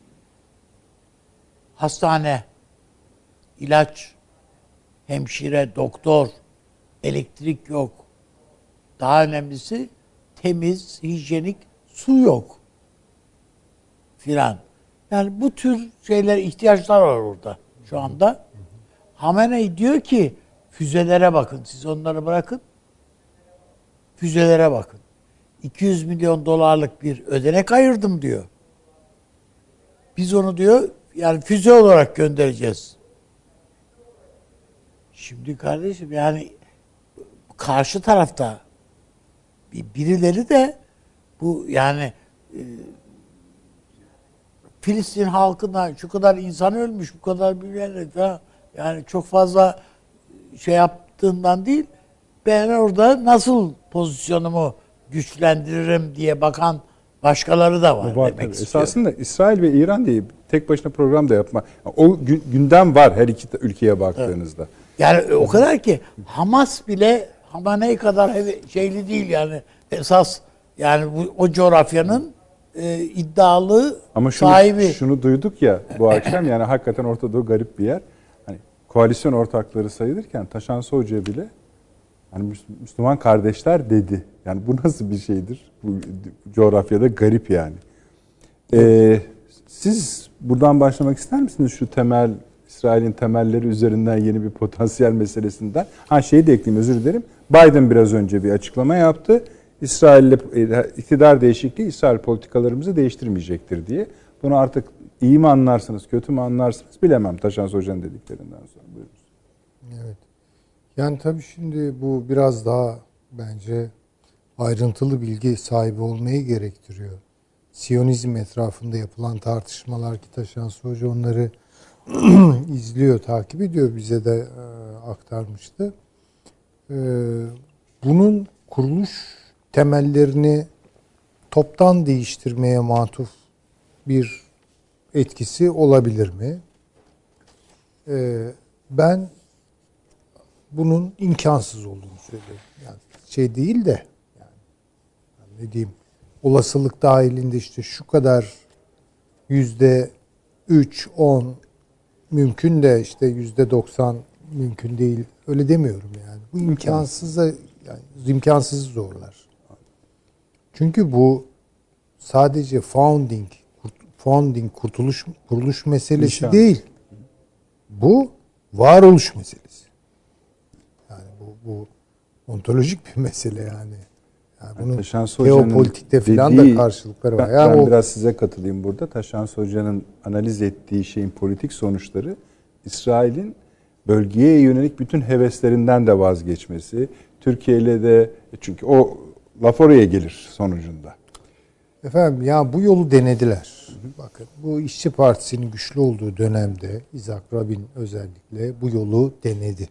hastane, ilaç, hemşire, doktor, elektrik yok. Daha önemlisi temiz, hijyenik su yok filan. Yani bu tür şeyler, ihtiyaçlar var orada şu anda. Hamenei diyor ki füzelere bakın, siz onları bırakın. Füzelere bakın. iki yüz milyon dolarlık bir ödenek ayırdım diyor. Biz onu diyor yani füze olarak göndereceğiz. Şimdi kardeşim yani karşı tarafta birileri de bu yani e, Filistin halkına şu kadar insan ölmüş, bu kadar büyüyenler falan yani çok fazla şey yaptığından değil, ben orada nasıl pozisyonumu güçlendiririm diye bakan başkaları da var, var demek istiyorum. Esasında İsrail ve İran diye tek başına program da yapma. O gündem var her iki ülkeye baktığınızda. Evet. Yani o kadar ki Hamas bile Hamaney kadar şeyli değil yani esas yani bu, o coğrafyanın e, iddialı ama şunu, sahibi. Şunu duyduk ya bu akşam yani hakikaten Orta Doğu garip bir yer. Hani koalisyon ortakları sayılırken Taşansı Hoca bile hani Müslüman kardeşler dedi. Yani bu nasıl bir şeydir? Bu coğrafyada garip yani. Ee, siz buradan başlamak ister misiniz şu temel İsrail'in temelleri üzerinden yeni bir potansiyel meselesinden? Ha şeyi de ekleyeyim, özür dilerim. Biden biraz önce bir açıklama yaptı. İsrail'le iktidar değişikliği İsrail politikalarımızı değiştirmeyecektir diye. Bunu artık iyi mi anlarsınız, kötü mü anlarsınız bilemem Taşansı Hoca'nın dediklerinden sonra. Buyurun. Evet. Yani tabii şimdi bu biraz daha bence ayrıntılı bilgi sahibi olmayı gerektiriyor. Siyonizm etrafında yapılan tartışmalar ki Taşansı Hoca onları izliyor, takip ediyor, bize de e, aktarmıştı. E, bunun kuruluş temellerini toptan değiştirmeye matuf bir etkisi olabilir mi? E, ben bunun imkansız olduğunu söylüyorum. Yani şey değil de yani, yani ne diyeyim, olasılık dahilinde işte şu kadar yüzde üç, on mümkün de işte yüzde doksan mümkün değil. Öyle demiyorum yani. Bu imkansıza yani imkansızı zorlar. Çünkü bu sadece founding, founding kurtuluş kuruluş meselesi İnşallah. değil. Bu varoluş meselesi. Yani bu bu ontolojik bir mesele yani. Yani bunun teopolitikte falan da karşılıkları var. Ben, yani ben o, biraz size katılayım burada. Taşansı Hoca'nın analiz ettiği şeyin politik sonuçları İsrail'in bölgeye yönelik bütün heveslerinden de vazgeçmesi. Türkiye ile de çünkü o laf oraya gelir sonucunda. Efendim ya bu yolu denediler. Hı hı. Bakın bu İşçi Partisi'nin güçlü olduğu dönemde Isaac Rabin özellikle bu yolu denedi.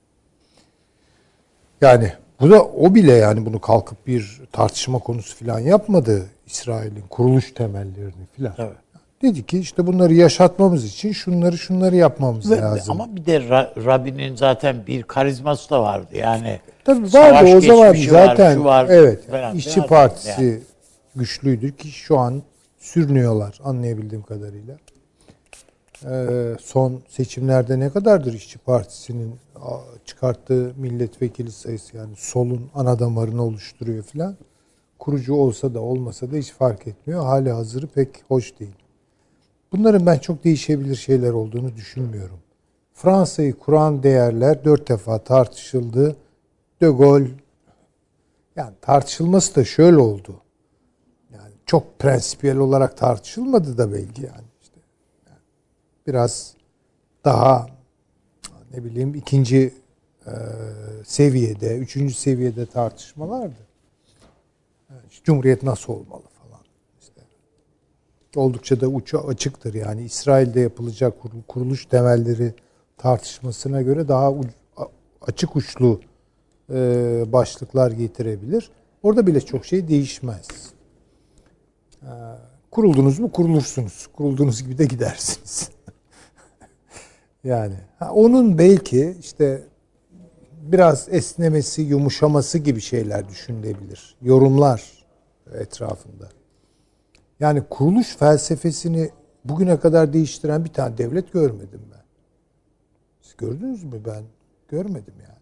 Yani bu da o bile yani bunu kalkıp bir tartışma konusu falan yapmadı İsrail'in kuruluş temellerini falan. Evet. Dedi ki işte bunları yaşatmamız için şunları şunları yapmamız Ve, lazım. Ama bir de Ra- Rabin'in zaten bir karizması da vardı yani. Tabii vardı o zaman zaten. Var, var, evet. Falan, İşçi Partisi yani. güçlüydür ki şu an sürünüyorlar anlayabildiğim kadarıyla. Ee, son seçimlerde ne kadardır İşçi Partisi'nin çıkarttığı milletvekili sayısı yani solun ana damarını oluşturuyor filan. Kurucu olsa da olmasa da hiç fark etmiyor. Hali hazırı pek hoş değil. Bunların ben çok değişebilir şeyler olduğunu düşünmüyorum. Fransa'yı kuran değerler dört defa tartışıldı. De Gaulle yani tartışılması da şöyle oldu. Yani çok prensipiyel olarak tartışılmadı da belki yani işte. Yani biraz daha ne bileyim ikinci e, seviyede, üçüncü seviyede tartışmalardı. Yani işte, Cumhuriyet nasıl olmalı falan. İşte. Oldukça da uçu açıktır yani İsrail'de yapılacak kuruluş temelleri tartışmasına göre daha uç, açık uçlu e, başlıklar getirebilir. Orada bile çok şey değişmez. E, kuruldunuz mu kurulursunuz. Kurulduğunuz gibi de gidersiniz. Yani ha, onun belki işte biraz esnemesi, yumuşaması gibi şeyler düşünülebilir. Yorumlar etrafında. Yani kuruluş felsefesini bugüne kadar değiştiren bir tane devlet görmedim ben. Siz gördünüz mü? Ben görmedim yani.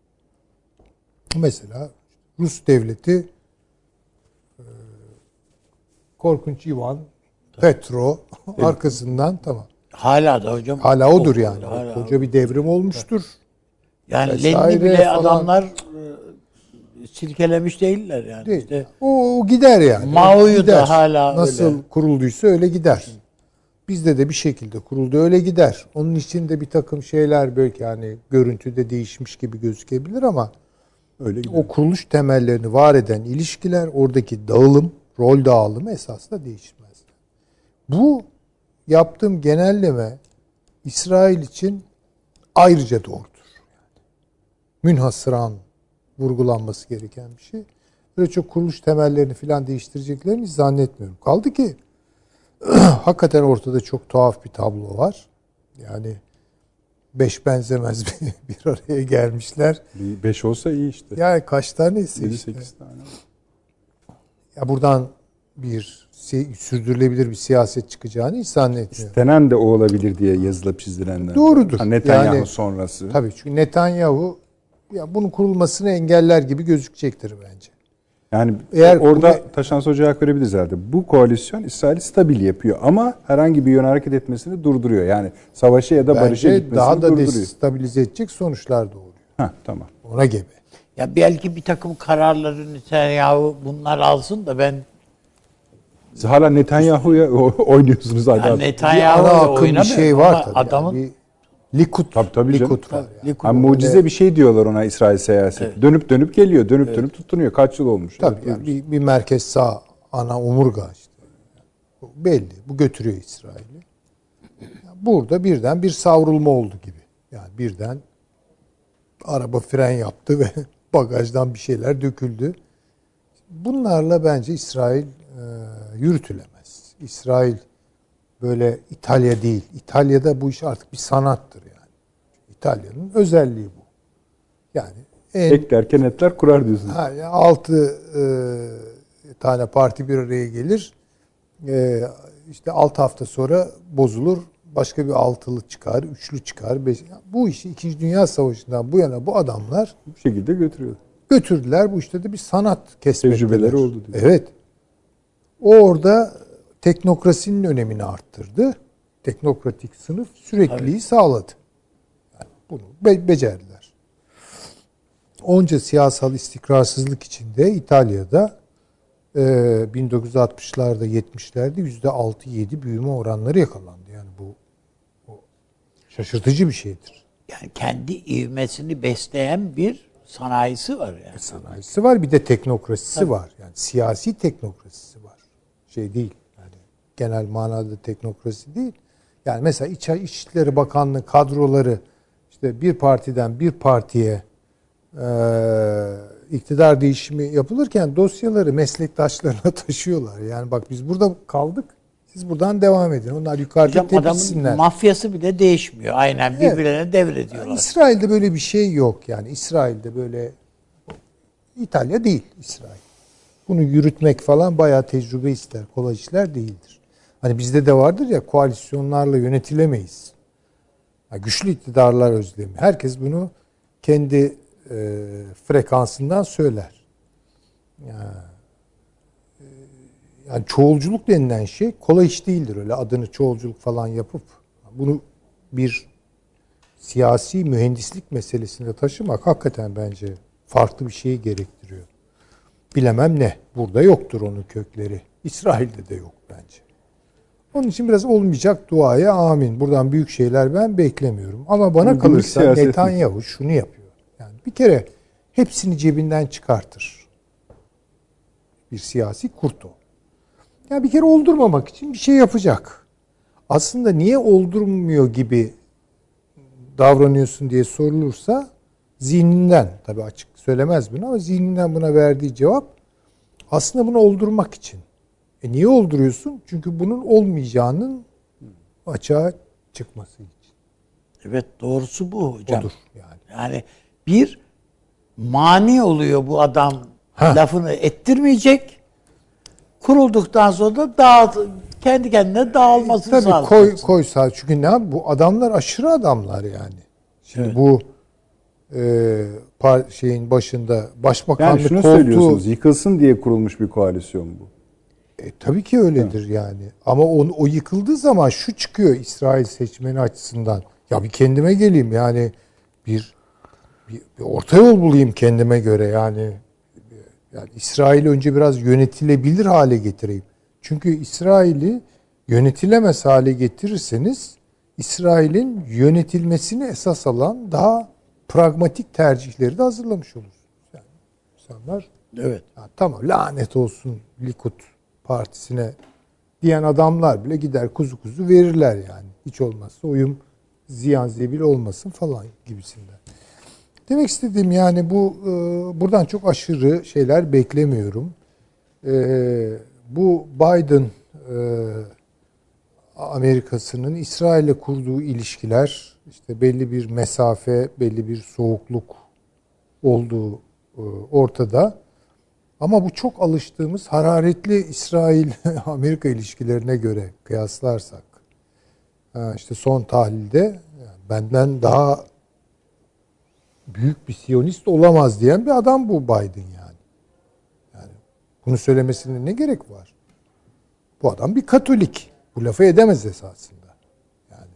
Mesela Rus devleti korkunç Ivan Petro arkasından tamam. Hala da hocam. Hala odur yani. Hala Koca bir devrim olmuştur. Yani Lenin'i bile falan. Adamlar e, silkelemiş değiller yani. Değil. İşte o, o gider yani. Mao'yu da hala nasıl öyle. kurulduysa öyle gider. bizde de bir şekilde kuruldu, öyle gider. Onun içinde bir takım şeyler belki yani görüntüde değişmiş gibi gözükebilir ama Öyle o kuruluş temellerini var eden ilişkiler, oradaki dağılım, rol dağılımı esasında değişmez. Bu yaptığım genelleme İsrail için ayrıca doğrudur. Münhasıran vurgulanması gereken bir şey. Böyle çok kuruluş temellerini falan değiştireceklerini hiç zannetmiyorum. Kaldı ki hakikaten ortada çok tuhaf bir tablo var. Yani beş benzemez bir, bir araya gelmişler. Bir beş olsa iyi işte. Yani kaç tanesi yedi işte. sekiz tane. Ya buradan bir sürdürülebilir bir siyaset çıkacağını hiç zannetmiyorum. İstenen de o olabilir diye yazılıp çizilenler. Doğrudur. Ha, Netanyahu yani, sonrası. Tabii çünkü Netanyahu ya bunun kurulmasını engeller gibi gözükecektir bence. Yani eğer orada bu, Taşan Hoca cevap verebiliriz herhalde. Bu koalisyon İsrail'i stabil yapıyor ama herhangi bir yön hareket etmesini durduruyor. Yani savaşa ya da barışa gitmesini daha da durduruyor. destabilize edecek sonuçlar doğuruyor. Ha, tamam. Ona gebe. Ya belki bir takım kararları Netanyahu bunlar alsın da ben Siz hala Netanyahu'ya oynuyorsunuz hala. yani Bir ana Netanyahu'ya akım bir şey var tabii. adamın Yani bir Likud, Tabii, tabii Likud canım. var. Yani. Ha, mucize bir şey diyorlar ona İsrail siyaseti. Evet. Dönüp dönüp geliyor, dönüp evet. dönüp tutunuyor. Kaç yıl olmuş? Tabii evet, yani bir, bir merkez sağ ana omurga işte. Bu belli. Bu götürüyor İsrail'i. Burada birden bir savrulma oldu gibi. Yani birden araba fren yaptı ve bagajdan bir şeyler döküldü. Bunlarla bence İsrail e, yürütülemez. İsrail böyle İtalya değil. İtalya'da bu iş artık bir sanattır yani. İtalya'nın özelliği bu. Yani en, eklerken etler kurar diyorsunuz. Ha, yani altı e, tane parti bir araya gelir. E, işte altı hafta sonra bozulur. Başka bir altılı çıkar, üçlü çıkar. Beş, bu işi İkinci Dünya Savaşı'ndan bu yana bu adamlar bu şekilde götürüyor. Götürdüler. Bu işte de bir sanat kesmettiler. Tecrübeleri oldu diyor. Evet. O orada teknokrasinin önemini arttırdı. Teknokratik sınıf sürekliliği evet. sağladı. Yani bunu be- becerdiler. Onca siyasal istikrarsızlık içinde İtalya'da e, bin dokuz yüz altmışlarda yetmişlerde yüzde altı yedi büyüme oranları yakalandı. Yani bu, bu şaşırtıcı bir şeydir. Yani kendi ivmesini besleyen bir sanayisi var yani. Sanayisi var, bir de teknokrasisi Tabii. var. Yani siyasi teknokrasisi var. Şey değil. Yani genel manada teknokrasi değil. Yani mesela İç, İçişleri Bakanlığı kadroları işte bir partiden bir partiye e, iktidar değişimi yapılırken dosyaları meslektaşlarına taşıyorlar. Yani bak biz burada kaldık. Siz buradan devam edin. Onlar yukarıda tepkisinler. Adamın mafyası bile değişmiyor. Aynen birbirlerine evet. devrediyorlar. Yani İsrail'de böyle bir şey yok. Yani İsrail'de böyle İtalya değil İsrail. Bunu yürütmek falan bayağı tecrübe ister. Kolay işler değildir. Hani bizde de vardır ya koalisyonlarla yönetilemeyiz. Yani güçlü iktidarlar özlemi. Herkes bunu kendi e, frekansından söyler. Yani, e, yani çoğulculuk denilen şey kolay iş değildir. Öyle adını çoğulculuk falan yapıp bunu bir siyasi mühendislik meselesinde taşımak hakikaten bence farklı bir şey gerektiriyor. Bilemem ne. Burada yoktur onun kökleri. İsrail'de de yok bence. Onun için biraz olmayacak duaya amin. Buradan büyük şeyler ben beklemiyorum. Ama bana Bunu kalırsa Netanyahu şunu yapıyor. Yani bir kere hepsini cebinden çıkartır. Bir siyasi kurt o. Yani bir kere oldurmamak için bir şey yapacak. Aslında niye oldurmuyor gibi davranıyorsun diye sorulursa zihninden, tabii açık söylemez bunu ama zihninden buna verdiği cevap aslında bunu oldurmak için. E niye olduruyorsun? Çünkü bunun olmayacağının açığa çıkması için. Evet doğrusu bu hocam. Odur yani. Yani bir mani oluyor bu adam ha. lafını ettirmeyecek. Kurulduktan sonra da dağıt, kendi kendine dağılması Tabii sağlayacak. koy, koy sağ. Çünkü ne bu adamlar aşırı adamlar yani. Şimdi evet. bu e, par, şeyin başında başbakanlık yani şunu koltuğu... söylüyorsunuz, yıkılsın diye kurulmuş bir koalisyon bu. E, tabii ki öyledir Hı. yani. Ama o, o yıkıldığı zaman şu çıkıyor İsrail seçmeni açısından. Ya bir kendime geleyim yani bir, bir, bir orta yol bulayım kendime göre yani. Yani İsrail'i önce biraz yönetilebilir hale getireyim. Çünkü İsrail'i yönetilemez hale getirirseniz İsrail'in yönetilmesini esas alan daha pragmatik tercihleri de hazırlamış olursunuz. Yani insanlar Evet. ya tamam lanet olsun Likud partisine diyen adamlar bile gider kuzu kuzu verirler yani. Hiç olmazsa oyum ziyan zebil olmasın falan gibisinden. Demek istediğim yani bu e, buradan çok aşırı şeyler beklemiyorum. E, bu Biden e, Amerika'sının İsrail'le kurduğu ilişkiler işte belli bir mesafe, belli bir soğukluk olduğu e, ortada. Ama bu çok alıştığımız hararetli İsrail-Amerika ilişkilerine göre kıyaslarsak işte son tahlilde benden daha büyük bir Siyonist olamaz diyen bir adam bu Biden yani. Yani bunu söylemesine ne gerek var? Bu adam bir Katolik. Bu lafı edemez esasında. Yani,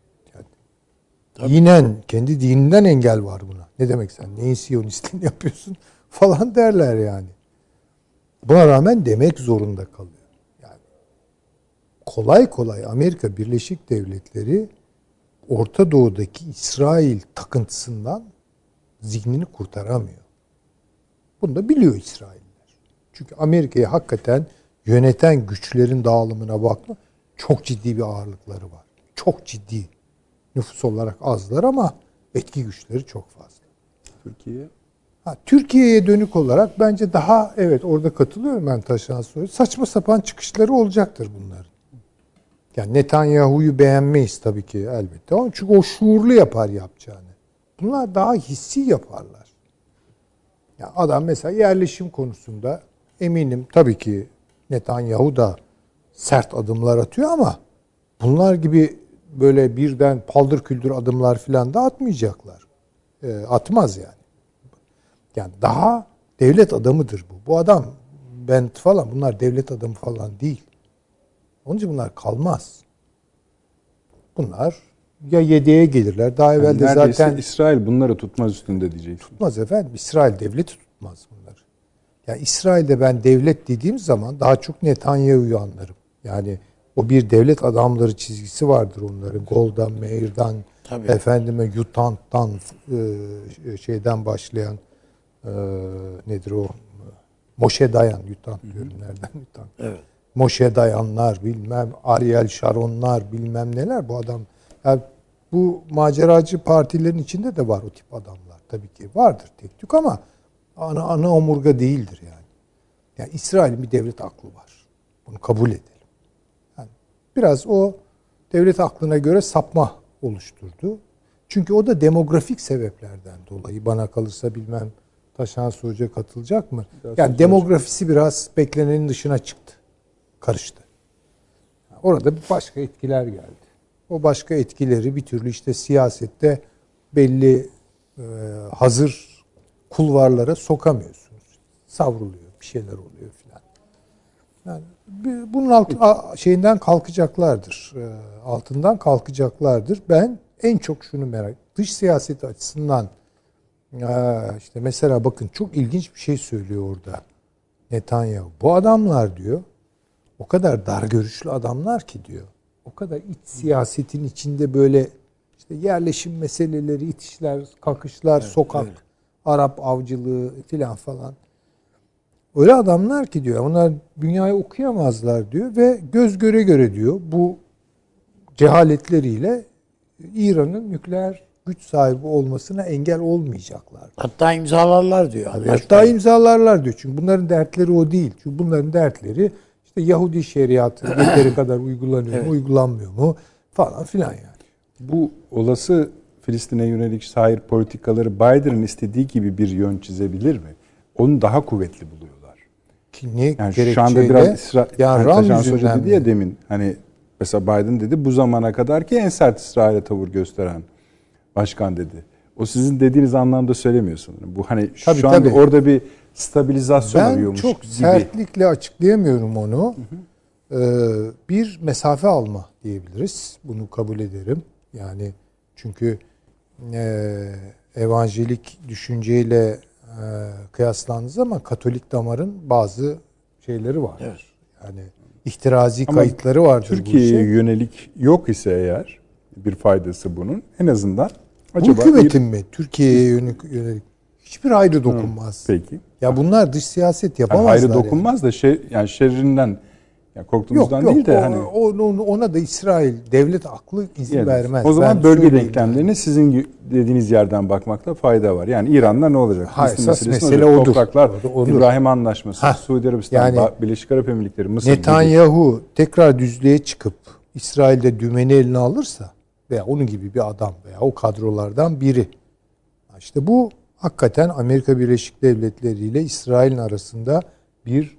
yani dinen, kendi dininden engel var buna. Ne demek sen? Neyin Siyonistliğini yapıyorsun? Falan derler yani. Buna rağmen demek zorunda kalıyor. Yani kolay kolay Amerika Birleşik Devletleri Orta Doğu'daki İsrail takıntısından zihnini kurtaramıyor. Bunu da biliyor İsrailler. Çünkü Amerika'yı hakikaten yöneten güçlerin dağılımına bakma çok ciddi bir ağırlıkları var. Çok ciddi. Nüfus olarak azlar ama etki güçleri çok fazla. Türkiye? Ha, Türkiye'ye dönük olarak bence daha evet orada katılıyorum ben Taşan Soy'a. Saçma sapan çıkışları olacaktır bunların. Yani Netanyahu'yu beğenmeyiz tabii ki elbette ama çünkü o şuurlu yapar yapacağını. Bunlar daha hissi yaparlar. Yani adam mesela yerleşim konusunda eminim tabii ki Netanyahu da sert adımlar atıyor ama bunlar gibi böyle birden paldır küldür adımlar falan da atmayacaklar. E, atmaz yani. Yani daha devlet adamıdır bu. Bu adam Bent falan bunlar devlet adamı falan değil. Onun için bunlar kalmaz. Bunlar ya yedeğe gelirler. Daha evvel Yani de zaten İsrail bunları tutmaz üstünde diyeceksin. Tutmaz efendim. İsrail devleti tutmaz bunları. Yani İsrail'de ben devlet dediğim zaman daha çok Netanyahu'yu anlarım. Yani o bir devlet adamları çizgisi vardır onların. Golda Meir'dan, Tabii. efendime Yutant'tan şeyden başlayan e, nedir o? Moshe Dayan, Yutant diyorum. Nereden Yutant? Evet. Moshe Dayanlar, bilmem Ariel Sharonlar, bilmem neler bu adam. Yani bu maceracı partilerin içinde de var o tip adamlar. Tabii ki vardır tek tük ama ana, ana omurga değildir yani. Yani İsrail'in bir devlet aklı var. Bunu kabul edelim. Yani biraz o devlet aklına göre sapma oluşturdu. Çünkü o da demografik sebeplerden dolayı bana kalırsa bilmem Taşan Hoca katılacak mı? Biraz yani demografisi hocam. Biraz beklenenin dışına çıktı. Karıştı. Orada bir başka etkiler geldi. O başka etkileri bir türlü işte siyasette belli e, hazır kulvarlara sokamıyorsunuz. Savruluyor, bir şeyler oluyor filan. Yani bunun alt, şeyinden kalkacaklardır. E, altından kalkacaklardır. Ben en çok şunu merak ediyorum. Dış siyaset açısından e, işte mesela bakın çok ilginç bir şey söylüyor orada Netanyahu. Bu adamlar diyor o kadar dar görüşlü adamlar ki diyor. O kadar iç siyasetin içinde böyle işte yerleşim meseleleri, itişler, kakışlar, evet, sokak, öyle. Arap avcılığı filan falan. Öyle adamlar ki diyor. Onlar dünyayı okuyamazlar diyor ve göz göre göre diyor bu cehaletleriyle İran'ın nükleer güç sahibi olmasına engel olmayacaklar. Hatta imzalarlar diyor. Tabii, hatta imzalarlar diyor. Çünkü bunların dertleri o değil. Çünkü bunların dertleri işte Yahudi şeriatı yeteri kadar uygulanıyor mu, evet. uygulanmıyor mu falan filan yani. Bu olası Filistin'e yönelik şair politikaları Biden'ın istediği gibi bir yön çizebilir mi? Onu daha kuvvetli buluyorlar. Ki ne yani şu anda biraz İsrail, yani yani Taşan Hoca dedi ya demin hani mesela Biden dedi bu zamana kadar ki en sert İsrail'e tavır gösteren başkan dedi. O sizin dediğiniz anlamda söylemiyor sanırım. Bu hani tabii, şu anda tabii. orada bir stabilizasyon ben arıyormuş gibi. Ben çok gibi. sertlikle açıklayamıyorum onu. Hı hı. Ee, bir mesafe alma diyebiliriz. Bunu kabul ederim. Yani çünkü e, evanjelik düşünceyle e, kıyaslandığı zaman Katolik damarın bazı şeyleri var. Evet. Yani ihtirazi Ama kayıtları vardır Türkiye'ye bu yönelik yok ise eğer bir faydası bunun en azından acaba... Bu hükümetin mi? Türkiye'ye yönelik, yönelik hiçbir hayrı dokunmaz. Hı, peki. Ya bunlar dış siyaset yapamazlar. Yani hayrı dokunmaz yani. da şey yani şerrinden yani korktuğumuzdan yok, yok, değil de o, hani o, ona da İsrail devlet aklı izin yani, vermez. O zaman ben bölge denklemlerine yani. Sizin dediğiniz yerden bakmakta fayda var. Yani İran'da ne olacak? Hayır, esas mesele odur. Topraklar, odur. İbrahim Anlaşması, Heh, Suudi Arabistan, yani, Birleşik Arap Emirlikleri, Mısır Netanyahu gibi. Tekrar düzlüğe çıkıp İsrail'de dümeni eline alırsa veya onun gibi bir adam veya o kadrolardan biri. İşte bu hakikaten Amerika Birleşik Devletleri ile İsrail'in arasında bir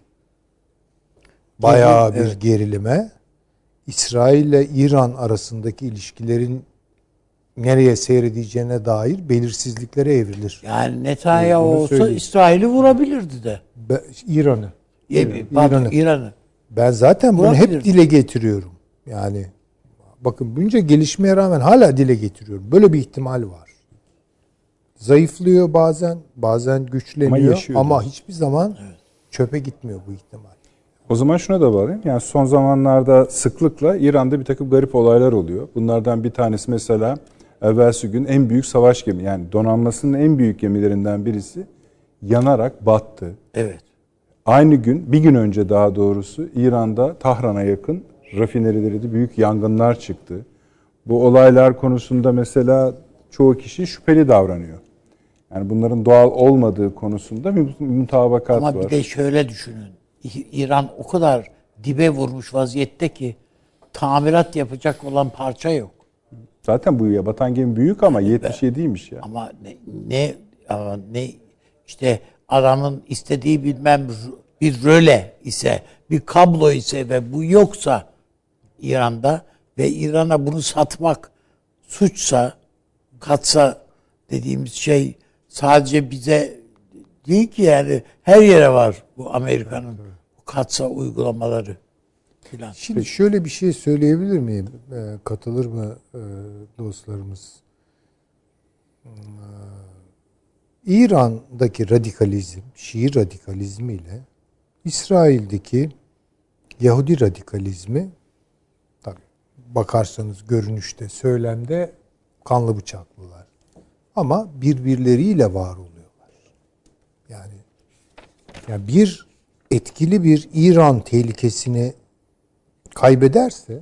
bayağı bir evet. gerilime, İsrail ile İran arasındaki ilişkilerin nereye seyredeceğine dair belirsizliklere evrilir. Yani Netanyahu olsa İsrail'i vurabilirdi de. Be, İran'ı. İran'ı. İran'ı. Ben zaten bunu hep dile getiriyorum. Yani bakın bunca gelişmeye rağmen hala dile getiriyorum. Böyle bir ihtimal var. Zayıflıyor bazen, bazen güçleniyor ama, ama hiçbir zaman evet. çöpe gitmiyor bu ihtimal. O zaman şuna da bağlayayım. Yani son zamanlarda sıklıkla İran'da bir takım garip olaylar oluyor. Bunlardan bir tanesi mesela evvelsi gün en büyük savaş gemi yani donanmasının en büyük gemilerinden birisi yanarak battı. Evet. Aynı gün, bir gün önce daha doğrusu İran'da Tahran'a yakın rafinerileri büyük yangınlar çıktı. Bu olaylar konusunda mesela çoğu kişi şüpheli davranıyor. Yani bunların doğal olmadığı konusunda bir mutabakat var. Ama bir de şöyle düşünün. İran o kadar dibe vurmuş vaziyette ki tamirat yapacak olan parça yok. Zaten bu batan gemi büyük ama yetmiş yediymiş ya. Ama ne, ne ama ne işte adamın istediği bilmem bir röle ise, bir kablo ise ve bu yoksa İran'da ve İran'a bunu satmak suçsa, katsa dediğimiz şey sadece bize değil ki yani her yere var bu Amerika'nın bu katsa uygulamaları filan. Şimdi şöyle bir şey söyleyebilir miyim? E, katılır mı e, dostlarımız? E, İran'daki radikalizm, Şii radikalizmi ile İsrail'deki Yahudi radikalizmi tabii bakarsanız görünüşte, söylemde kanlı bıçaklılar. Ama birbirleriyle var oluyorlar. Yani, yani bir etkili bir İran tehlikesini kaybederse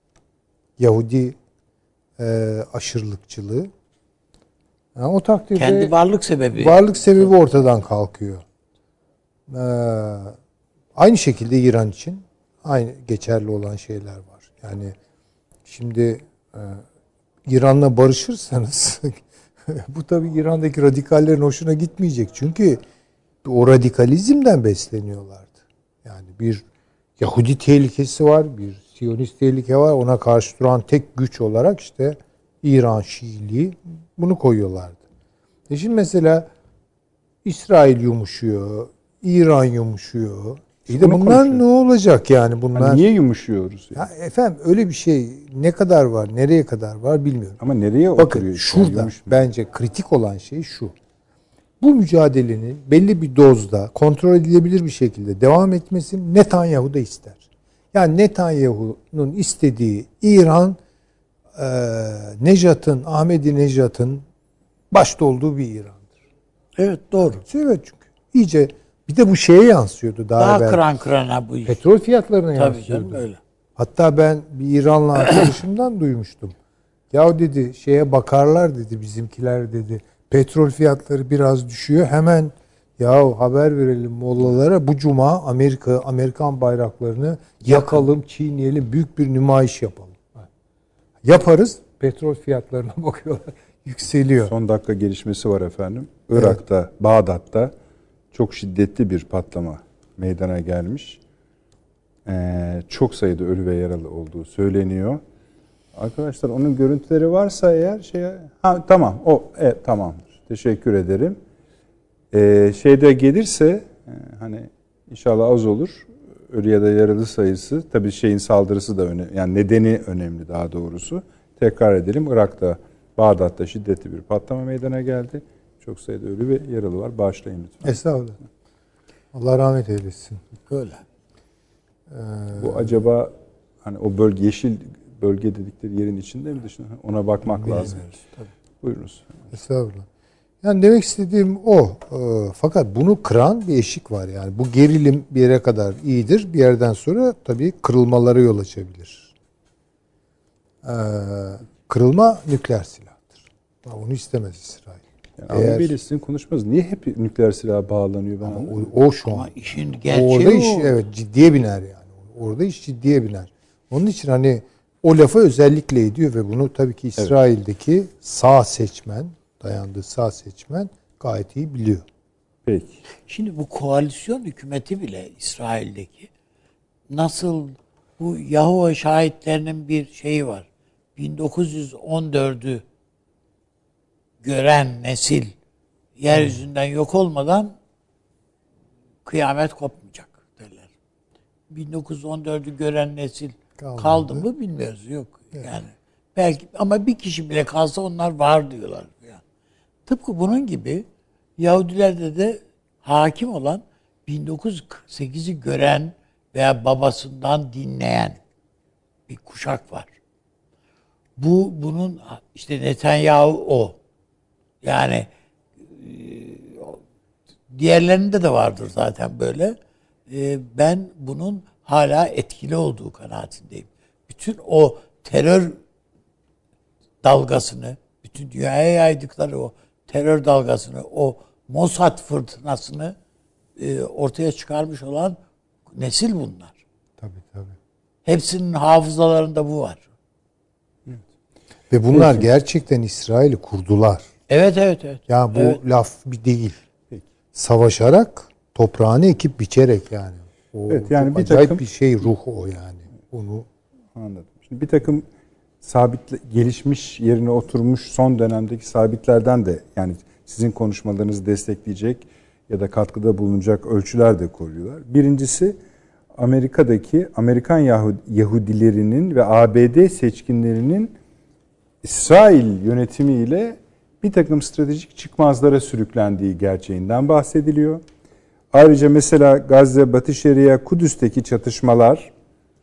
Yahudi e, aşırılıkçılığı yani o takdirde kendi varlık sebebi varlık sebebi ortadan kalkıyor. Ee, aynı şekilde İran için aynı geçerli olan şeyler var. Yani şimdi e, İran'la barışırsanız bu tabii İran'daki radikallerin hoşuna gitmeyecek. Çünkü o radikalizmden besleniyorlardı. Yani bir Yahudi tehlikesi var, bir Siyonist tehlike var. Ona karşı duran tek güç olarak işte İran Şiiliği bunu koyuyorlardı. E şimdi mesela İsrail yumuşuyor, İran yumuşuyor. İyi de bunlar ne olacak yani bunlar? Yani niye yumuşuyoruz? Yani? Ya efendim öyle bir şey ne kadar var, nereye kadar var bilmiyorum. Ama nereye Bakın, oturuyor? Şurada yani bence kritik olan şey şu. Bu mücadelenin belli bir dozda kontrol edilebilir bir şekilde devam etmesini Netanyahu da ister. Yani Netanyahu'nun istediği İran e, Nejat'ın, Ahmedi Nejat'ın başta olduğu bir İran'dır. Evet doğru. Evet çünkü iyice bir de bu şeye yansıyordu daha, daha evvel. kıran kırana bu iş. Petrol fiyatlarına tabii yansıyordu. Canım, öyle. Hatta ben bir İranlı arkadaşımdan duymuştum. Ya dedi şeye bakarlar dedi bizimkiler dedi. Petrol fiyatları biraz düşüyor. Hemen ya haber verelim mollalara bu cuma Amerika Amerikan bayraklarını yakalım, çiğneyelim, büyük bir nümayiş yapalım. Yaparız. Petrol fiyatlarına bakıyorlar. Yükseliyor. Son dakika gelişmesi var efendim. Irak'ta, evet. Bağdat'ta çok şiddetli bir patlama meydana gelmiş. Ee, çok sayıda ölü ve yaralı olduğu söyleniyor. Arkadaşlar onun görüntüleri varsa eğer şey ha tamam o evet tamamdır. Teşekkür ederim. Ee, şeyde gelirse e, hani inşallah az olur. Ölü ya da yaralı sayısı tabii şeyin saldırısı da önemli. Yani nedeni önemli daha doğrusu. Tekrar edelim. Irak'ta Bağdat'ta şiddetli bir patlama meydana geldi. Çok sayıda ölü ve yaralı var. Bağışlayın lütfen. Estağfurullah. Allah rahmet eylesin. Öyle. Bu acaba hani o bölge, yeşil bölge dedikleri yerin içinde mi dışında? Ona bakmak lazım. Tabii. Buyurunuz. Estağfurullah. Yani demek istediğim o. E, fakat bunu kıran bir eşik var yani. Bu gerilim bir yere kadar iyidir. Bir yerden sonra tabii kırılmalara yol açabilir. E, kırılma nükleer silahdır. Onu istemez İsrail. Yani Eğer, Filistin konuşmaz. Niye hep nükleer silaha bağlanıyor? Ben o, o şu an. Ama işin gerçeği orada o. iş evet ciddiye biner yani. Orada iş ciddiye biner. Onun için hani o lafı özellikle ediyor ve bunu tabii ki İsrail'deki evet. sağ seçmen, dayandığı sağ seçmen gayet iyi biliyor. Peki. Şimdi bu koalisyon hükümeti bile İsrail'deki nasıl bu Yahova şahitlerinin bir şeyi var. bin dokuz yüz on dördü gören nesil yeryüzünden yok olmadan kıyamet kopmayacak derler. bin dokuz yüz on dördü gören nesil kaldı, kaldı mı bilmiyoruz. Yok evet. Yani. Belki ama bir kişi bile kalsa onlar var diyorlar. Yani. Tıpkı bunun gibi Yahudilerde de hakim olan bin dokuz yüz kırk sekizi gören veya babasından dinleyen bir kuşak var. Bu bunun işte Netanyahu o. Yani diğerlerinde de vardır zaten böyle. Ben bunun hala etkili olduğu kanaatindeyim. Bütün o terör dalgasını, bütün dünyaya yaydıkları o terör dalgasını, o Mossad fırtınasını ortaya çıkarmış olan nesil bunlar. Tabii tabii. Hepsinin hafızalarında bu var. Evet. Ve bunlar Peki. gerçekten İsrail'i kurdular. Evet evet evet. Yani bu evet. laf bir değil. Peki. Savaşarak, toprağını ekip biçerek yani. O evet yani bir acayip takım bir şey ruh o yani. Onu anladım. Şimdi bir takım sabit gelişmiş yerine oturmuş son dönemdeki sabitlerden de yani sizin konuşmalarınızı destekleyecek ya da katkıda bulunacak ölçüler de koyuyorlar. Birincisi Amerika'daki Amerikan Yahudilerinin ve A B D seçkinlerinin İsrail yönetimiyle bir takım stratejik çıkmazlara sürüklendiği gerçeğinden bahsediliyor. Ayrıca mesela Gazze, Batı Şeria, Kudüs'teki çatışmalar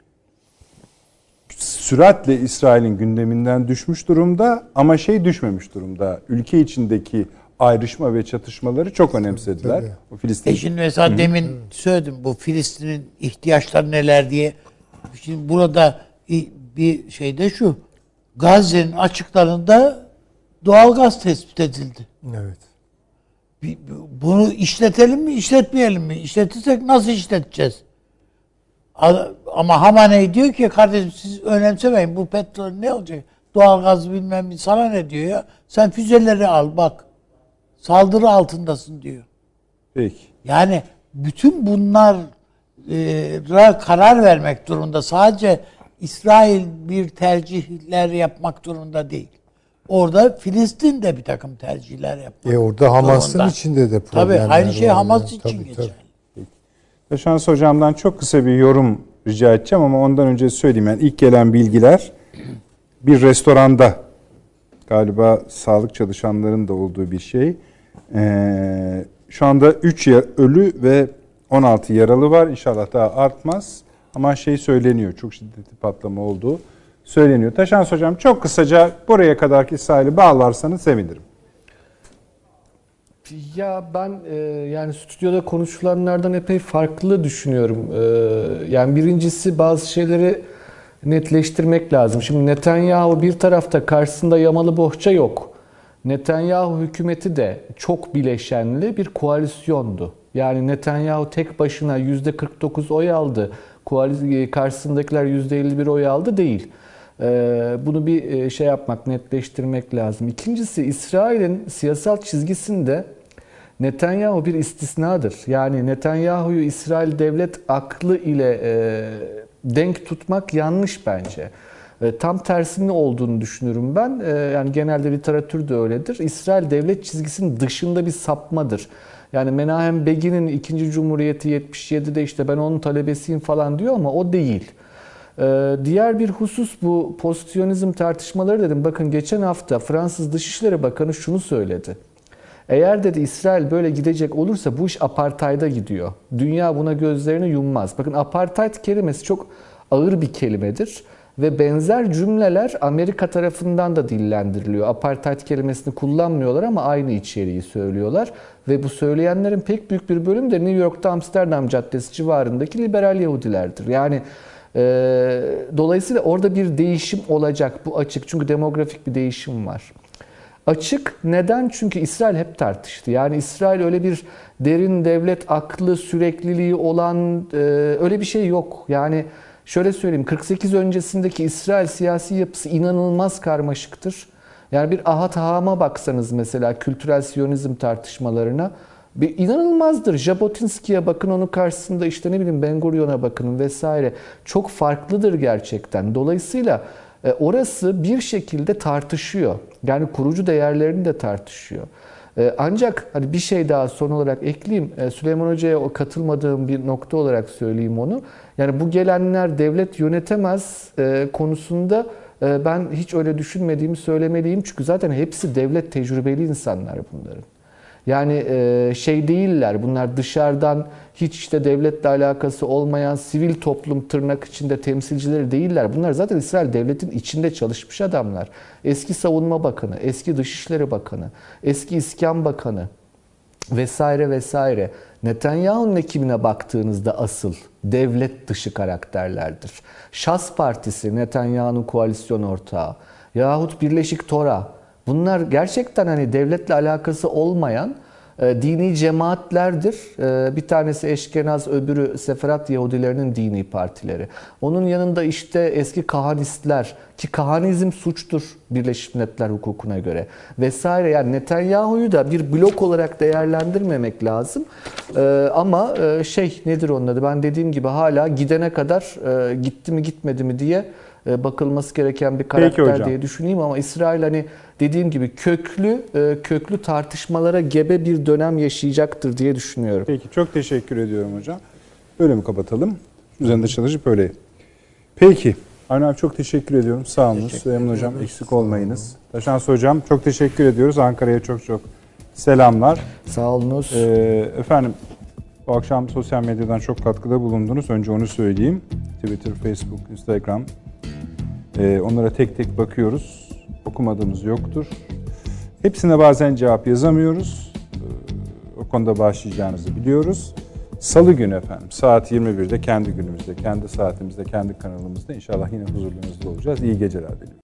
süratle İsrail'in gündeminden düşmüş durumda ama şey düşmemiş durumda. Ülke içindeki ayrışma ve çatışmaları çok önemsediler. O Filistin. E şimdi mesela Hı-hı. demin söyledim bu Filistin'in ihtiyaçları neler diye. Şimdi burada bir şey de şu. Gazze'nin açıklarında doğalgaz tespit edildi. Evet. Bunu işletelim mi, işletmeyelim mi? İşletirsek nasıl işleteceğiz? Ama Hamaney diyor ki kardeşim siz önemsemeyin bu petrol ne olacak? Doğalgaz bilmem ne sana ne diyor ya? Sen füzeleri al bak. Saldırı altındasın diyor. Peki. Yani bütün bunlara karar vermek durumunda sadece İsrail bir tercihler yapmak durumunda değil. Orada Filistin de bir takım tercihler yapmak E orada Hamas'ın içinde de problemler tabii, aynı şey Hamas yani. için tabii, geçerli. Taşans Hocam'dan çok kısa bir yorum rica edeceğim ama ondan önce söyleyeyim. Yani ilk gelen bilgiler bir restoranda galiba sağlık çalışanlarının da olduğu bir şey. Ee, şu anda üç ölü ve on altı yaralı var. İnşallah daha artmaz. Ama şey söyleniyor. Çok şiddetli patlama olduğu söyleniyor. Taşans Hocam çok kısaca buraya kadarki İsrail'i bağlarsanız sevinirim. Ya ben e, yani stüdyoda konuşulanlardan epey farklı düşünüyorum. E, yani birincisi bazı şeyleri netleştirmek lazım. Şimdi Netanyahu bir tarafta karşısında yamalı bohça yok. Netanyahu hükümeti de çok bileşenli bir koalisyondu. Yani Netanyahu tek başına yüzde kırk dokuz oy aldı. Koalisyon karşısındakiler yüzde elli bir oy aldı değil. Bunu bir şey yapmak, netleştirmek lazım. İkincisi İsrail'in siyasal çizgisinde Netanyahu bir istisnadır. Yani Netanyahu'yu İsrail devlet aklı ile denk tutmak yanlış bence. Tam tersinin olduğunu düşünürüm ben. Yani genelde literatür de öyledir. İsrail devlet çizgisinin dışında bir sapmadır. Yani Menahem Begin'in ikinci Cumhuriyeti yetmiş yedide işte ben onun talebesiyim falan diyor ama o değil. Diğer bir husus bu postiyonizm tartışmaları dedim. Bakın geçen hafta Fransız Dışişleri Bakanı şunu söyledi. Eğer dedi İsrail böyle gidecek olursa bu iş apartheid'a gidiyor. Dünya buna gözlerini yummaz. Bakın apartheid kelimesi çok ağır bir kelimedir. Ve benzer cümleler Amerika tarafından da dillendiriliyor. Apartheid kelimesini kullanmıyorlar ama aynı içeriği söylüyorlar. Ve bu söyleyenlerin pek büyük bir bölümü de New York'ta Amsterdam Caddesi civarındaki liberal Yahudilerdir. Yani e, dolayısıyla orada bir değişim olacak. Bu açık. Çünkü demografik bir değişim var. Açık. Neden? Çünkü İsrail hep tartıştı. Yani İsrail öyle bir derin devlet aklı, sürekliliği olan e, öyle bir şey yok. Yani şöyle söyleyeyim, kırk sekiz öncesindeki İsrail siyasi yapısı inanılmaz karmaşıktır. Yani bir Ahat Haam'a baksanız mesela kültürel siyonizm tartışmalarına bir inanılmazdır. Jabotinski'ye bakın, onun karşısında işte ne bileyim Ben Gurion'a bakın vesaire. Çok farklıdır gerçekten. Dolayısıyla orası bir şekilde tartışıyor. Yani kurucu değerlerini de tartışıyor. Ancak hani bir şey daha son olarak ekleyeyim. Süleyman Hoca'ya o katılmadığım bir nokta olarak söyleyeyim onu. Yani bu gelenler devlet yönetemez konusunda ben hiç öyle düşünmediğimi söylemeliyim. Çünkü zaten hepsi devlet tecrübeli insanlar bunların. Yani şey değiller, bunlar dışarıdan hiç işte devletle alakası olmayan sivil toplum tırnak içinde temsilcileri değiller. Bunlar zaten İsrail devletin içinde çalışmış adamlar. Eski Savunma Bakanı, eski Dışişleri Bakanı, eski İskan Bakanı vesaire vesaire. Netanyahu'nun ekibine baktığınızda asıl devlet dışı karakterlerdir. Şas Partisi, Netanyahu'nun koalisyon ortağı yahut Birleşik Tora. Bunlar gerçekten hani devletle alakası olmayan e, dini cemaatlerdir. E, bir tanesi Eşkenaz, öbürü Seferat Yahudilerinin dini partileri. Onun yanında işte eski Kahanistler, ki Kahanizm suçtur Birleşmiş Milletler hukukuna göre vesaire. Yani Netanyahu'yu da bir blok olarak değerlendirmemek lazım. E, ama e, şey nedir onun adı? Ben dediğim gibi hala gidene kadar e, gitti mi gitmedi mi diye bakılması gereken bir karakter diye düşüneyim ama İsrail hani dediğim gibi köklü köklü tartışmalara gebe bir dönem yaşayacaktır diye düşünüyorum. Peki, çok teşekkür ediyorum hocam. Böyle mi kapatalım? Üzerinde çalışıp öyle. Peki. Avni abi çok teşekkür ediyorum. Sağ olun. Süleyman hocam eksik olmayınız. Taşans hocam çok teşekkür ediyoruz. Ankara'ya çok çok selamlar. Sağ olunuz. Ee, efendim bu akşam sosyal medyadan çok katkıda bulundunuz. Önce onu söyleyeyim. Twitter, Facebook, Instagram. Ee, onlara tek tek bakıyoruz. Okumadığımız yoktur. Hepsine bazen cevap yazamıyoruz. Ee, o konuda başlayacağınızı biliyoruz. Salı günü efendim saat yirmi birde kendi günümüzde, kendi saatimizde, kendi kanalımızda inşallah yine huzurlarınızda olacağız. İyi geceler dilerim.